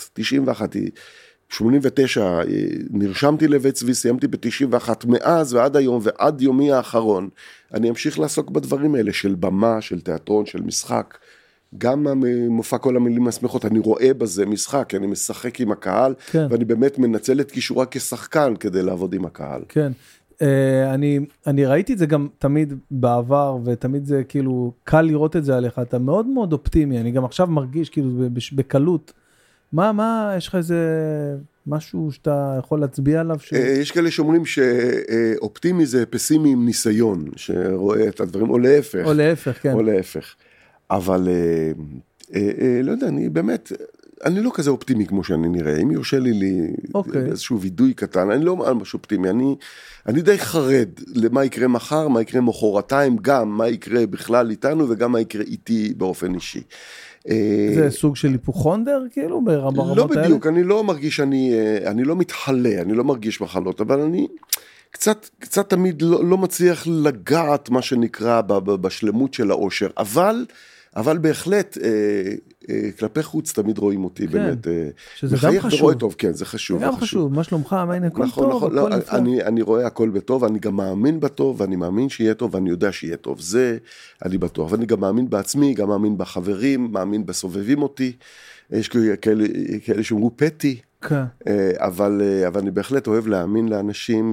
Speaker 2: 89, נרשמתי לבית צבי, סיימתי ב-91, מאז ועד היום ועד יומי האחרון, אני אמשיך לעסוק בדברים האלה, של במה, של תיאטרון, של משחק, גם מופע כל המילים השמחות, אני רואה בזה משחק, אני משחק עם הקהל, כן. ואני באמת מנצל את כישורה כשחקן, כדי לעבוד עם הקהל.
Speaker 1: כן, אני ראיתי את זה גם תמיד בעבר, ותמיד זה כאילו, קל לראות את זה עליך, אתה מאוד מאוד אופטימי, אני גם עכשיו מרגיש כאילו בקלות, מה, יש לך איזה משהו שאתה יכול להצביע עליו?
Speaker 2: יש כאלה שאומרים שאופטימי זה פסימי עם ניסיון, שרואה את הדברים, או להפך.
Speaker 1: או להפך, כן.
Speaker 2: או להפך. אבל לא יודע, אני באמת, אני לא כזה אופטימי כמו שאני נראה. אם יורשה לי איזשהו וידוי קטן, אני לא משהו אופטימי, אני די חרד למה יקרה מחר, מה יקרה מחרתיים, גם מה יקרה בכלל איתנו, וגם מה יקרה איתי באופן אישי.
Speaker 1: זה סוג של היפוכונדר, כאילו, ברמות האלה?
Speaker 2: לא בדיוק, אני לא מרגיש, אני לא מתחלה, אני לא מרגיש מחלות, אבל אני קצת תמיד לא מצליח לגעת מה שנקרא בשלמות של האושר, אבל בהחלט כלפי חוץ תמיד רואים אותי, באמת,
Speaker 1: שזה גם חשוב.
Speaker 2: ורואה טוב, כן, זה חשוב.
Speaker 1: זה גם חשוב, מה שלומך, הכל טוב, הכל נפלא.
Speaker 2: אני רואה הכל בטוב, אני גם מאמין בטוב, ואני מאמין שיהיה טוב, ואני יודע שיהיה טוב, זה אני בטוח, ואני גם מאמין בעצמי, גם מאמין בחברים, מאמין בסובבים אותי, יש כאלה שאומרו פטי, אבל אני בהחלט אוהב להאמין לאנשים,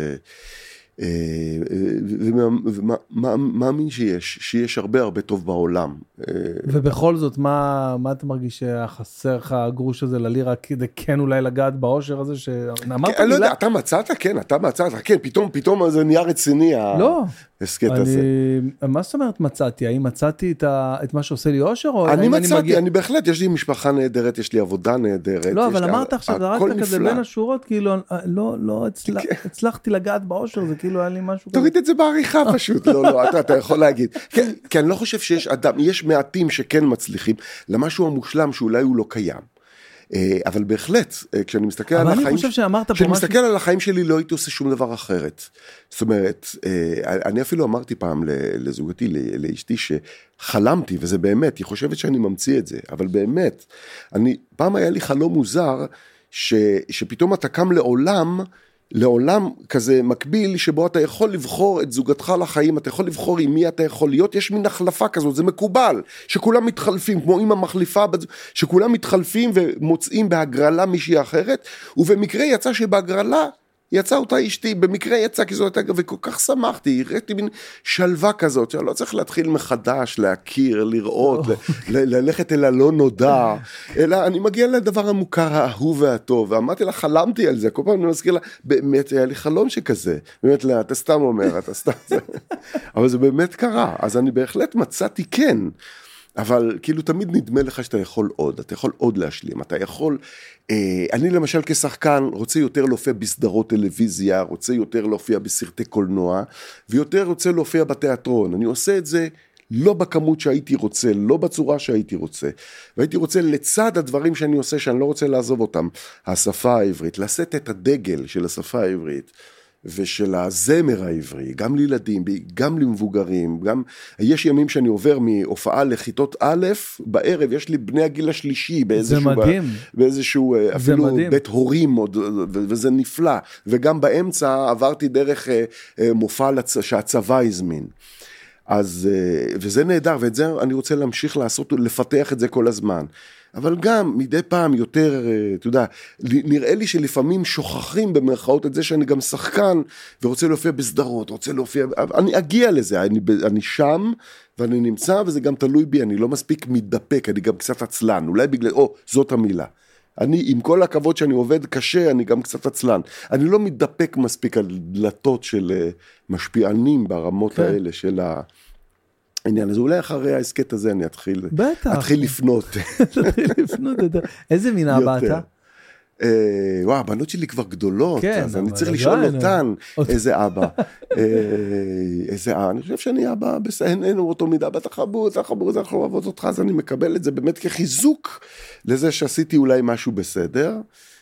Speaker 2: ומאמין שיש הרבה הרבה טוב בעולם.
Speaker 1: ובכל זאת, מה אתה מרגיש שחסר לך הגרוש הזה ללירה, כדי כן אולי לגעת באושר הזה שאמרת?
Speaker 2: אני לא יודע, אתה מצאת, כן, פתאום זה נהיה רציני, ההסקט הזה.
Speaker 1: מה זאת אומרת מצאתי? האם מצאתי את מה שעושה לי אושר?
Speaker 2: אני מצאתי, אני בהחלט, יש לי משפחה נהדרת, יש לי עבודה נהדרת.
Speaker 1: לא, אבל אמרת עכשיו, זרקת כזה בין השורות, כאילו, לא הצלחתי לגעת באושר, זה כאילו היה לי משהו...
Speaker 2: תוריד את זה בעריכה פשוט, לא, אתה יכול להגיד. כי אני לא חושב שיש אדם, יש מעטים שכן מצליחים, למשהו המושלם שאולי הוא לא קיים. אבל בהחלט, כשאני מסתכל על החיים... כשאני מסתכל על החיים שלי, לא הייתי עושה שום דבר אחרת. זאת אומרת, אני אפילו אמרתי פעם לזוגתי, לאשתי, שחלמתי, וזה באמת, היא חושבת שאני ממציא את זה, אבל באמת, פעם היה לי חלום מוזר, שפתאום אתה קם לעולם כזה מקביל, שבו אתה יכול לבחור את זוגתך לחיים, אתה יכול לבחור עם מי אתה יכול להיות, יש מין החלפה כזאת, זה מקובל, שכולם מתחלפים, כמו אמא מחליפה, שכולם מתחלפים ומוצאים בהגרלה מישהי אחרת, ובמקרה יצא שבהגרלה, יצא אותה אשתי, במקרה יצא כי זאת הייתה, וכל כך שמחתי, הראיתי מין שלווה כזאת, שלא צריך להתחיל מחדש, להכיר, לראות, ללכת אל הלא נודע, אלא אני מגיע לדבר המוכר, האהוב והטוב, ואמרתי לה, חלמתי על זה, כל פעם אני מזכיר לה, באמת היה לי חלום שכזה, באמת לה, אתה סתם אומר, אתה סתם זה, אבל זה באמת קרה, אז אני בהחלט מצאתי כן, אבל כאילו תמיד נדמה לך שאתה יכול עוד, אתה יכול עוד להשלים, אתה יכול, אני למשל כשחקן רוצה יותר להופיע בסדרות טלוויזיה, רוצה יותר להופיע בסרטי קולנוע, ויותר רוצה להופיע בתיאטרון, אני עושה את זה לא בכמות שהייתי רוצה, לא בצורה שהייתי רוצה, והייתי רוצה לצד הדברים שאני עושה, שאני לא רוצה לעזוב אותם, השפה העברית, לשאת את הדגל של השפה העברית, ושל הזמר העברי, גם לילדים, גם למבוגרים, גם, יש ימים שאני עובר מהופעה לכיתות א', בערב יש לי בני הגיל השלישי, באיזשהו אפילו בית הורים, וזה נפלא, וגם באמצע עברתי דרך מופע שהצבא הזמין, אז, וזה נהדר, ואת זה אני רוצה להמשיך לעשות, לפתח את זה כל הזמן, אבל גם מדי פעם יותר, אתה יודע, נראה לי שלפעמים שוכחים במרכאות את זה שאני גם שחקן, ורוצה להופיע בסדרות, רוצה להופיע, אני אגיע לזה, אני שם, ואני נמצא, וזה גם תלוי בי, אני לא מספיק מתדפק, אני גם קצת עצלן, אולי בגלל, זאת המילה. אני, עם כל הכבוד שאני עובד קשה, אני גם קצת עצלן. אני לא מתדפק מספיק על דלתות של משפיענים ברמות האלה של העניין הזה. אולי אחרי העסקת הזה אני אתחיל לפנות.
Speaker 1: איזה מין אבא אתה?
Speaker 2: וואו, הבנות שלי כבר גדולות, אז אני צריך לשאול אותן איזה אבא. אני חושב שאני אבא, אין אותו מידה, בתחבות, אנחנו אוהבות אותך, אז אני מקבל את זה באמת כחיזוק לזה שעשיתי אולי משהו בסדר.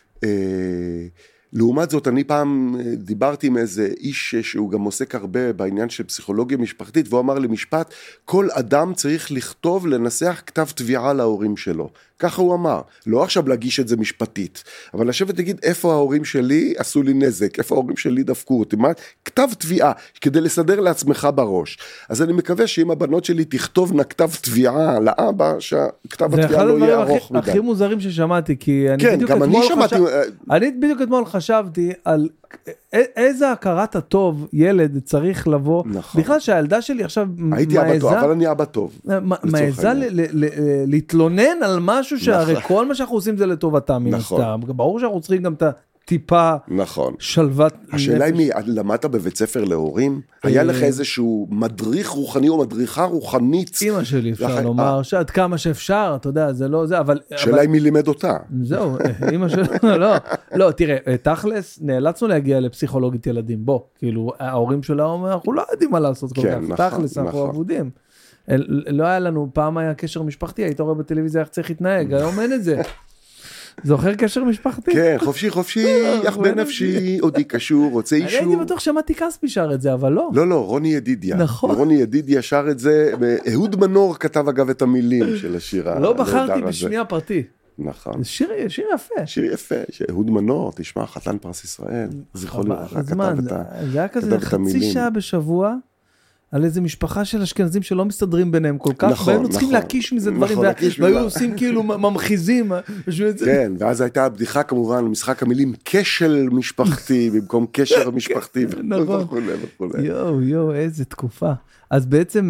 Speaker 2: לעומת זאת, אני פעם דיברתי עם איזה איש שהוא גם עוסק הרבה בעניין של פסיכולוגיה משפחתית, והוא אמר לי משפט, כל אדם צריך לכתוב, לנסח כתב תביעה להורים שלו. ככה הוא אמר, לא עכשיו להגיש את זה משפטית, אבל לשבת תגיד איפה ההורים שלי עשו לי נזק, איפה ההורים שלי דפקו אותי, כתב תביעה, כדי לסדר לעצמך בראש. אז אני מקווה שאם הבנות שלי תכתוב כתב תביעה לאבא, שהכתב התביעה לא יהיה ארוך מדי.
Speaker 1: הכי מוזרים ששמעתי, כי
Speaker 2: כן, גם אני שמעתי...
Speaker 1: אני בדיוק אתמול חשבתי על איזה הכרת הטוב ילד צריך לבוא, בכלל שהילדה שלי עכשיו
Speaker 2: הייתי אבא טוב, אבל אני אבא טוב.
Speaker 1: מעזה להתלונן על משהו שהרי כל מה שאנחנו עושים זה לטובתם, ברור שאנחנו צריכים גם את טיפה שלוות נפש.
Speaker 2: השאלה היא, למדת בבית ספר להורים? היה לך איזשהו מדריך רוחני או מדריכה רוחנית?
Speaker 1: אמא שלי אפשר לומר, שעד כמה שאפשר, אתה יודע, זה לא זה, אבל...
Speaker 2: השאלה היא מי לימד אותה?
Speaker 1: זהו, אמא שלי, לא, תראה, תכלס, נאלצנו להגיע לפסיכולוגית ילדים, בוא, כאילו, ההורים שלה אומרים, אנחנו לא יודעים מה לעשות כל כך, תכלס, אנחנו עבודים. לא היה לנו, פעם היה קשר משפחתי, היית רואה בטלוויזיה איך צריך להתנהג, היום אין את זה. זוכר קשר משפחתי?
Speaker 2: כן, חופשי, חופשי, אך בנפשי, עודי קשור, רוצה אישור.
Speaker 1: אני הייתי בטוח שמתי כספי שר את זה, אבל לא.
Speaker 2: לא, רוני ידידיה.
Speaker 1: נכון.
Speaker 2: רוני ידידיה שר את זה, אהוד מנור כתב אגב את המילים של השיר.
Speaker 1: לא בחרתי בשמיע פרטי.
Speaker 2: נכון.
Speaker 1: שיר יפה.
Speaker 2: שיר יפה, שאהוד מנור, תשמע, חתן פרס ישראל, זכרו לברכה, כתב את המילים.
Speaker 1: זה היה כזה חצי שעה בשבוע, על איזה משפחה של אשכנזים שלא מסתדרים ביניהם כל כך,
Speaker 2: נכון,
Speaker 1: והיינו צריכים להקיש מזה דברים, והיו עושים כאילו ממחיזים.
Speaker 2: כן, ואז הייתה הבדיחה כמובן, משחק המילים כשל משפחתי, במקום קשר משפחתי, וכו'.
Speaker 1: יואו, איזה תקופה. אז בעצם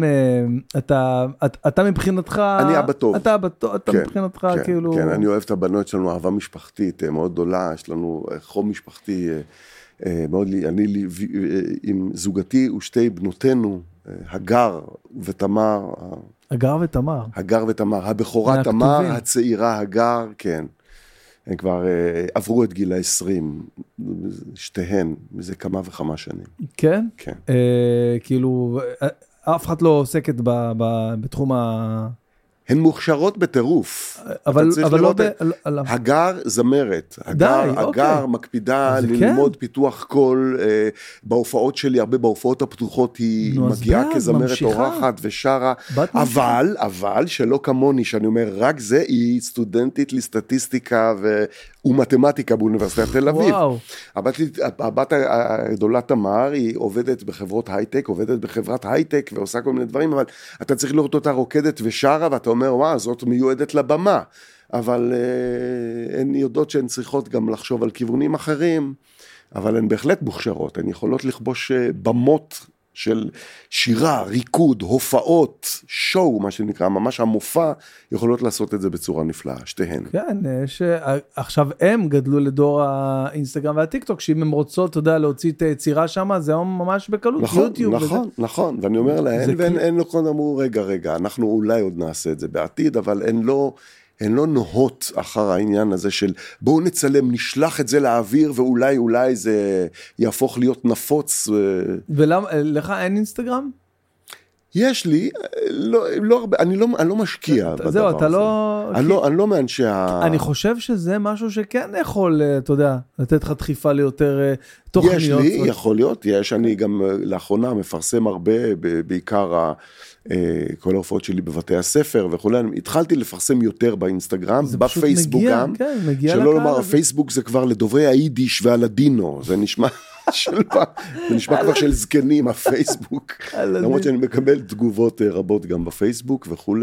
Speaker 1: אתה מבחינתך...
Speaker 2: אני אבא טוב.
Speaker 1: אתה מבחינתך כאילו...
Speaker 2: כן, אני אוהב את הבנות שלנו, אהבה משפחתית מאוד גדולה, יש לנו חום משפחתי מאוד, אני עם זוגתי ושתי בנותינו, הגר ותמר.
Speaker 1: הגר ותמר.
Speaker 2: הבכורה תמר, הצעירה הגר, כן. הם כבר עברו את גיל ה-20, שתיהן, מזה כמה וכמה שנים.
Speaker 1: כן?
Speaker 2: כן.
Speaker 1: כאילו, אף אחד לא עוסקת בתחום
Speaker 2: הן מוכשרות בטירוף.
Speaker 1: אבל לא...
Speaker 2: הגר זמרת. הגר מקפידה ללמוד פיתוח קול. בהופעות שלי, הרבה בהופעות הפתוחות, היא מגיעה כזמרת אורחת ושרה. אבל שלא כמוני, שאני אומר, רק זה, היא סטודנטית לסטטיסטיקה ומתמטיקה באוניברסיטת תל אביב. הבת הגדולה תמר, היא עובדת בחברות הייטק, עובדת בחברת הייטק ועושה כל מיני דברים, אבל אתה צריך לראות אותה רוקדת ושרה, ואתה אומר, וואו, זאת מיועדת לבמה. אבל הן יודעות שהן צריכות גם לחשוב על כיוונים אחרים, אבל הן בהחלט מוכשרות, הן יכולות לכבוש במות של שירה, ריקוד, הופעות, שואו, מה שנקרא, ממש המופע, יכולות לעשות את זה בצורה נפלאה, שתיהן.
Speaker 1: כן, עכשיו הם גדלו לדור האינסטגרם והטיקטוק, שאם הם רוצות, אתה יודע, להוציא את היצירה שם, זה ממש בקלות, יוטיוב.
Speaker 2: נכון, ואני אומר להן, והן לא אמרו, רגע, אנחנו אולי עוד נעשה את זה בעתיד, אבל הן לא נוהות אחר העניין הזה של בואו נצלם, נשלח את זה לאוויר, ואולי זה יהפוך להיות נפוץ.
Speaker 1: ולך אין אינסטגרם?
Speaker 2: יש לי, לא הרבה, אני לא משקיע בדבר הזה.
Speaker 1: זהו, אתה לא...
Speaker 2: אני לא מאנשי
Speaker 1: אני חושב שזה משהו שכן יכול, אתה יודע, לתת לך דחיפה ליותר תוכניות.
Speaker 2: יש לי, יכול להיות, אני גם לאחרונה מפרסם הרבה, בעיקר כל ההופעות שלי בבתי הספר וכו', התחלתי לפרסם יותר באינסטגרם, בפייסבוק גם, שלא לומר, הפייסבוק זה כבר לדוברי היידיש והלדינו, זה נשמע כבר של זקנים, הפייסבוק, למרות שאני מקבל תגובות רבות גם בפייסבוק וכו'.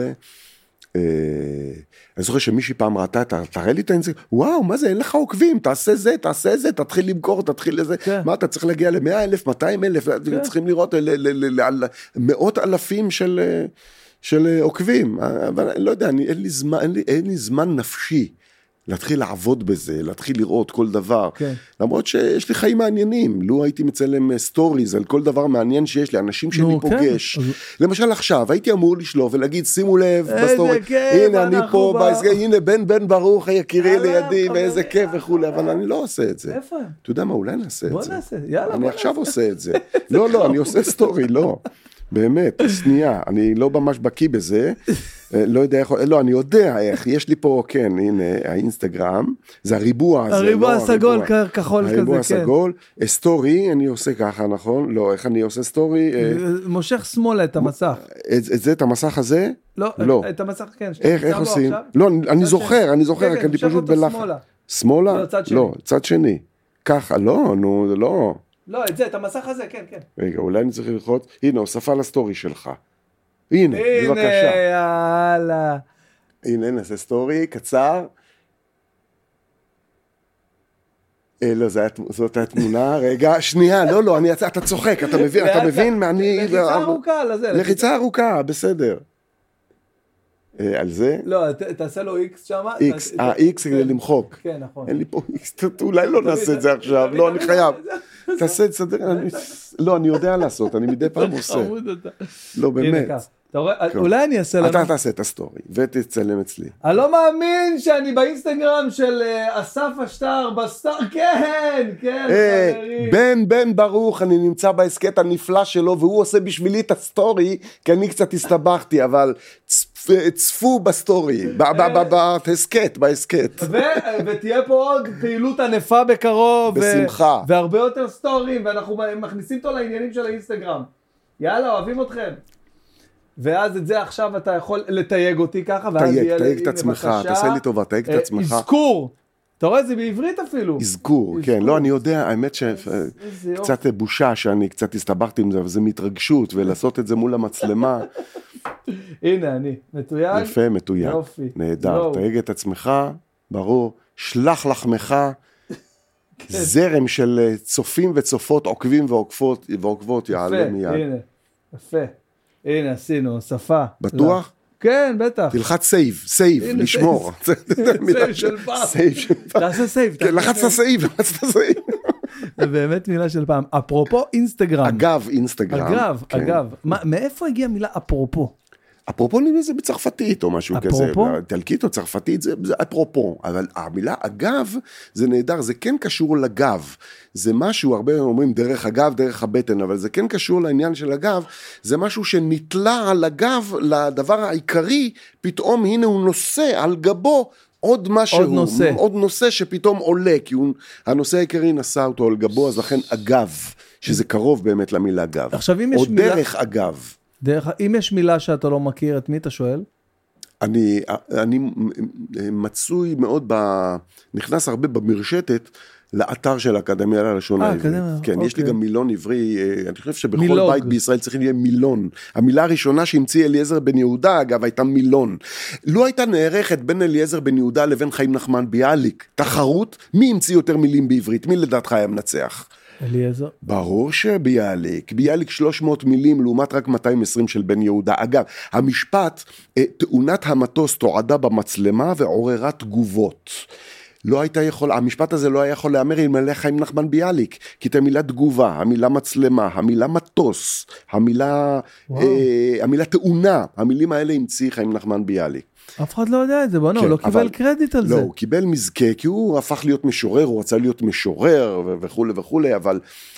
Speaker 2: אני זוכר שמישהי פעם ראתה, תראה לי את האינסטגרם, וואו, מה זה, אין לך עוקבים, תעשה זה, תתחיל למכור, תתחיל לזה, מה, אתה צריך להגיע ל100,000, 200,000, צריכים לראות מאות אלפים של עוקבים, אבל אני לא יודע, אין לי זמן נפשי, להתחיל לעבוד בזה, להתחיל לראות כל דבר, למרות שיש לי חיים מעניינים, לו הייתי מצלם סטוריז על כל דבר מעניין שיש לי, אנשים שאני פוגש, למשל עכשיו, הייתי אמור לשלוף ולהגיד, שימו לב בסטורי, הנה אני פה, הנה בן ברוך היקירי לידי, ואיזה כיף וכו', אבל אני לא עושה את זה.
Speaker 1: איפה?
Speaker 2: אתה יודע מה, אולי נעשה את זה.
Speaker 1: יאללה,
Speaker 2: אני עכשיו עושה את זה. לא, אני עושה סטורי, לא. באמת, שנייה, אני לא ממש בקיא בזה, לא יודע איך, לא, אני יודע איך, יש לי פה, כן, הנה, האינסטגרם, זה הריבוע הזה,
Speaker 1: הריבוע הסגול, כחול כזה, כן.
Speaker 2: הריבוע הסגול, סטורי, אני עושה ככה, נכון? לא, איך אני עושה סטורי?
Speaker 1: מושך שמאלה את המסך.
Speaker 2: את זה, את המסך הזה?
Speaker 1: לא, את המסך, כן.
Speaker 2: איך עושים? לא, אני זוכר, רק אני פשוט בלחץ. שמאלה? לא, צד שני. ככה, לא, נו, לא.
Speaker 1: לא, את המסך הזה, כן.
Speaker 2: רגע, אולי אני צריך ללחוץ, הנה, הוספה לסטורי שלך. הנה, בבקשה.
Speaker 1: יאללה.
Speaker 2: הנה, נעשה סטורי, קצר. לא, זאת התמונה, רגע, שנייה, לא, אתה צוחק, אתה מבין?
Speaker 1: לחיצה ארוכה, לזה.
Speaker 2: לחיצה ארוכה, בסדר. על זה?
Speaker 1: לא, תעשה לו X שם.
Speaker 2: X כדי למחוק.
Speaker 1: כן, נכון.
Speaker 2: אין לי פה X, אולי לא נעשה את זה עכשיו, לא, אני חייב. תעשה את סדר, לא, אני יודע לעשות, אני מדי פעם עושה. לא, באמת.
Speaker 1: אתה רואה, אולי אני אעשה לנו.
Speaker 2: אתה תעשה את הסטורי, ותצלם אצלי.
Speaker 1: אני לא מאמין שאני באינסטגרם של אסף השטר, כן,
Speaker 2: בן ברוך, אני נמצא בהסקט הנפלא שלו, והוא עושה בשבילי את הסטורי, כי אני קצת הסתבכתי, אבל צפו בסטורי, בהסקט.
Speaker 1: ותהיה פה עוד פעילות ענפה בקרוב.
Speaker 2: בשמחה.
Speaker 1: והרבה יותר סטורים, ואנחנו מכניסים אותו לעניינים של האינסטגרם. יאללה, אוהבים אתכם. ואז את זה עכשיו אתה יכול לתייג אותי ככה,
Speaker 2: תייג את עצמך, תעשה לי טובה, תייג את עצמך.
Speaker 1: אזכור. אתה רואה, זה בעברית אפילו.
Speaker 2: אזכור, כן, לא, אני יודע, האמת שקצת בושה שאני קצת הסתבכתי עם זה, אבל זה מתרגשות, ולעשות את זה מול המצלמה.
Speaker 1: הנה, אני מתויג.
Speaker 2: יפה, מתויג.
Speaker 1: יופי.
Speaker 2: נהדר, תייג את עצמך, ברור, שלח לחמך, זרם של צופים וצופות, עוקבים ועוקבות, יעלה מיד.
Speaker 1: הנה, יפה. הנה, עשינו, שפה.
Speaker 2: בטוח?
Speaker 1: כן, בטח.
Speaker 2: תלחץ סייב, לשמור.
Speaker 1: סייב של פעם. תעשה סייב.
Speaker 2: לחצת סייב.
Speaker 1: זה באמת מילה של פעם. אפרופו אינסטגרם.
Speaker 2: אגב אינסטגרם.
Speaker 1: אגב. מאיפה הגיעה מילה אפרופו?
Speaker 2: אפרופו זה בצרפתית או משהו כזה, טלקית או צרפתית זה אפרופו, אבל המילה אגב זה נהדר, זה כן קשור לגב, זה משהו, הרבה אומרים דרך הגב, דרך הבטן, אבל זה כן קשור לעניין של הגב, זה משהו שנטלע על הגב לדבר העיקרי, פתאום הנה הוא נושא על גבו, עוד נושא שפתאום עולה, כי הנושא העיקרי נשא אותו על גבו, אז לכן אגב, שזה קרוב באמת למילה גב, או דרך אגב.
Speaker 1: אם יש מילה שאתה לא מכיר, את מי אתה שואל?
Speaker 2: אני מצוי מאוד, נכנס הרבה במרשתת, לאתר של האקדמיה ללשון העברית. כן, יש לי גם מילון עברי, אני חושב שבכל בית בישראל צריכים להיות מילון. המילה הראשונה שהמציא אליעזר בן יהודה, אגב, הייתה מילון. לא הייתה נערכת בין אליעזר בן יהודה לבין חיים נחמן ביאליק. תחרות, מי המציא יותר מילים בעברית? מי לדעתך היה מנצח?
Speaker 1: אליעזר.
Speaker 2: ברור ביאליק 300 מילים לעומת רק 220 של בן יהודה. אגב, המשפט, תאונת המטוס תועדה במצלמה ועוררה תגובות. המשפט הזה לא היה יכול לאמר אלמלא חיים נחמן ביאליק, כי את המילה תגובה, המילה מצלמה, המילה מטוס, המילה תאונה, המילים האלה המציא חיים נחמן ביאליק.
Speaker 1: אף אחד לא יודע את זה, בואו, לא קיבל קרדיט על זה.
Speaker 2: לא, הוא קיבל מזכה, כי הוא הפך להיות משורר, הוא רצה להיות משורר וכו' וכו', אבל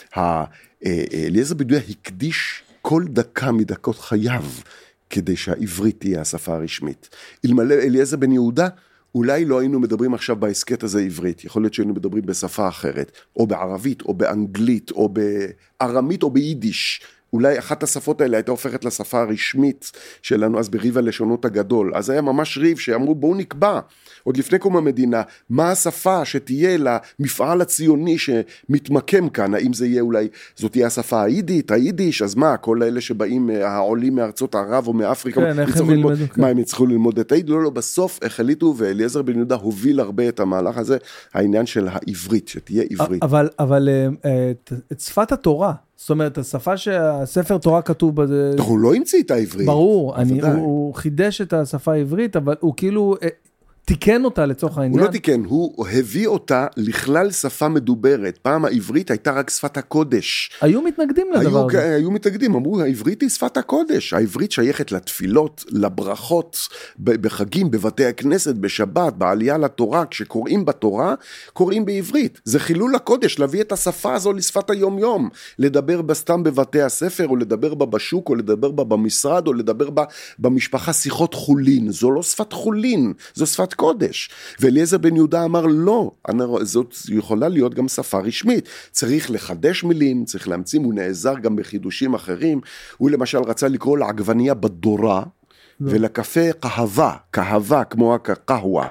Speaker 2: אליעזר בן יהודה הקדיש כל דקה מדקות חייו, כדי שהעברית תהיה השפה הרשמית. אלמלא אליעזר בן יהודה, אולי לא היינו מדברים עכשיו בעסקת הזה עברית, יכול להיות שהיינו מדברים בשפה אחרת, או בערבית, או באנגלית, או בארמית, או ביידיש. אולי אחת השפות האלה הייתה הופכת לשפה הרשמית שלנו, אז בריב הלשונות הגדול. אז היה ממש ריב שאמרו, בואו נקבע, עוד לפני קום המדינה, מה השפה שתהיה למפעל הציוני שמתמקם כאן, האם זה יהיה אולי, זאת תהיה השפה היידיש, אז מה, כל האלה שבאים, העולים מארצות ערב או מאפריקה,
Speaker 1: כן, איך הם ילמדו?
Speaker 2: מה, הם יצטרכו ללמוד את היידיש? לא, בסוף החליטו, ואליעזר בן יהודה הוביל הרבה את המהלך הזה, העניין של העברית, שתהיה עברית.
Speaker 1: אבל את שפת התורה, זאת אומרת, השפה שהספר תורה כתוב בזה...
Speaker 2: הוא לא המציא את העברית.
Speaker 1: ברור, הוא חידש את השפה העברית, אבל הוא כאילו תיקן אותה לצורך העניין.
Speaker 2: הוא לא תיקן, הוא הביא אותה לכלל שפה מדוברת. פעם העברית הייתה רק שפת הקודש.
Speaker 1: היו מתנגדים לדבר הזה.
Speaker 2: היו מתנגדים, אמרו, העברית היא שפת הקודש. העברית שייכת לתפילות, לברכות, בחגים, בבתי הכנסת, בשבת, בעלייה לתורה. כשקוראים בתורה, קוראים בעברית. זה חילול הקודש, להביא את השפה הזו לשפת היום-יום. לדבר בסתם בבתי הספר, או לדבר בה בשוק, או לדבר בה במשרד, או לדבר בה במשפחה שיחות חולין. זו לא שפת חולין, זו שפת קודש. ואליעזר בן יהודה אמר לא, זאת יכולה להיות גם שפה רשמית, צריך לחדש מילים, צריך להמציא, הוא נעזר גם בחידושים אחרים, הוא למשל רצה לקרוא לעגבנייה בדורה, ולקפה קהווה כמו הקהווה,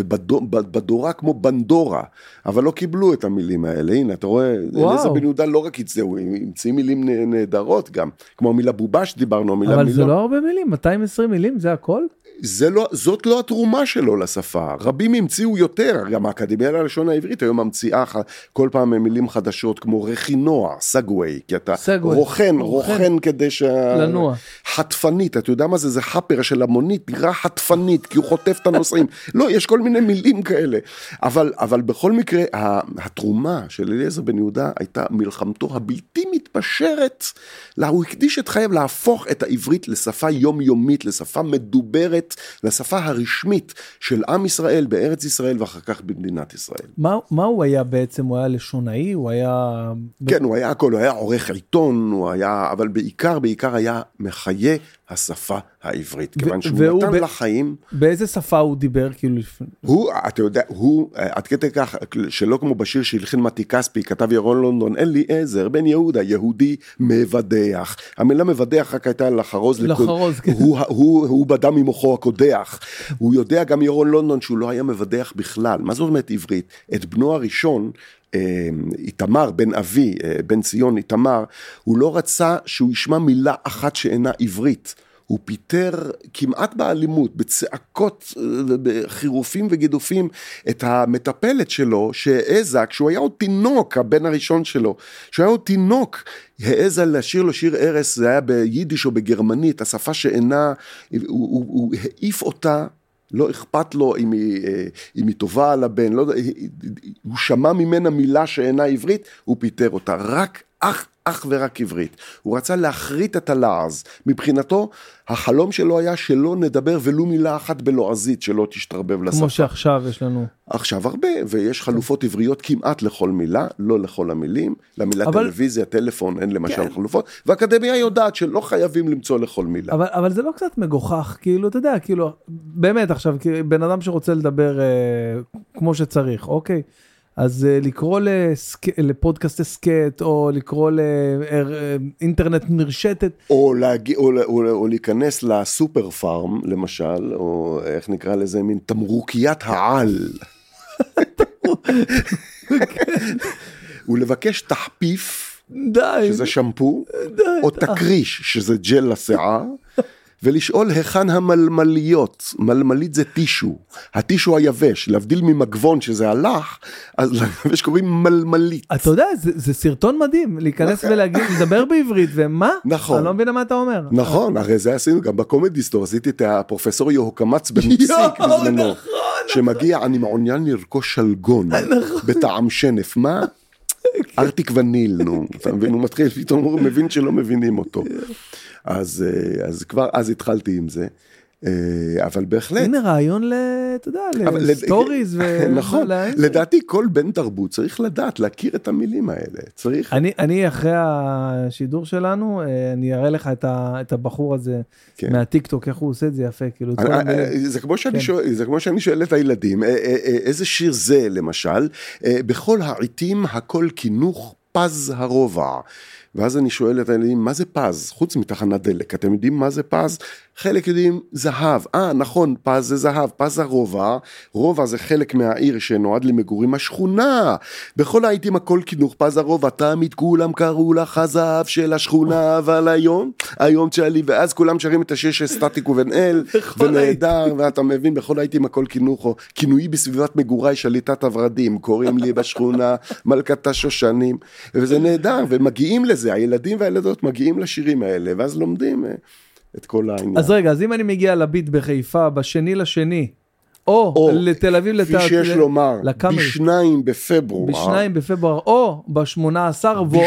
Speaker 2: ובדורה כמו בנדורה, אבל לא קיבלו את המילים האלה. הנה, אתה רואה, אליעזר בן יהודה לא רק הוא המציא מילים נהדרות גם, כמו המילה בובה שדיברנו,
Speaker 1: אבל זה לא הרבה מילים, 220 מילים, זה הכל?
Speaker 2: זאת לא התרומה שלו לשפה, רבים המציאו יותר, גם האקדמיה ללשון העברית היום ממציאה כל פעם מילים חדשות כמו רכינוע, סגווי, כי אתה רוכן כדי
Speaker 1: לנוע.
Speaker 2: חטפנית, אתה יודע מה זה? זה חפר של המונית, נראה חטפנית, כי הוא חוטף את הנוסעים. לא, יש כל מיני מילים כאלה, אבל בכל מקרה, התרומה של אליעזר בן יהודה הייתה מלחמתו הבלתי מתפשרת, הוא הקדיש את חייו להפוך את העברית לשפה יומיומית, לשפה מדוברת, לשפה הרשמית של עם ישראל בארץ ישראל ואחר כך במדינת ישראל.
Speaker 1: מה הוא היה בעצם? הוא היה לשונאי? הוא היה...
Speaker 2: כן, הוא היה הכל, הוא היה עורך עיתון, הוא היה, אבל בעיקר היה מחיי השפה העברית, כיוון שהוא נתן לחיים...
Speaker 1: באיזה שפה הוא דיבר? כאילו...
Speaker 2: אתה יודע, עד כדי כך, שלא כמו בשיר שהלחין מתי כספי, כתב ירון לונדון, אליעזר בן יהודה, יהודי מבדח. המילה מבדח רק הייתה לחרוז,
Speaker 1: כן.
Speaker 2: הוא בדם ממוחו הקודח. הוא יודע גם ירון לונדון שהוא לא היה מבדח בכלל. מה זאת אומרת עברית? את בנו הראשון, איתמר, בן אבי, בן ציון איתמר, הוא לא רצה שהוא ישמע מילה אחת שאינה עברית. הוא פיטר כמעט באלימות, בצעקות, בחירופים וגידופים, את המטפלת שלו, שהעזה, כשהוא היה עוד תינוק, הבן הראשון שלו, כשהוא היה עוד תינוק, העזה לשיר לו שיר ערש, זה היה ביידיש או בגרמנית, השפה שאינה, הוא העיף אותה, לא אכפת לו אם היא טובה על הבן, לא, הוא שמע ממנה מילה שאינה עברית, הוא פיטר אותה, רק אך ורק עברית. הוא רצה להחריט את הלעז. מבחינתו, החלום שלו היה שלא נדבר ולו מילה אחת בלועזית, שלא תשתרבב לשפה.
Speaker 1: כמו שעכשיו יש לנו.
Speaker 2: עכשיו הרבה, ויש חלופות עבריות כמעט לכל מילה, לא לכל המילים. למילה טלוויזיה, טלפון, אין למשל חלופות. והאקדמיה יודעת שלא חייבים למצוא לכל מילה.
Speaker 1: אבל זה לא קצת מגוחך, כאילו, אתה יודע, כאילו, באמת עכשיו, בן אדם שרוצה לדבר כמו שצריך, אוקיי? אז לקרוא לפודקאסט הסקט, או לקרוא לאינטרנט מרשתת.
Speaker 2: או להיכנס לסופר פארם, למשל, או איך נקרא לזה, מין תמרוקיית העל. ולבקש תחפיף, שזה שמפו, או תקריש, שזה ג'ל לשיער, ולשאול היכן המלמליות. מלמלית זה טישו, הטישו היבש, להבדיל ממגבון שזה הלך, אז ליבש קוראים מלמלית.
Speaker 1: אתה יודע, זה סרטון מדהים, להיכנס ולהגיד, לדבר בעברית, ומה?
Speaker 2: נכון.
Speaker 1: אני לא מבין מה אתה אומר.
Speaker 2: נכון, הרי זה עשינו גם בקומדיסטור, עשיתי את הפרופסור יהוקמץ במפסיק בזמנו, שמגיע, אני מעוניין לרכוש שלגון, בטעם שנף, מה? ארטיק וניל, נו, אתה מבין, הוא מתחיל, פתאום הוא מבין שלא מבינים אותו. אז כבר אז התחלתי עם זה, אבל בהחלט.
Speaker 1: הנה רעיון אתה יודע, לסטוריז.
Speaker 2: נכון, לדעתי כל בן תרבות צריך לדעת, להכיר את המילים האלה, צריך.
Speaker 1: אני אחרי השידור שלנו, אני אראה לך את הבחור הזה מהטיקטוק, איך הוא עושה את זה יפה, כאילו.
Speaker 2: זה כמו שאני שואל את הילדים, איזה שיר זה למשל, בכל העיתים הכל כינוך פז הרובע. ואז אני שואל את הילדים, מה זה פז? חוץ מתחנת דלק, אתם יודעים מה זה פז? חלק יודעים זהב, נכון, פז זה זהב, פז הרובע, רובע זה חלק מהעיר שנועד למגורים, השכונה, בכל העיתים הכל כינוך, פז הרובע, תמיד כולם קראו לך הזהב של השכונה, אבל היום תשאלי, ואז כולם שרים את השיר של סטטיק ובן אל, ונהדר, ואתה מבין, בכל העיתים הכל כינוך, או כינוי בסביבת מגורי שליטת הורדים, קוראים לי בשכונה, מלכת השושנים, וזה נהדר, ומגיעים לזה, הילדים והילדות מגיעים לשירים האלה, ואז לומדים את כל העניין.
Speaker 1: אז רגע, אז אם אני מגיע לביט בחיפה, בשני לשני, או לתל אביב,
Speaker 2: כפי שיש לומר, ב2 בפברואר,
Speaker 1: או ב18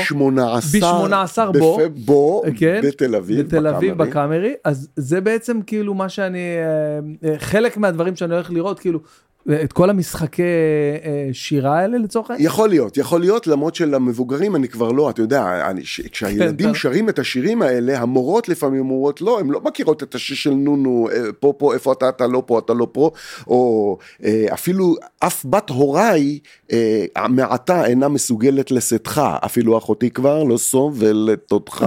Speaker 1: בו, בתל אביב בקאמרי, אז זה בעצם כאילו מה שאני, חלק מהדברים שאני הולך לראות, כאילו, את כל המשחקי שירה האלה לצורך העניין?
Speaker 2: יכול להיות, למרות שלמבוגרים אני כבר לא, אתה יודע, כשהילדים שרים את השירים האלה, המורות לפעמים אומרות לא, הן לא מכירות את השיר של נונו, פה, איפה אתה לא פה, אתה לא פה, או אפילו אף בת הוריי, המעטה אינה מסוגלת לשאתך, אפילו אחותי כבר לא סובלת אותך.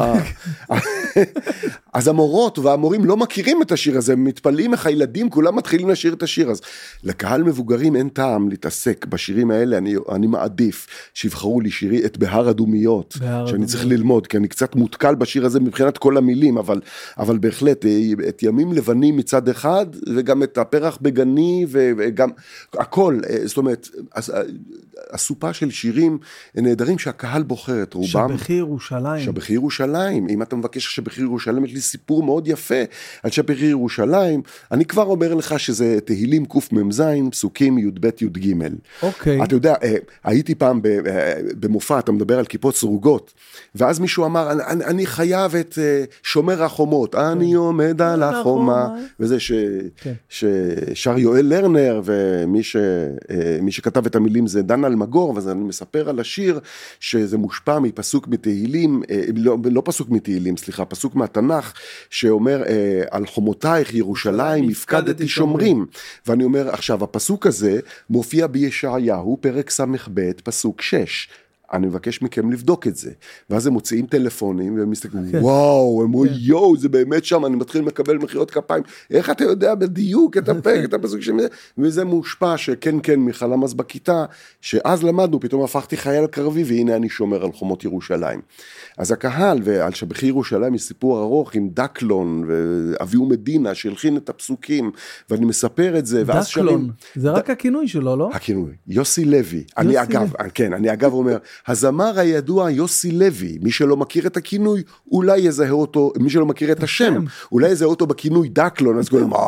Speaker 2: אז המורות והמורים לא מכירים את השיר הזה, הם מתפלאים איך הילדים, כולם מתחילים לשיר את השיר הזה. לקהל מבוגרים אין טעם להתעסק בשירים האלה, אני מעדיף שיבחרו לי שירי את בהר אדומיות, שאני צריך ללמוד, כי אני קצת מותקל בשיר הזה מבחינת כל המילים, אבל בהחלט, את ימים לבנים מצד אחד, וגם את הפרח בגני, וגם הכל, זאת אומרת, הסופה של שירים נהדרים שהקהל בוחר את רובם.
Speaker 1: שבחי ירושלים.
Speaker 2: אם אתה מבקש שבחיר ירושלים, יש לי סיפור מאוד יפה על שבחיר ירושלים, אני כבר אומר לך שזה תהילים קמ"ז, פסוקים י"ב י"ג.
Speaker 1: אוקיי.
Speaker 2: אתה יודע, הייתי פעם במופע, אתה מדבר על כיפות סרוגות, ואז מישהו אמר, אני חייב את שומר החומות, אני עומד על החומה, וזה ששר יואל לרנר, ומי שכתב את המילים זה דן אלמגור, ואז אני מספר על השיר, שזה מושפע מפסוק מתהילים, לא פסוק מתהילים, סליחה, פסוק מהתנ"ך, שאומר, על חומותייך ירושלים, הפקדתי שומרים, ואני אומר, עכשיו, הפסוק הזה מופיע בישעיהו, פרק ס"ב, פסוק 6, אני מבקש מכם לבדוק את זה, ואז הם מוציאים טלפונים, והם מסתכלים, וואו, הם אומרים, יואו, זה באמת שם, אני מתחיל לקבל מחיאות כפיים, איך אתה יודע בדיוק את הפרק, את הפסוק שמזה, וזה מושפע שכן, כן, מחלמס בכיתה, שאז למדנו, פתאום הפכתי חייל קרבי, והנה אני שומר על חומות ירושלים. אז הקהל, ועל שבחיר ירושלים יש סיפור ארוך עם דקלון, ואביהו מדינה, שהלחין את הפסוקים, ואני מספר את זה, ואז
Speaker 1: דקלון, זה רק הכינוי שלו, לא?
Speaker 2: הכינוי, יוסי לוי. אני אגב אומר, הזמר הידוע יוסי לוי, מי שלא מכיר את הכינוי, אולי יזהה אותו, מי שלא מכיר את השם, אולי יזהה אותו בכינוי דקלון, אז כולם,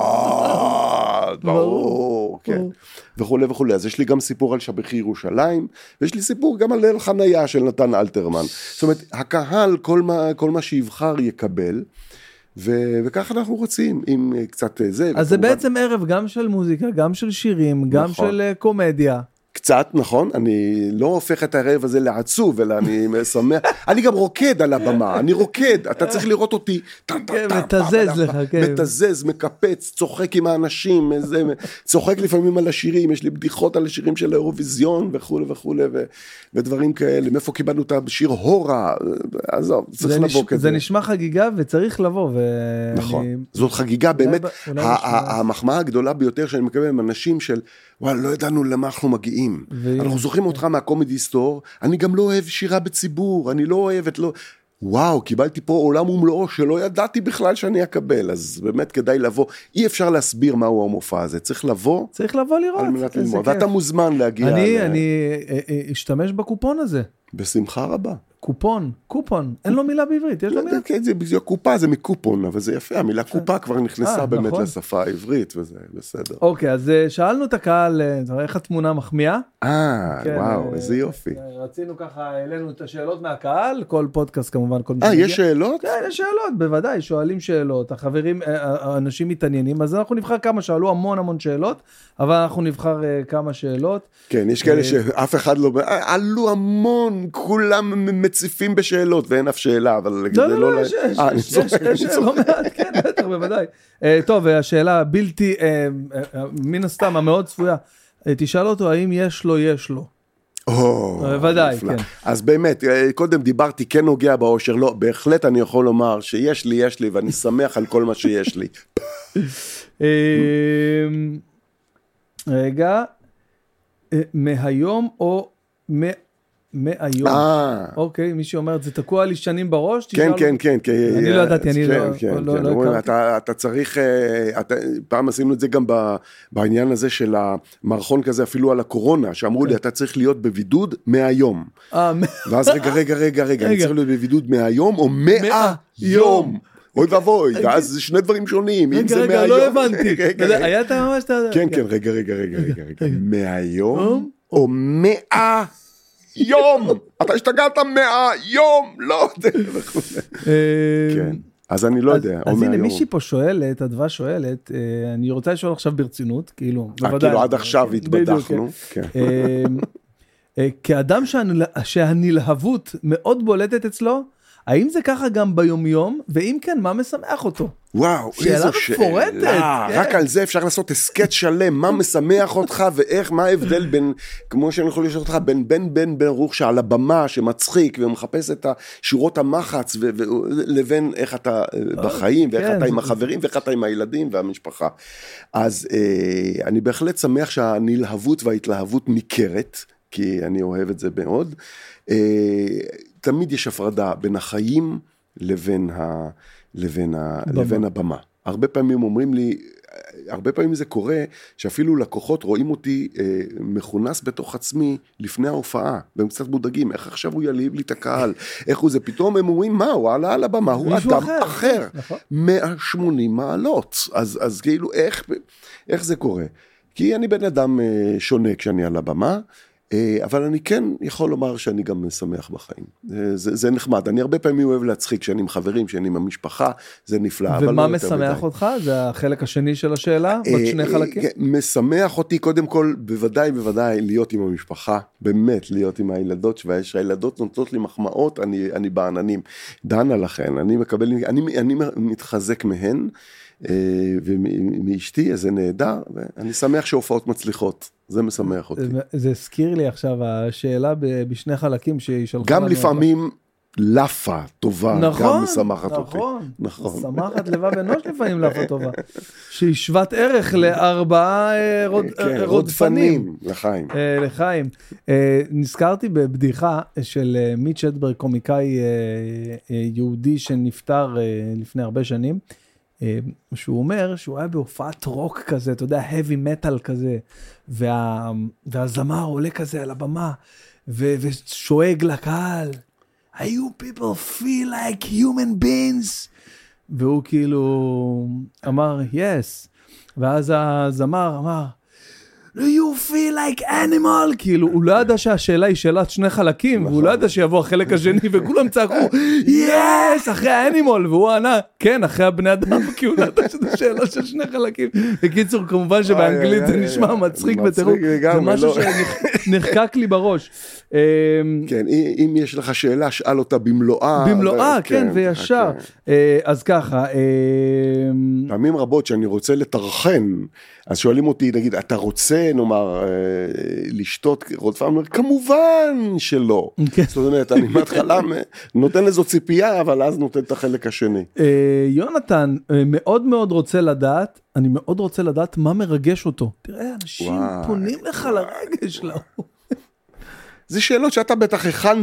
Speaker 2: ברור, כן, וכו' וכו'. אז יש לי גם סיפור על שבחיר ירושלים, ויש לי סיפור גם על ליל חניה של נתן אלתרמן. זאת אומרת, הקהל, כל מה שיבחר יקבל, וכך אנחנו רוצים, עם קצת זה.
Speaker 1: אז זה בעצם ערב גם של מוזיקה, גם של שירים, גם של קומדיה.
Speaker 2: קצת, נכון, אני לא הופך את הערב הזה לעצוב, אלא אני שמח, אני גם רוקד על הבמה, אני רוקד, אתה צריך לראות אותי,
Speaker 1: מתזז לך, כן.
Speaker 2: מתזז, מקפץ, צוחק עם האנשים, צוחק לפעמים על השירים, יש לי בדיחות על השירים של האירוויזיון, וכו' וכו', ודברים כאלה, מאיפה קיבלנו את השיר הורה, עזוב, צריך לבוא כזה.
Speaker 1: זה נשמע חגיגה וצריך לבוא.
Speaker 2: נכון, זאת חגיגה, באמת, המחמאה הגדולה ביותר שאני מקבל עם אנשים של, וואלה, לא ידענו למה אנחנו מגיעים. אנחנו זוכרים אותך מהקומדי סטור, אני גם לא אוהב שירה בציבור, אני לא אוהב את לא... וואו, קיבלתי פה עולם ומלואו שלא ידעתי בכלל שאני אקבל, אז באמת כדאי לבוא, אי אפשר להסביר מהו המופע הזה, צריך לבוא
Speaker 1: לראות.
Speaker 2: על מנת ללמוד, ואתה מוזמן להגיע.
Speaker 1: אני אשתמש בקופון הזה.
Speaker 2: בשמחה רבה.
Speaker 1: קופון, אין לו מילה בעברית, יש לו מילה?
Speaker 2: כן, זה קופה, זה מקופון, אבל זה יפה, המילה קופה כבר נכנסה באמת לשפה העברית, וזה בסדר.
Speaker 1: אוקיי, אז שאלנו את הקהל, איך התמונה מחמיאה?
Speaker 2: וואו, איזה יופי.
Speaker 1: רצינו ככה, העלינו את השאלות מהקהל, כל פודקאסט כמובן.
Speaker 2: יש שאלות?
Speaker 1: כן, יש שאלות, בוודאי, שואלים שאלות, החברים, אנשים מתעניינים, אז אנחנו נבחר כמה, שאלו המון שאלות, אבל אנחנו נבחר כמה שאלות. כן,
Speaker 2: יש כאלה שאף אחד לא, עלו המון, כולם מציפים בשאלות, ואין אף שאלה, אבל...
Speaker 1: לא, יש לא מעט, כן, בטח, בוודאי. טוב, השאלה בלתי, מן הסתם, המאוד צפויה, תשאל אותו, האם יש לו? בוודאי, כן.
Speaker 2: אז באמת, קודם דיברתי, כן נוגע באושר, לא, בהחלט אני יכול לומר שיש לי, ואני שמח על כל מה שיש לי.
Speaker 1: רגע, מהיום או מהיום? אוקיי, מי שאומרת, זה תקוע לי שנים בראש?
Speaker 2: כן.
Speaker 1: אני לא ידעתי, אני לא
Speaker 2: הכרתי. אתה צריך, פעם עשינו את זה גם בעניין הזה של המערכון כזה, אפילו על הקורונה, שאמרו לי, אתה צריך להיות בבידוד מהיום. ואז רגע, אני צריך להיות בבידוד מהיום או 100 יום. אוי ואבוי, אז זה שני דברים שונים.
Speaker 1: רגע, לא הבנתי. היה אתה ממש...
Speaker 2: כן, רגע. 100 יום או 100 יום. אתה השתגעת 100 יום. לא, כן. אז אני לא יודע.
Speaker 1: אז הנה, מישהי פה שואלת, הדווה שואלת, אני רוצה לשאול עכשיו ברצינות, כאילו, בוודאי.
Speaker 2: כאילו עד עכשיו התבדחנו.
Speaker 1: כאדם שהנלהבות מאוד בולטת אצלו, האם זה ככה גם ביומיום, ואם כן, מה משמח אותו?
Speaker 2: וואו, איזו שאלה. רק על זה אפשר לעשות הסקט שלם, מה משמח אותך ואיך, מה ההבדל בין, כמו שאני יכול לשאול אותך, בין בן ברוך שעל הבמה שמצחיק ומחפש את שורות המחץ, לבין איך אתה בחיים, ואיך אתה עם החברים, ואיך אתה עם הילדים והמשפחה. אז אני בהחלט שמח שהנלהבות וההתלהבות ניכרת, כי אני אוהב את זה מאוד. תמיד יש הפרדה בין החיים לבין הבמה. הרבה פעמים אומרים לי, הרבה פעמים זה קורה, שאפילו לקוחות רואים אותי מכונס בתוך עצמי לפני ההופעה, והם קצת מודאגים, איך עכשיו הוא יליב לי את הקהל, איך הוא זה, פתאום הם אומרים, מה, הוא עלה על הבמה, הוא אדם אחר, 180 מעלות, אז כאילו, איך זה קורה? כי אני בן אדם שונה כשאני על הבמה, אבל אני כן יכול לומר שאני גם שמח בחיים. זה נחמד. אני הרבה פעמים אוהב להצחיק כשאני עם חברים, כשאני עם המשפחה, זה נפלא.
Speaker 1: ומה משמח אותך? זה החלק השני של השאלה? עוד שני חלקים?
Speaker 2: משמח אותי קודם כל, בוודאי להיות עם המשפחה, באמת להיות עם הילדות, והילדות נותנות לי מחמאות, אני בעננים. דנה לכן, אני מתחזק מהן, ומאשתי, אז זה נהדר, ואני שמח שהופעות מצליחות, זה משמח אותי.
Speaker 1: זה הזכיר לי עכשיו, השאלה בשני חלקים שישלחו
Speaker 2: גם לפעמים לפה טובה, גם משמחת אותי.
Speaker 1: נכון, שמחת לבב אנוש לפעמים לפה טובה, שהיא שוות ערך לארבעה רודפנים. לחיים. נזכרתי בבדיחה של מיץ' אדברג, קומיקאי יהודי שנפטר לפני הרבה שנים, שהוא אומר שהוא היה בהופעת רוק כזה, אתה יודע, heavy metal כזה, והזמר עולה כזה על הבמה, ושואג לקהל, you people feel like human beings? והוא כאילו אמר, yes. ואז הזמר אמר, you feel like animal? כאילו, הוא לא ידע שהשאלה היא שאלת שני חלקים, והוא לא ידע שיבוא החלק השני, וכולם צעקו, yes, אחרי האנימול, והוא ענה, כן, אחרי הבני אדם, כי הוא לא ידע שזה שאלה של שני חלקים. בקיצור, כמובן שבאנגלית זה נשמע מצחיק בטירוף, זה משהו שנחקק לי בראש.
Speaker 2: כן, אם יש לך שאלה, שאל אותה במלואה.
Speaker 1: במלואה, כן, וישר. אז ככה.
Speaker 2: פעמים רבות שאני רוצה לתרחן, אז שואלים אותי, נגיד, אתה רוצה, נאמר, לשתות רודפה? אני אומר, כמובן שלא. זאת אומרת, אני מההתחלה נותן איזו ציפייה, אבל אז נותן את החלק השני.
Speaker 1: יונתן מאוד מאוד רוצה לדעת, אני מאוד רוצה לדעת מה מרגש אותו. תראה, אנשים פונים לך לרגש לו.
Speaker 2: זה שאלות שאתה בטח הכנת,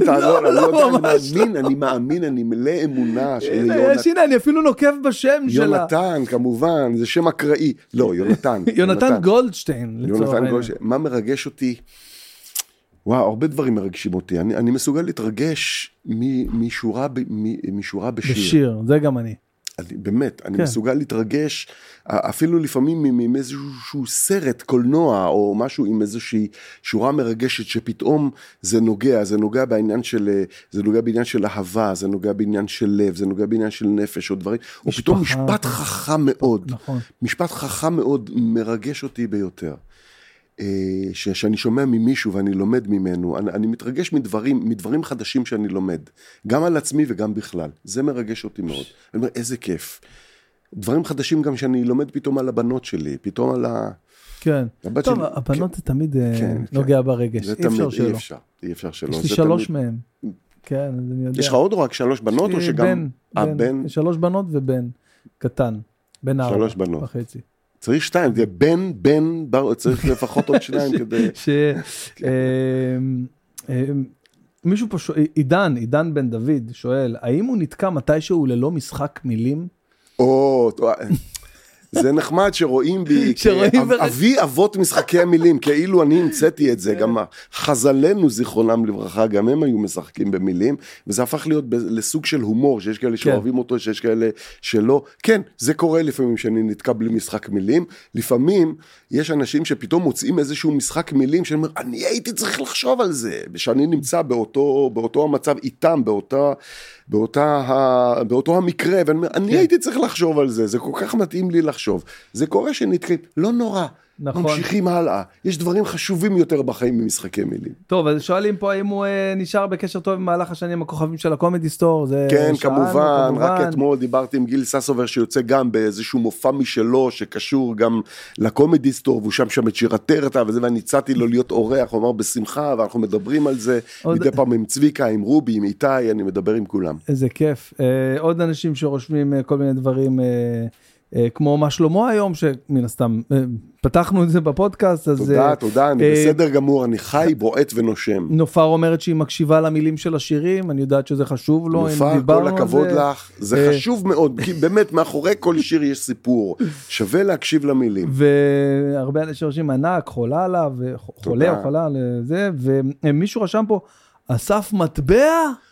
Speaker 2: אני מאמין, אני מלא אמונה של יונתן.
Speaker 1: הנה, אני אפילו נוקב בשם שלה.
Speaker 2: יונתן, כמובן, זה שם אקראי. לא, יונתן.
Speaker 1: יונתן גולדשטיין.
Speaker 2: יונתן גולדשטיין. מה מרגש אותי? וואו, הרבה דברים מרגשים אותי. אני מסוגל להתרגש משורה בשיר.
Speaker 1: בשיר, זה גם אני.
Speaker 2: באמת, אני מסוגל להתרגש, אפילו לפעמים עם איזשהו סרט, קולנוע, או משהו עם איזושהי שורה מרגשת, שפתאום זה נוגע בעניין של אהבה, זה נוגע בעניין של לב, זה נוגע בעניין של נפש, או דברים, או פתאום משפט חכם מאוד, משפט חכם מאוד מרגש אותי ביותר. שאני שומע ממישהו ואני לומד ממנו, אני מתרגש מדברים חדשים שאני לומד, גם על עצמי וגם בכלל, זה מרגש אותי מאוד. אני אומר, איזה כיף. דברים חדשים גם שאני לומד פתאום על הבנות שלי, פתאום על
Speaker 1: כן. טוב, הבנות זה תמיד נוגע ברגש, אי אפשר שלא.
Speaker 2: אי אפשר שלא.
Speaker 1: יש לי 3 מהם. כן, אני יודע.
Speaker 2: יש לך עוד או רק 3 בנות או שגם...
Speaker 1: בן. 3 בנות ובן קטן. בן 4 וחצי.
Speaker 2: צריך 2, זה בן, צריך לפחות עוד 2 כדי...
Speaker 1: מישהו פה שואל, עידן בן דוד שואל, האם הוא נתקע מתישהו ללא משחק מילים?
Speaker 2: זה נחמד שרואים בי, אבי אבות משחקי המילים, כאילו אני המצאתי את זה, גם חז"לינו זיכרונם לברכה, גם הם היו משחקים במילים, וזה הפך להיות לסוג של הומור, שיש כאלה שאוהבים אותו, שיש כאלה שלא, כן, זה קורה לפעמים שאני נתקע בלי משחק מילים, לפעמים יש אנשים שפתאום מוצאים איזשהו משחק מילים, שאני אומר, אני הייתי צריך לחשוב על זה, ושאני נמצא באותו המצב איתם, באותו המקרה, ואני אומר, אני הייתי צריך לחשוב על זה, זה כל כך מתאים לי לחשוב. זה קורה שנתקעים, לא נורא, ממשיכים הלאה. יש דברים חשובים יותר בחיים ממשחקי מילים.
Speaker 1: טוב, אז שואלים פה האם הוא נשאר בקשר טוב במהלך השנים הכוכבים של הקומדי סטור.
Speaker 2: כן, כמובן, רק אתמול דיברתי עם גיל ססובר שיוצא גם באיזשהו מופע משלו שקשור גם לקומדי סטור, והוא שם את שירתרתה וזה, ואני הצעתי לו להיות אורח, הוא אמר בשמחה, ואנחנו מדברים על זה, מדי פעם עם צביקה, עם רובי, עם איתי, אני מדבר עם כולם.
Speaker 1: איזה כיף. עוד אנשים שרושמים כל מיני דברים כמו מה שלמה היום, שמן הסתם פתחנו את זה בפודקאסט, אז...
Speaker 2: תודה, אני בסדר גמור, אני חי, בועט ונושם.
Speaker 1: נופר אומרת שהיא מקשיבה למילים של השירים, אני יודעת שזה חשוב לו,
Speaker 2: נופר, כל הכבוד לך, זה חשוב מאוד, כי באמת מאחורי כל שיר יש סיפור, שווה להקשיב למילים.
Speaker 1: והרבה אנשים ענק, חולה עליו, חולה או חולה לזה, ומישהו רשם פה, אסף מטבע?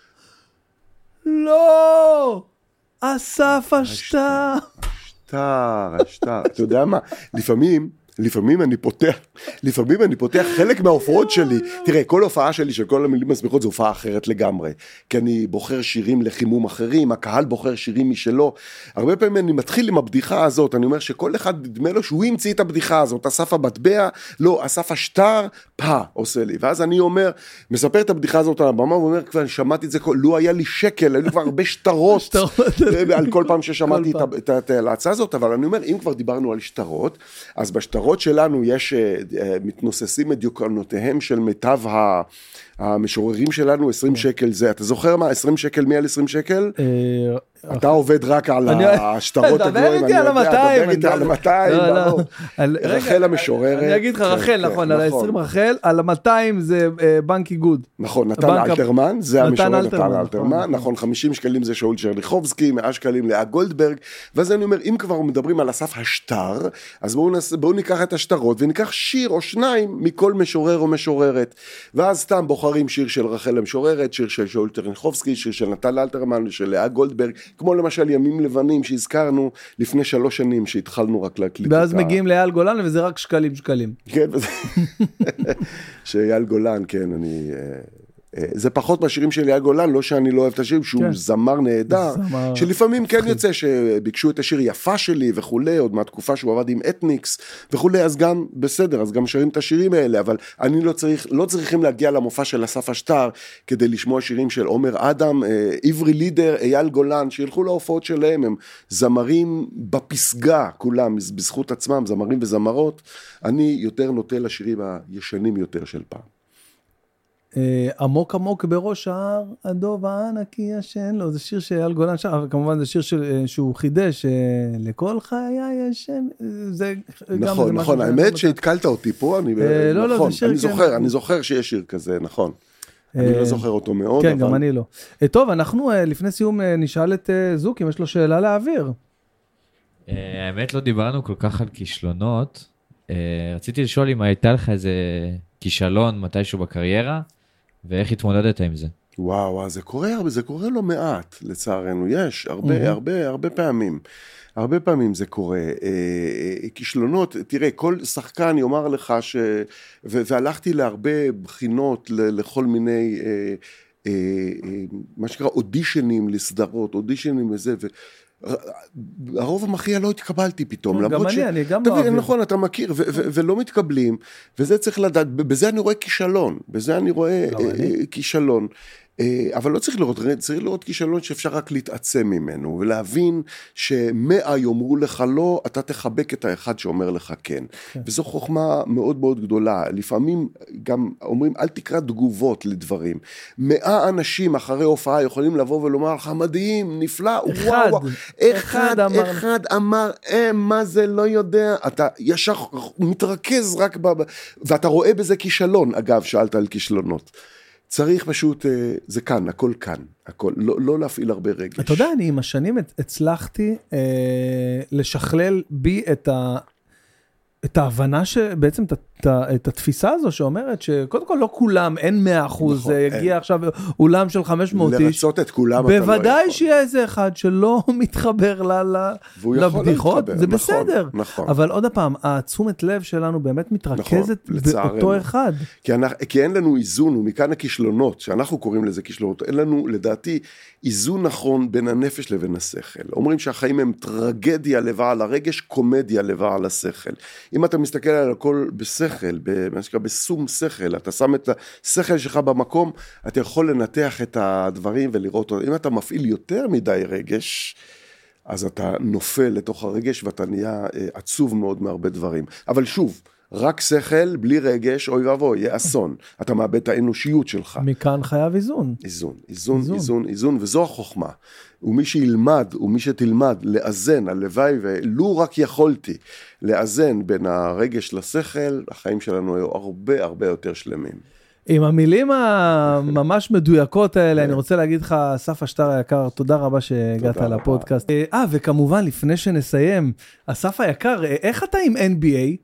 Speaker 1: לא! אסף השטר.
Speaker 2: השטר. אתה יודע מה? לפעמים אני פותח חלק מההופעות שלי. תראה, כל הופעה שלי של כל המילים הסמיכות זו הופעה אחרת לגמרי. כי אני בוחר שירים לחימום אחרים, הקהל בוחר שירים משלו. הרבה פעמים אני מתחיל עם הבדיחה הזאת, אני אומר שכל אחד נדמה לו שהוא המציא את הבדיחה הזאת. אסף המטבע, לא, אסף השטר, עושה לי. ואז אני אומר, מספר את הבדיחה הזאת על הבמה, ואומר, כבר שמעתי את זה, לא היה לי שקל, היו כבר הרבה שטרות, על כל פעם ששמעתי את ההצעה הזאת, אבל אני אומר, אם כבר דיברנו על שטרות, אז בשטרות שלנו יש מתנוססים את יוקרנותיהם של מיטב המשוררים שלנו, 20 שקל זה, אתה זוכר מה? 20 שקל, 120 שקל? אתה עובד רק על השטרות הגבוהים.
Speaker 1: דבר איתי על 200.
Speaker 2: דבר איתי על 200, ברור. רחל המשוררת.
Speaker 1: אני אגיד לך רחל, נכון, על ה-20 רחל, על ה-200 זה בנק איגוד.
Speaker 2: נכון, נתן אלתרמן, זה המשורר נתן אלתרמן, נכון, 50 שקלים זה שאול צ'רניחובסקי, 100 שקלים לאה גולדברג, ואז אני אומר, אם כבר מדברים על אסף השטר, אז בואו ניקח את השטרות, וניקח שיר או שניים מכל משורר או משוררת, ואז סתם בוחרים שיר של רחל המשוררת, שיר של שאול צ'רניחובסקי, שיר של נתן אלתרמן, של לאה גולדברג, כמו למשל ימים לבנים שהזכרנו לפני 3 שנים שהתחלנו רק להקליט.
Speaker 1: ואז מגיעים לאייל גולן וזה רק שקלים.
Speaker 2: כן, שאייל גולן, כן, זה פחות מהשירים של אייל גולן, לא שאני לא אוהב את השיר, שהוא זמר נהדר, שלפעמים כן יוצא שביקשו את השיר יפה שלי וכולי, עוד מהתקופה שהוא עבד עם אתניקס וכולי, אז גם בסדר, אז גם שרים את השירים האלה, אבל אני לא צריכים להגיע למופע של אסף השטר, כדי לשמוע שירים של עומר אדם, עברי לידר, אייל גולן, שילכו להופעות שלהם, הם זמרים בפסגה, כולם, בזכות עצמם, זמרים וזמרות, אני יותר נוטה לשירים הישנים יותר של פעם.
Speaker 1: עמוק עמוק בראש ההר, הדוב הענקי ישן לו, זה שיר שאייל גולן שר, כמובן זה שיר שהוא חידש, לכל חיי ישן, זה
Speaker 2: נכון, נכון, האמת שהתקלת אותי פה, אני זוכר שיש שיר כזה, נכון, אני לא זוכר אותו מאוד.
Speaker 1: כן, גם אני לא. טוב, אנחנו לפני סיום נשאל את זוק, אם יש לו שאלה להעביר.
Speaker 3: האמת לא דיברנו כל כך על כישלונות, רציתי לשאול אם הייתה לך איזה כישלון מתישהו בקריירה, ואיך התמודדת עם זה?
Speaker 2: וואו, זה קורה לא מעט, לצערנו, יש, הרבה פעמים. הרבה פעמים זה קורה. כישלונות, תראה, כל שחקן יאמר לך והלכתי להרבה בחינות, לכל מיני, מה שקרה, אודישנים לסדרות, אודישנים לזה, הרוב המכריע לא התקבלתי פתאום.
Speaker 1: גם אני גם לא אוהב.
Speaker 2: נכון, אתה מכיר, ולא מתקבלים, וזה צריך לדעת, בזה אני רואה כישלון, אבל לא צריך לראות כישלון שאפשר רק להתעצם ממנו, ולהבין ש100 יאמרו לך לא, אתה תחבק את האחד שאומר לך כן. וזו חוכמה מאוד מאוד גדולה. לפעמים גם אומרים, אל תקרא תגובות לדברים. 100 אנשים אחרי הופעה יכולים לבוא ולומר לך, מדהים, נפלא, אחד אמר, מה זה לא יודע, אתה ישר מתרכז רק ואתה רואה בזה כישלון. אגב, שאלת על כישלונות. צריך פשוט, זה כאן, הכל כאן, הכל, לא להפעיל הרבה רגש.
Speaker 1: אתה יודע, אני עם השנים הצלחתי לשכלל בי את ההבנה שבעצם את התפיסה הזו שאומרת שקודם כל לא כולם, אין 100%, זה יגיע עכשיו אולם של 500 איש.
Speaker 2: לרצות את כולם אתה לא יכול.
Speaker 1: בוודאי שיהיה איזה אחד שלא מתחבר לבדיחות, זה בסדר. אבל עוד הפעם, התשומת לב שלנו באמת מתרכזת באותו אחד.
Speaker 2: כי אין לנו איזון, ומכאן הכישלונות, שאנחנו קוראים לזה כישלונות, אין לנו לדעתי איזון נכון בין הנפש לבין השכל. אומרים שהחיים הם טרגדיה לבעל הרגש, קומדיה לבעל השכל. אם אתה מסתכל על הכל בשכל, בסום שכל, אתה שם את השכל שלך במקום, אתה יכול לנתח את הדברים ולראות, אם אתה מפעיל יותר מדי רגש, אז אתה נופל לתוך הרגש ואתה נהיה עצוב מאוד מהרבה דברים. אבל שוב, רק שכל, בלי רגש, אוי ואבוי, יהיה אסון. אתה מאבד את האנושיות שלך.
Speaker 1: מכאן חייב איזון.
Speaker 2: איזון, וזו החוכמה. ומי שילמד, ומי שתלמד, לאזן, הלוואי, ולו רק יכולתי, לאזן בין הרגש לשכל, החיים שלנו היו הרבה הרבה יותר שלמים.
Speaker 1: עם המילים הממש מדויקות האלה, אני רוצה להגיד לך, אסף אשטר היקר, תודה רבה שהגעת לפודקאסט. וכמובן, לפני שנסיים, אסף היקר, איך אתה עם NBA?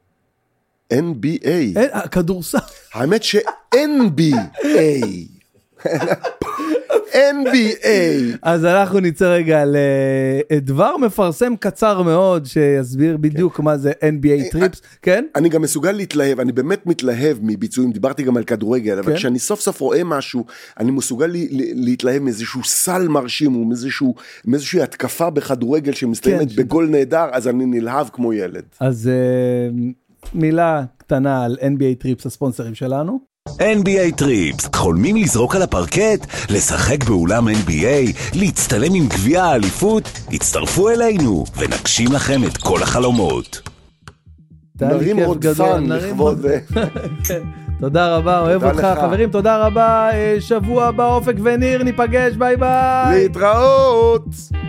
Speaker 2: NBA?
Speaker 1: כדורסל.
Speaker 2: האמת ש-NBA. NBA.
Speaker 1: אז אנחנו נצא רגע לדבר מפרסם קצר מאוד, שיסביר בדיוק מה זה NBA טריפס, כן?
Speaker 2: אני גם מסוגל להתלהב, אני באמת מתלהב מביצועים, דיברתי גם על כדורגל, אבל כשאני סוף סוף רואה משהו, אני מסוגל להתלהב מאיזשהו סל מרשים, או מאיזושהי התקפה בכדורגל שמסתיימת בגול נהדר, אז אני נלהב כמו ילד.
Speaker 1: אז מילה קטנה על NBA טריפס, הספונסרים שלנו.
Speaker 4: NBA טריפס, חולמים לזרוק על הפרקט, לשחק באולם NBA, להצטלם עם גביע האליפות? הצטרפו אלינו ונגשים לכם את כל החלומות.
Speaker 2: נרים רודפן לכבוד זה.
Speaker 1: תודה רבה, אוהב אותך חברים, תודה רבה, שבוע באופק וניר, ניפגש, ביי ביי.
Speaker 2: להתראות.